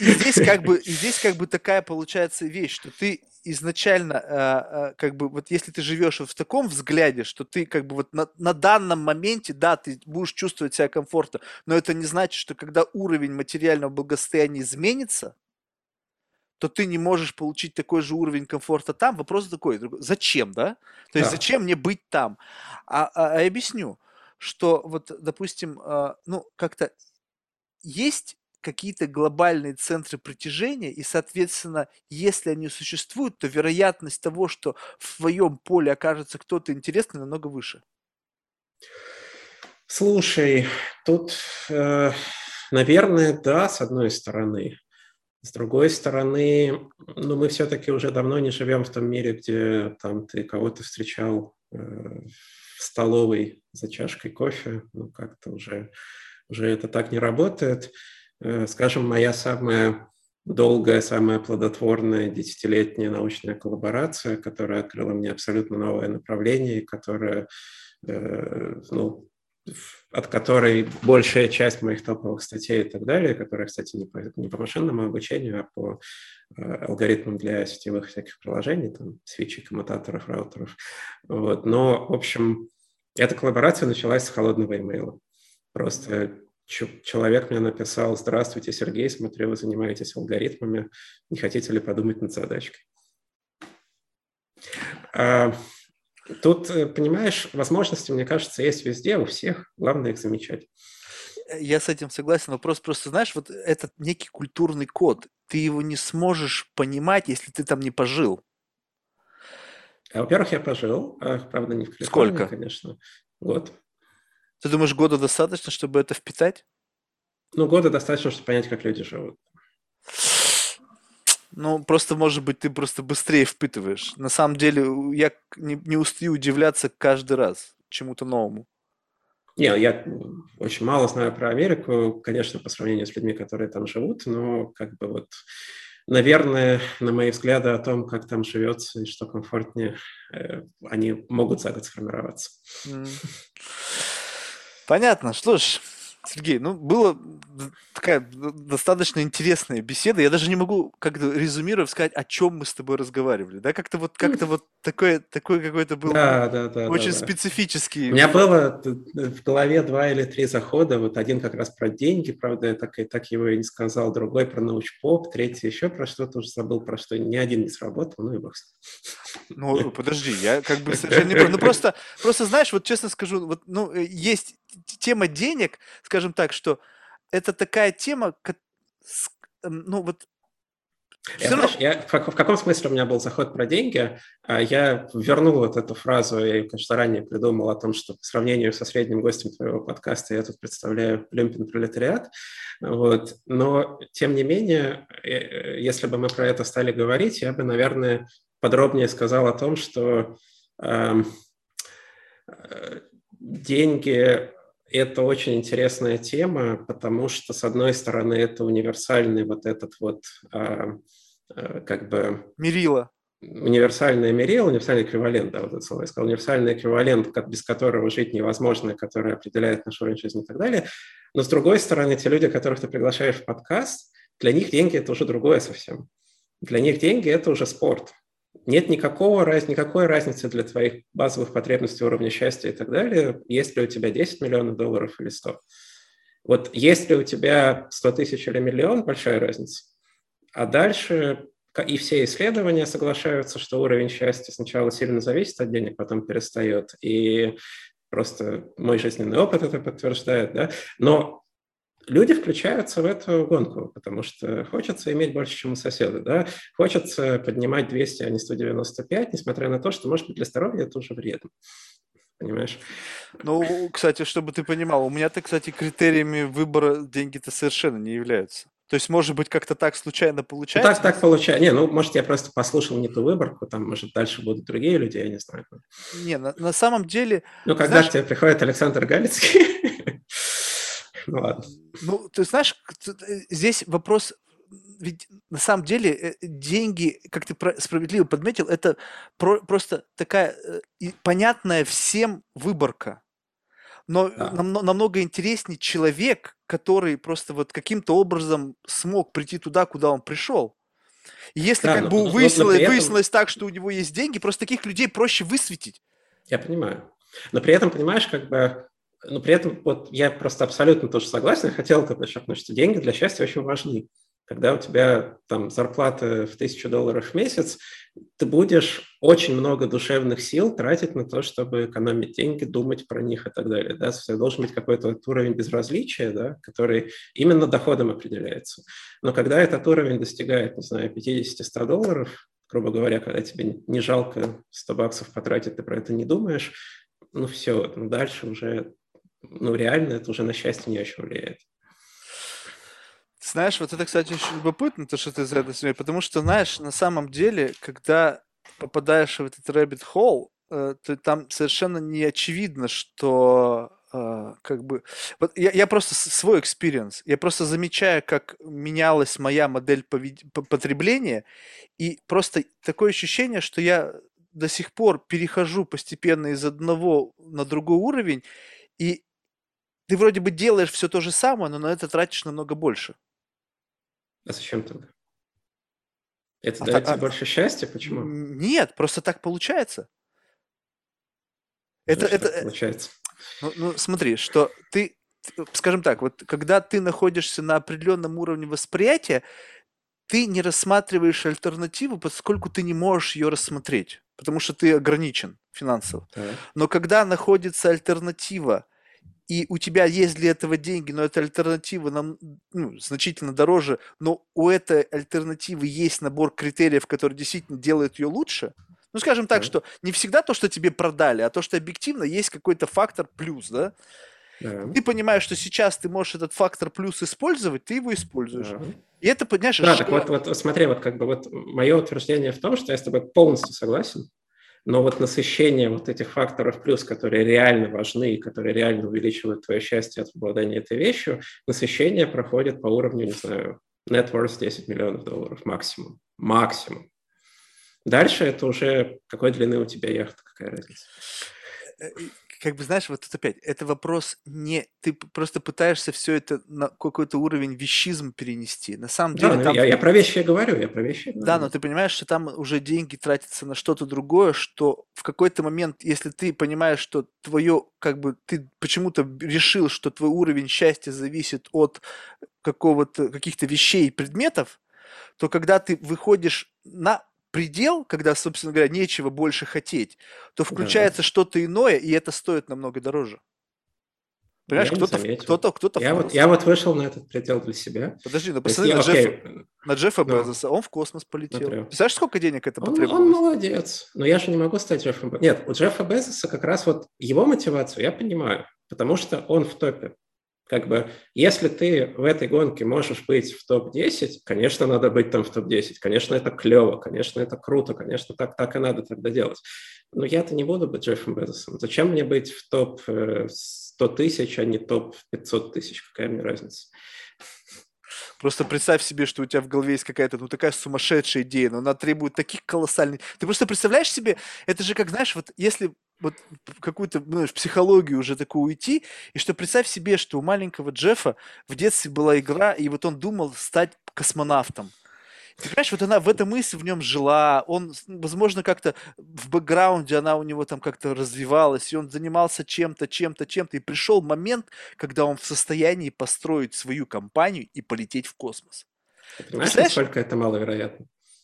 и здесь как бы такая получается вещь, что ты изначально, как бы, вот если ты живешь вот в таком взгляде, что ты как бы вот на данном моменте, да, ты будешь чувствовать себя комфортно, но это не значит, что когда уровень материального благосостояния изменится, то ты не можешь получить такой же уровень комфорта там. Вопрос такой, зачем, да? То есть Да. зачем мне быть там? Я объясню, что вот, допустим, ну, как-то есть какие-то глобальные центры притяжения, и, соответственно, если они существуют, то вероятность того, что в твоем поле окажется кто-то интересный, намного выше. Слушай, тут, наверное, да, с одной стороны. С другой стороны, ну, мы все-таки уже давно не живем в том мире, где там ты кого-то встречал в столовой за чашкой кофе. Ну, как-то уже это так не работает. Скажем, моя самая долгая, самая плодотворная десятилетняя научная коллаборация, которая открыла мне абсолютно новое направление, которая, ну, от которой большая часть моих топовых статей и так далее, которые, кстати, не по машинному обучению, а по алгоритмам для сетевых всяких приложений, там, свитчей, коммутаторов, раутеров. Вот. Но, в общем, эта коллаборация началась с холодного имейла. Просто человек мне написал: «Здравствуйте, Сергей, смотрю, вы занимаетесь алгоритмами, не хотите ли подумать над задачкой?» Тут, понимаешь, возможности, мне кажется, есть везде, у всех. Главное их замечать. Я с этим согласен. Вопрос просто, знаешь, вот этот некий культурный код. Ты его не сможешь понимать, если ты там не пожил. Во-первых, я пожил, правда, не в Калифорнии, Сколько? конечно, год. Ты думаешь, года достаточно, чтобы это впитать? Ну, года достаточно, чтобы понять, как люди живут. Ну, просто, может быть, ты просто быстрее впитываешь. На самом деле, я не устаю удивляться каждый раз чему-то новому. Не, я очень мало знаю про Америку, конечно, по сравнению с людьми, которые там живут, но как бы вот, наверное, на мои взгляды о том, как там живется и что комфортнее, они могут за год сформироваться. М. Понятно. Что ж, Сергей, ну, была такая достаточно интересная беседа. Я даже не могу как-то резюмировать, сказать, о чем мы с тобой разговаривали. Да, как-то вот такой какой-то был Да, да, да, да, очень да. У специфический. меня было в голове 2 или 3 захода. Вот один как раз про деньги, правда, я так его и не сказал. Другой про научпоп, третий еще про что-то уже забыл, про что ни один не сработал. Ну и бог с Ну, ним. подожди, я как бы совершенно не против. Ну, просто знаешь, вот честно скажу, вот, ну, есть тема денег, скажем так, что это такая тема, ну, вот Я, все равно. знаешь, в каком смысле у меня был заход про деньги? Я вернул вот эту фразу, я ее, конечно, заранее придумал о том, что по сравнению со средним гостем твоего подкаста я тут представляю люмпен-пролетариат. Вот. Но, тем не менее, если бы мы про это стали говорить, я бы, наверное, подробнее сказал о том, что эм, деньги – это очень интересная тема, потому что, с одной стороны, это универсальный вот этот вот как бы Мерила. универсальное мерило, универсальный эквивалент, да, вот это слово я сказал, универсальный эквивалент, без которого жить невозможно, который определяет наш уровень жизни и так далее. Но, с другой стороны, те люди, которых ты приглашаешь в подкаст, для них деньги – это уже другое совсем. Для них деньги – это уже спорт. Нет никакой разницы для твоих базовых потребностей, уровня счастья и так далее, есть ли у тебя 10 миллионов долларов или 100. Вот есть ли у тебя 100 тысяч или миллион – большая разница. А дальше и все исследования соглашаются, что уровень счастья сначала сильно зависит от денег, потом перестает. И просто мой жизненный опыт это подтверждает. Да? Но люди включаются в эту гонку, потому что хочется иметь больше, чем у соседа. Да? Хочется поднимать 200, а не 195, несмотря на то, что, может быть, для здоровья это уже вредно. Понимаешь? Ну, кстати, чтобы ты понимал, у меня-то, кстати, критериями выбора деньги-то совершенно не являются. То есть, может быть, как-то так случайно Ну, получается. так получается. Не, ну, может, я просто послушал не ту выборку, там, может, дальше будут другие люди, я не знаю. Не, на самом деле, Ну, ты когда к знаешь, тебе приходит Александр Галицкий, ну ладно. ну, ты знаешь, здесь вопрос, ведь на самом деле деньги, как ты справедливо подметил, это просто такая понятная всем выборка. Но Да. намного интереснее человек, который просто вот каким-то образом смог прийти туда, куда он пришел. И если Да, как бы но при этом, выяснилось так, что у него есть деньги, просто таких людей проще высветить. я понимаю, но при этом, понимаешь, как бы, но при этом вот я просто абсолютно тоже согласен, хотел это подчеркнуть, что деньги для счастья очень важны. Когда у тебя там зарплата в $1000 в месяц, ты будешь очень много душевных сил тратить на то, чтобы экономить деньги, думать про них и так далее. Да? Должен быть какой-то вот уровень безразличия, да, который именно доходом определяется. Но когда этот уровень достигает, не знаю, 50-100 долларов, грубо говоря, когда тебе не жалко $100 потратить, ты про это не думаешь, ну все, ну дальше уже, ну реально это уже на счастье не очень влияет. Знаешь, вот это, кстати, очень любопытно, то, что ты за это смеешь, потому что, знаешь, на самом деле, когда попадаешь в этот rabbit hole, то там совершенно не очевидно, что как бы... Вот я просто свой экспириенс, я просто замечаю, как менялась моя модель потребления, и просто такое ощущение, что я до сих пор перехожу постепенно из одного на другой уровень, и ты вроде бы делаешь все то же самое, но на это тратишь намного больше. А зачем тогда? Это А дает тебе больше счастья? Почему? нет, просто так получается. Это, Значит, это, так получается. ну, смотри, что ты, скажем так, вот когда ты находишься на определенном уровне восприятия, ты не рассматриваешь альтернативу, поскольку ты не можешь ее рассмотреть, потому что ты ограничен финансово. Так, Но когда находится альтернатива, и у тебя есть для этого деньги, но эта альтернатива значительно дороже, но у этой альтернативы есть набор критериев, которые действительно делают ее лучше. Ну, скажем так, так, что не всегда то, что тебе продали, а то, что объективно есть какой-то фактор плюс, да? да, Ты понимаешь, что сейчас ты можешь этот фактор плюс использовать, ты его используешь. да. И это, понимаешь, Да, так вот смотри, вот как бы вот мое утверждение в том, что я с тобой полностью согласен, но вот насыщение вот этих факторов плюс, которые реально важны и которые реально увеличивают твое счастье от обладания этой вещью, насыщение проходит по уровню, не знаю, net worth 10 миллионов долларов максимум. Максимум. Дальше это уже какой длины у тебя яхта, какая разница. как бы, знаешь, вот тут опять, это вопрос не... Ты просто пытаешься все это на какой-то уровень вещизм перенести. На самом Да, деле ну, там... я про вещи я говорю, я про вещи Да, но говорю. ты понимаешь, что там уже деньги тратятся на что-то другое, что в какой-то момент, если ты понимаешь, что твое, как бы, ты почему-то решил, что твой уровень счастья зависит от каких-то вещей и предметов, то когда ты выходишь на предел, когда, собственно говоря, нечего больше хотеть, то Да, включается что-то иное, и это стоит намного дороже. Понимаешь, я не кто-то, заметил. кто-то в Я космос. вот вышел на этот предел для себя. Подожди, ну То есть посмотри я, окей, На Джеффа ну, Безоса, он в космос полетел. смотрю. Представляешь, сколько денег это Он потребовалось? молодец, но я же не могу стать Джеффом Безосом. Нет, у Джеффа Безоса как раз вот его мотивацию я понимаю, потому что он в топе. Как бы, если ты в этой гонке можешь быть в топ-10, конечно, надо быть там в топ-10. Конечно, это клево, конечно, это круто, конечно, так и надо тогда делать. Но я-то не буду быть Джеффом Безосом. Зачем мне быть в топ 100 тысяч, а не топ 500 тысяч? Какая мне разница? Просто представь себе, что у тебя в голове есть какая-то, ну, такая сумасшедшая идея, но она требует таких колоссальных... Ты просто представляешь себе, это же как, знаешь, вот если вот в какую-то, ну, в психологию уже такую уйти, и что представь себе, что у маленького Джеффа в детстве была игра, и вот он думал стать космонавтом. Ты понимаешь, вот она в этой мысли в нем жила, он, возможно, как-то в бэкграунде она у него там как-то развивалась, и он занимался чем-то, чем-то, чем-то, и пришел момент, когда он в состоянии построить свою компанию и полететь в космос. Ты Ты понимаешь, представляешь? насколько это маловероятно?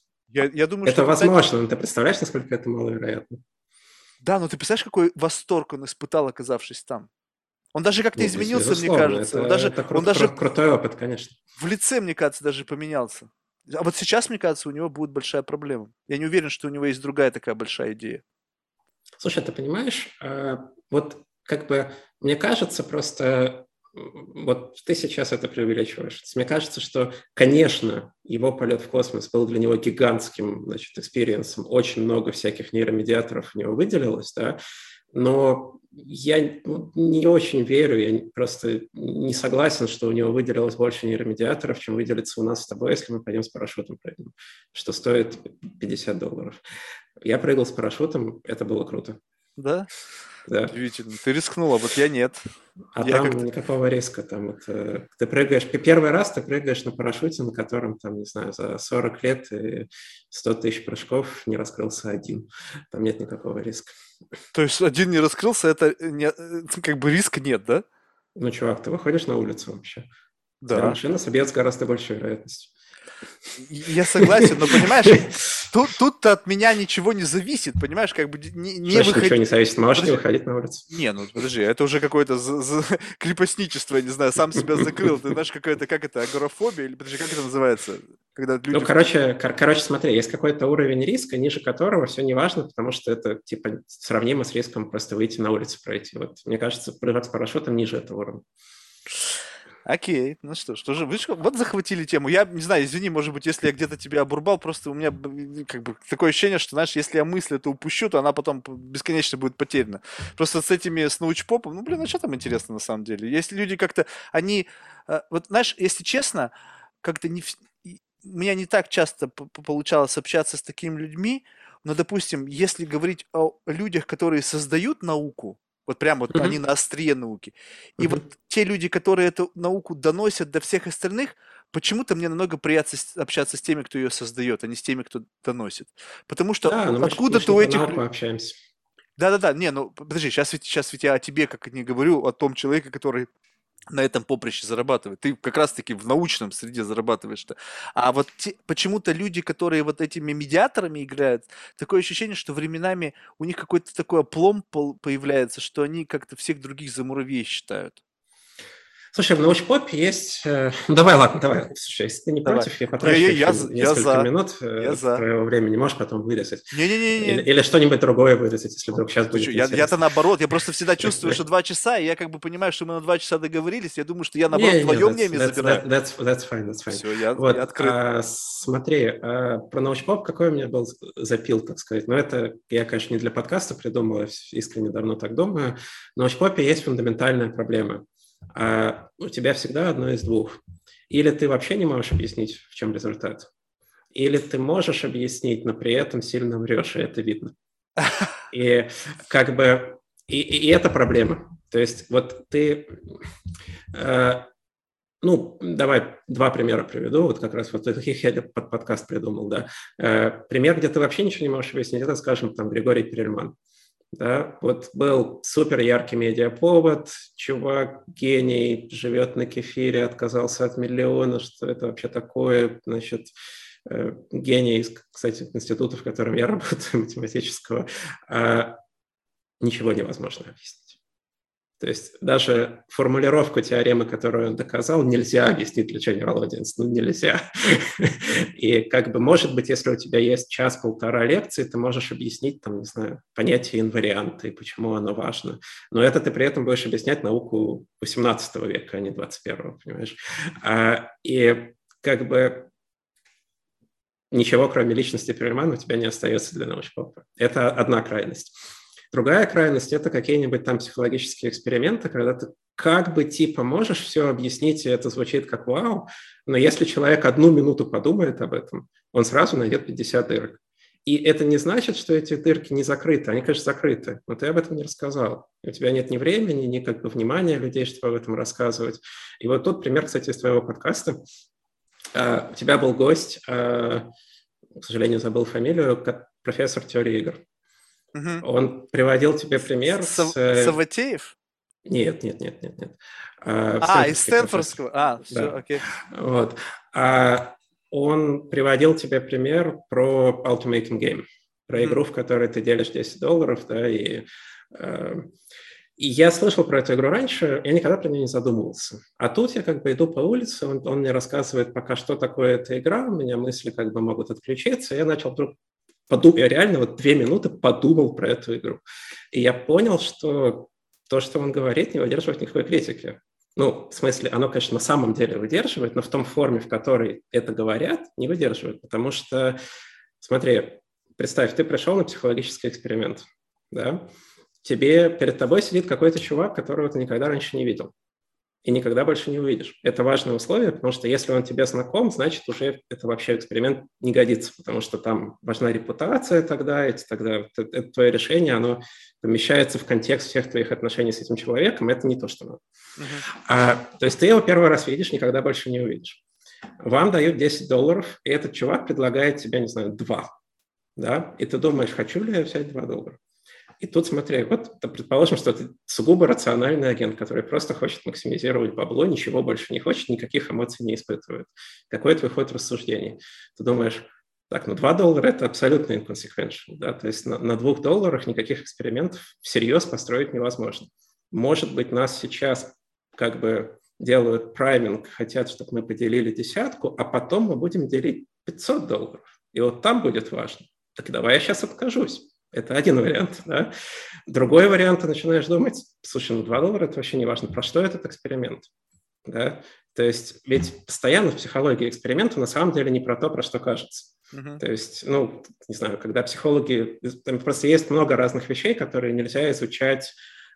Я думаю, что Это когда... возможно, но ты представляешь, насколько это маловероятно? Да, но ты представляешь, какой восторг он испытал, оказавшись там? Он даже как-то Ну, изменился, мне безусловно, кажется. это Он даже крутой опыт, конечно. в лице, мне кажется, даже поменялся. А вот сейчас, мне кажется, у него будет большая проблема. Я не уверен, что у него есть другая такая большая идея. Слушай, ты понимаешь, вот как бы мне кажется просто, вот ты сейчас это преувеличиваешь. Мне кажется, что, конечно, его полет в космос был для него гигантским, значит, экспириенсом, очень много всяких нейромедиаторов у него выделилось, да, но я не очень верю, просто не согласен, что у него выделилось больше нейромедиаторов, чем выделится у нас с тобой, если мы пойдем с парашютом прыгнем, что стоит $50. Я прыгал с парашютом, это было круто. Да? Да. Удивительно. Ты рискнула, вот я нет. А Я там как-то... никакого риска. Там вот, ты прыгаешь, первый раз ты прыгаешь на парашюте, на котором, там, не знаю, за 40 лет и 100 тысяч прыжков не раскрылся один. Там нет никакого риска. То есть один не раскрылся, это как бы риска нет, да? Ну, чувак, ты выходишь на улицу вообще. У тебя Да. машина собьет с гораздо большей вероятностью. Я согласен, но понимаешь, тут-то от меня ничего не зависит, понимаешь, как бы не Значит, ничего выходить. не зависит. Можешь не Подожди, выходить на улицу. не, ну подожди, это уже какое-то крепостничество, я не знаю, сам себя закрыл. Ты знаешь, какая-то, как это, агорафобия, или подожди, как это называется? Когда Ну, люди... короче, смотри, есть какой-то уровень риска, ниже которого все не важно, потому что это, типа, сравнимо с риском просто выйти на улицу пройти. Вот, мне кажется, прыжок с парашютом ниже этого уровня. Окей, ну что же, вы вот захватили тему. Я не знаю, извини, может быть, если я где-то тебя обрубал, просто у меня как бы такое ощущение, что, знаешь, если я мысль эту упущу, то она потом бесконечно будет потеряна. Просто с этими, с научпопом, ну, блин, а что там интересно на самом деле? Если люди как-то, они, вот, знаешь, если честно, как-то у меня не так часто получалось общаться с такими людьми, но, допустим, если говорить о людях, которые создают науку, вот прям вот они Мгм. на острие науки, и вот Мгм. те люди, которые эту науку доносят до всех остальных, почему-то мне намного приятно общаться с теми, кто ее создает, а не с теми, кто доносит. Потому что Да, но мы ж откуда-то не у про этих... науку общаемся. Да-да-да, не, ну подожди, сейчас ведь я о тебе как не говорю, о том человеке, который на этом поприще зарабатывает. Ты как раз-таки в научном среде зарабатываешь-то. А вот почему-то люди, которые вот этими медиаторами играют, такое ощущение, что временами у них какой-то такой оплом появляется, что они как-то всех других за муравьей считают. Слушай, в научпопе есть... Ну, давай, ладно, давай. Слушай, если ты не Давай. против, я потрачу Не-не, еще я несколько за. минут Я за. твоего времени. Можешь потом вырезать. Не-не-не-не. Или что-нибудь другое вырезать, если вдруг сейчас Ты чё, будет я-то интересно. наоборот, я просто всегда чувствую, что 2 часа, и я как бы понимаю, что мы на 2 часа договорились, я думаю, что я наоборот Не-не-не, твое мнение забираю. that's fine, that's fine. Все, я Вот, открыт. смотри, про научпоп какой у меня был запил, так сказать. Но это я, конечно, не для подкаста придумал, я искренне давно так думаю. В научпопе есть фундаментальная проблема. У тебя всегда одно из двух. Или ты вообще не можешь объяснить, в чем результат, или ты можешь объяснить, но при этом сильно врешь, и это видно. И как бы И это проблема. То есть вот ты... Ну, давай два примера приведу. Вот как раз вот их я под подкаст придумал, да. Пример, где ты вообще ничего не можешь объяснить, это, скажем, там Григорий Перельман. Да, вот был супер яркий медиаповод, чувак, гений, живет на кефире, отказался от миллиона, что это вообще такое, значит, гений, кстати, института, в котором я работаю, математического, ничего невозможно объяснить. То есть даже формулировку теоремы, которую он доказал, нельзя объяснить для general audience. Ну, нельзя. И как бы, может быть, если у тебя есть час-полтора лекции, ты можешь объяснить, там, не знаю, понятие инварианта и почему оно важно. Но это ты при этом будешь объяснять науку 18 века, а не 21, понимаешь? И как бы ничего, кроме личности Перельмана, у тебя не остается для научпопа. Это одна крайность. Другая крайность – это какие-нибудь там психологические эксперименты, когда ты как бы типа можешь все объяснить, и это звучит как вау, но если человек 1 минуту подумает об этом, он сразу найдет 50 дырок. И это не значит, что эти дырки не закрыты. Они, конечно, закрыты, но ты об этом не рассказал. У тебя нет ни времени, ни как бы внимания людей, чтобы об этом рассказывать. И вот тут пример, кстати, из твоего подкаста. У тебя был гость, к сожалению, забыл фамилию, профессор теории игр. Он приводил тебе пример с... Саватеев? Нет. Из Стэнфордского. Все, да. окей. Вот. Он приводил тебе пример про Ultimatum Game, про игру, в которой ты делишь $10, да, и я слышал про эту игру раньше, я никогда про нее не задумывался. А тут я как бы иду по улице, он мне рассказывает пока, что такое эта игра, у меня мысли как бы могут отключиться, я начал вдруг я реально вот 2 минуты подумал про эту игру. И я понял, что то, что он говорит, не выдерживает никакой критики. Ну, в смысле, оно, конечно, на самом деле выдерживает, но в том форме, в которой это говорят, не выдерживает. Потому что, смотри, представь, ты пришел на психологический эксперимент, да? Перед тобой сидит какой-то чувак, которого ты никогда раньше не видел. И никогда больше не увидишь. Это важное условие, потому что если он тебе знаком, значит, уже это вообще эксперимент не годится, потому что там важна репутация тогда это твое решение, оно помещается в контекст всех твоих отношений с этим человеком, это не то, что надо. То есть ты его первый раз видишь, никогда больше не увидишь. Вам дают $10, и этот чувак предлагает тебе, не знаю, 2. Да? И ты думаешь, хочу ли я взять $2? И тут смотри, вот предположим, что ты сугубо рациональный агент, который просто хочет максимизировать бабло, ничего больше не хочет, никаких эмоций не испытывает. Какой твой ход рассуждений? Ты думаешь, так, $2 – это абсолютно inconsequential, да, то есть на $2 никаких экспериментов всерьез построить невозможно. Может быть, нас сейчас как бы делают прайминг, хотят, чтобы мы поделили 10, а потом мы будем делить $500. И вот там будет важно. Так давай я сейчас откажусь. Это один вариант. Да? Другой вариант, ты начинаешь думать, слушай, $2 – это вообще не важно. Про что этот эксперимент? Да? То есть ведь постоянно в психологии эксперименты на самом деле не про то, про что кажется. То есть, ну, не знаю, когда психологи... Там просто есть много разных вещей, которые нельзя изучать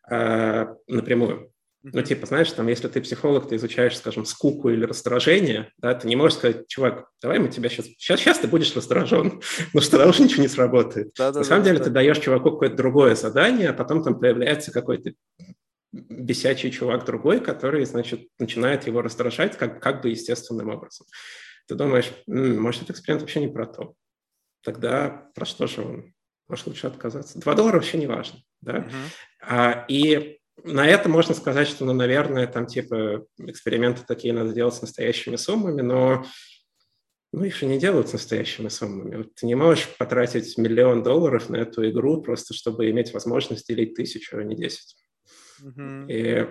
напрямую. Ну, типа, знаешь, там, если ты психолог, ты изучаешь, скажем, скуку или раздражение, да, ты не можешь сказать, чувак, давай мы тебя сейчас ты будешь раздражен, потому что тогда уже ничего не сработает. На самом деле ты даешь чуваку какое-то другое задание, а потом там появляется какой-то бесячий чувак другой, который, значит, начинает его раздражать как бы естественным образом. Ты думаешь, может, этот эксперимент вообще не про то. Тогда про что же он? Может, лучше отказаться. $2 вообще не важно, да? И на это можно сказать, что, ну, наверное, там типа эксперименты такие надо делать с настоящими суммами, но их же не делают с настоящими суммами. Вот ты не можешь потратить $1 миллион на эту игру просто, чтобы иметь возможность делить 1000, а не 10. И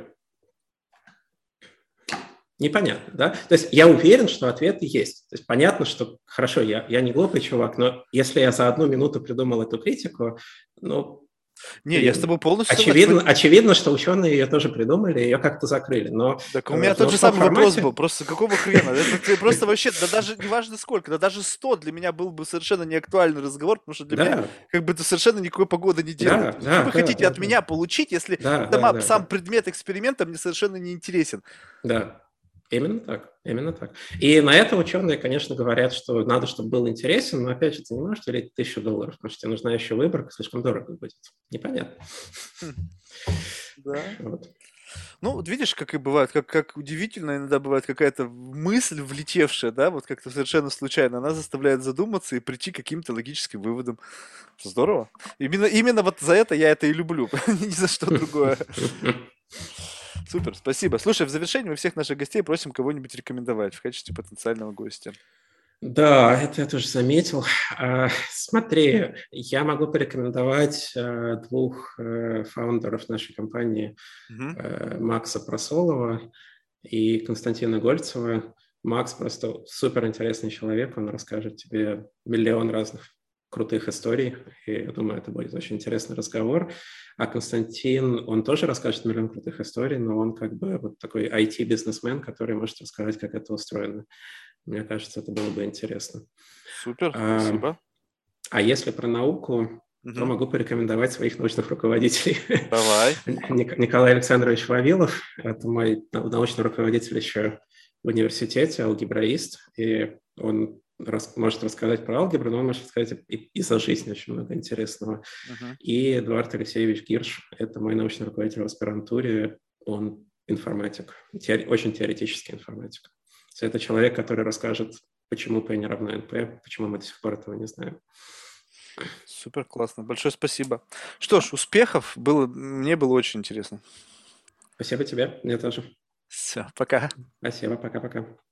непонятно, да? То есть я уверен, что ответы есть. То есть понятно, что, хорошо, я не глупый чувак, но если я за 1 минуту придумал эту критику, ну... Не, я с тобой полностью согласен. Очевидно, что ученые ее тоже придумали, ее как-то закрыли. Но так у меня тот же самый вопрос был. Просто какого хрена? Это просто вообще, да даже не важно сколько, да даже 100 для меня был бы совершенно неактуальный разговор, потому что для меня как бы это совершенно никакой погоды не делает. Что вы хотите от меня получить, если сам предмет эксперимента мне совершенно не интересен? Да. Именно так, именно так. И на это ученые, конечно, говорят, что надо, чтобы был интересен, но, опять же, ты не можешь делить $1000, потому что тебе нужна еще выборка, слишком дорого будет. Непонятно. Хм, да. Вот. Ну, вот видишь, как и бывает, как удивительно иногда бывает какая-то мысль, влетевшая, да, вот как-то совершенно случайно, она заставляет задуматься и прийти к каким-то логическим выводам. Здорово. Именно вот за это я это и люблю, ни за что другое. Супер, спасибо. Слушай, в завершении мы всех наших гостей просим кого-нибудь рекомендовать в качестве потенциального гостя. Да, это я тоже заметил. Смотри, я могу порекомендовать двух фаундеров нашей компании, Мгм. Макса Просолова и Константина Гольцева. Макс просто супер интересный человек, он расскажет тебе миллион разных крутых историй, и я думаю, это будет очень интересный разговор. А Константин, он тоже расскажет миллион крутых историй, но он как бы вот такой IT-бизнесмен, который может рассказать, как это устроено. Мне кажется, это было бы интересно. Супер, А, спасибо. а если про науку, то Мгм. могу порекомендовать своих научных руководителей. Давай. Николай Александрович Вавилов, это мой научный руководитель еще в университете, алгебраист, и он может рассказать про алгебру, но он может рассказать и за жизнь очень много интересного. Мгм. И Эдуард Алексеевич Гирш, это мой научный руководитель в аспирантуре, он информатик, очень теоретический информатик. Это человек, который расскажет, почему P не равно NP, почему мы до сих пор этого не знаем. Супер, классно. Большое спасибо. Что ж, успехов. Мне было очень интересно. Спасибо тебе, мне тоже. Все, пока. Спасибо, пока-пока.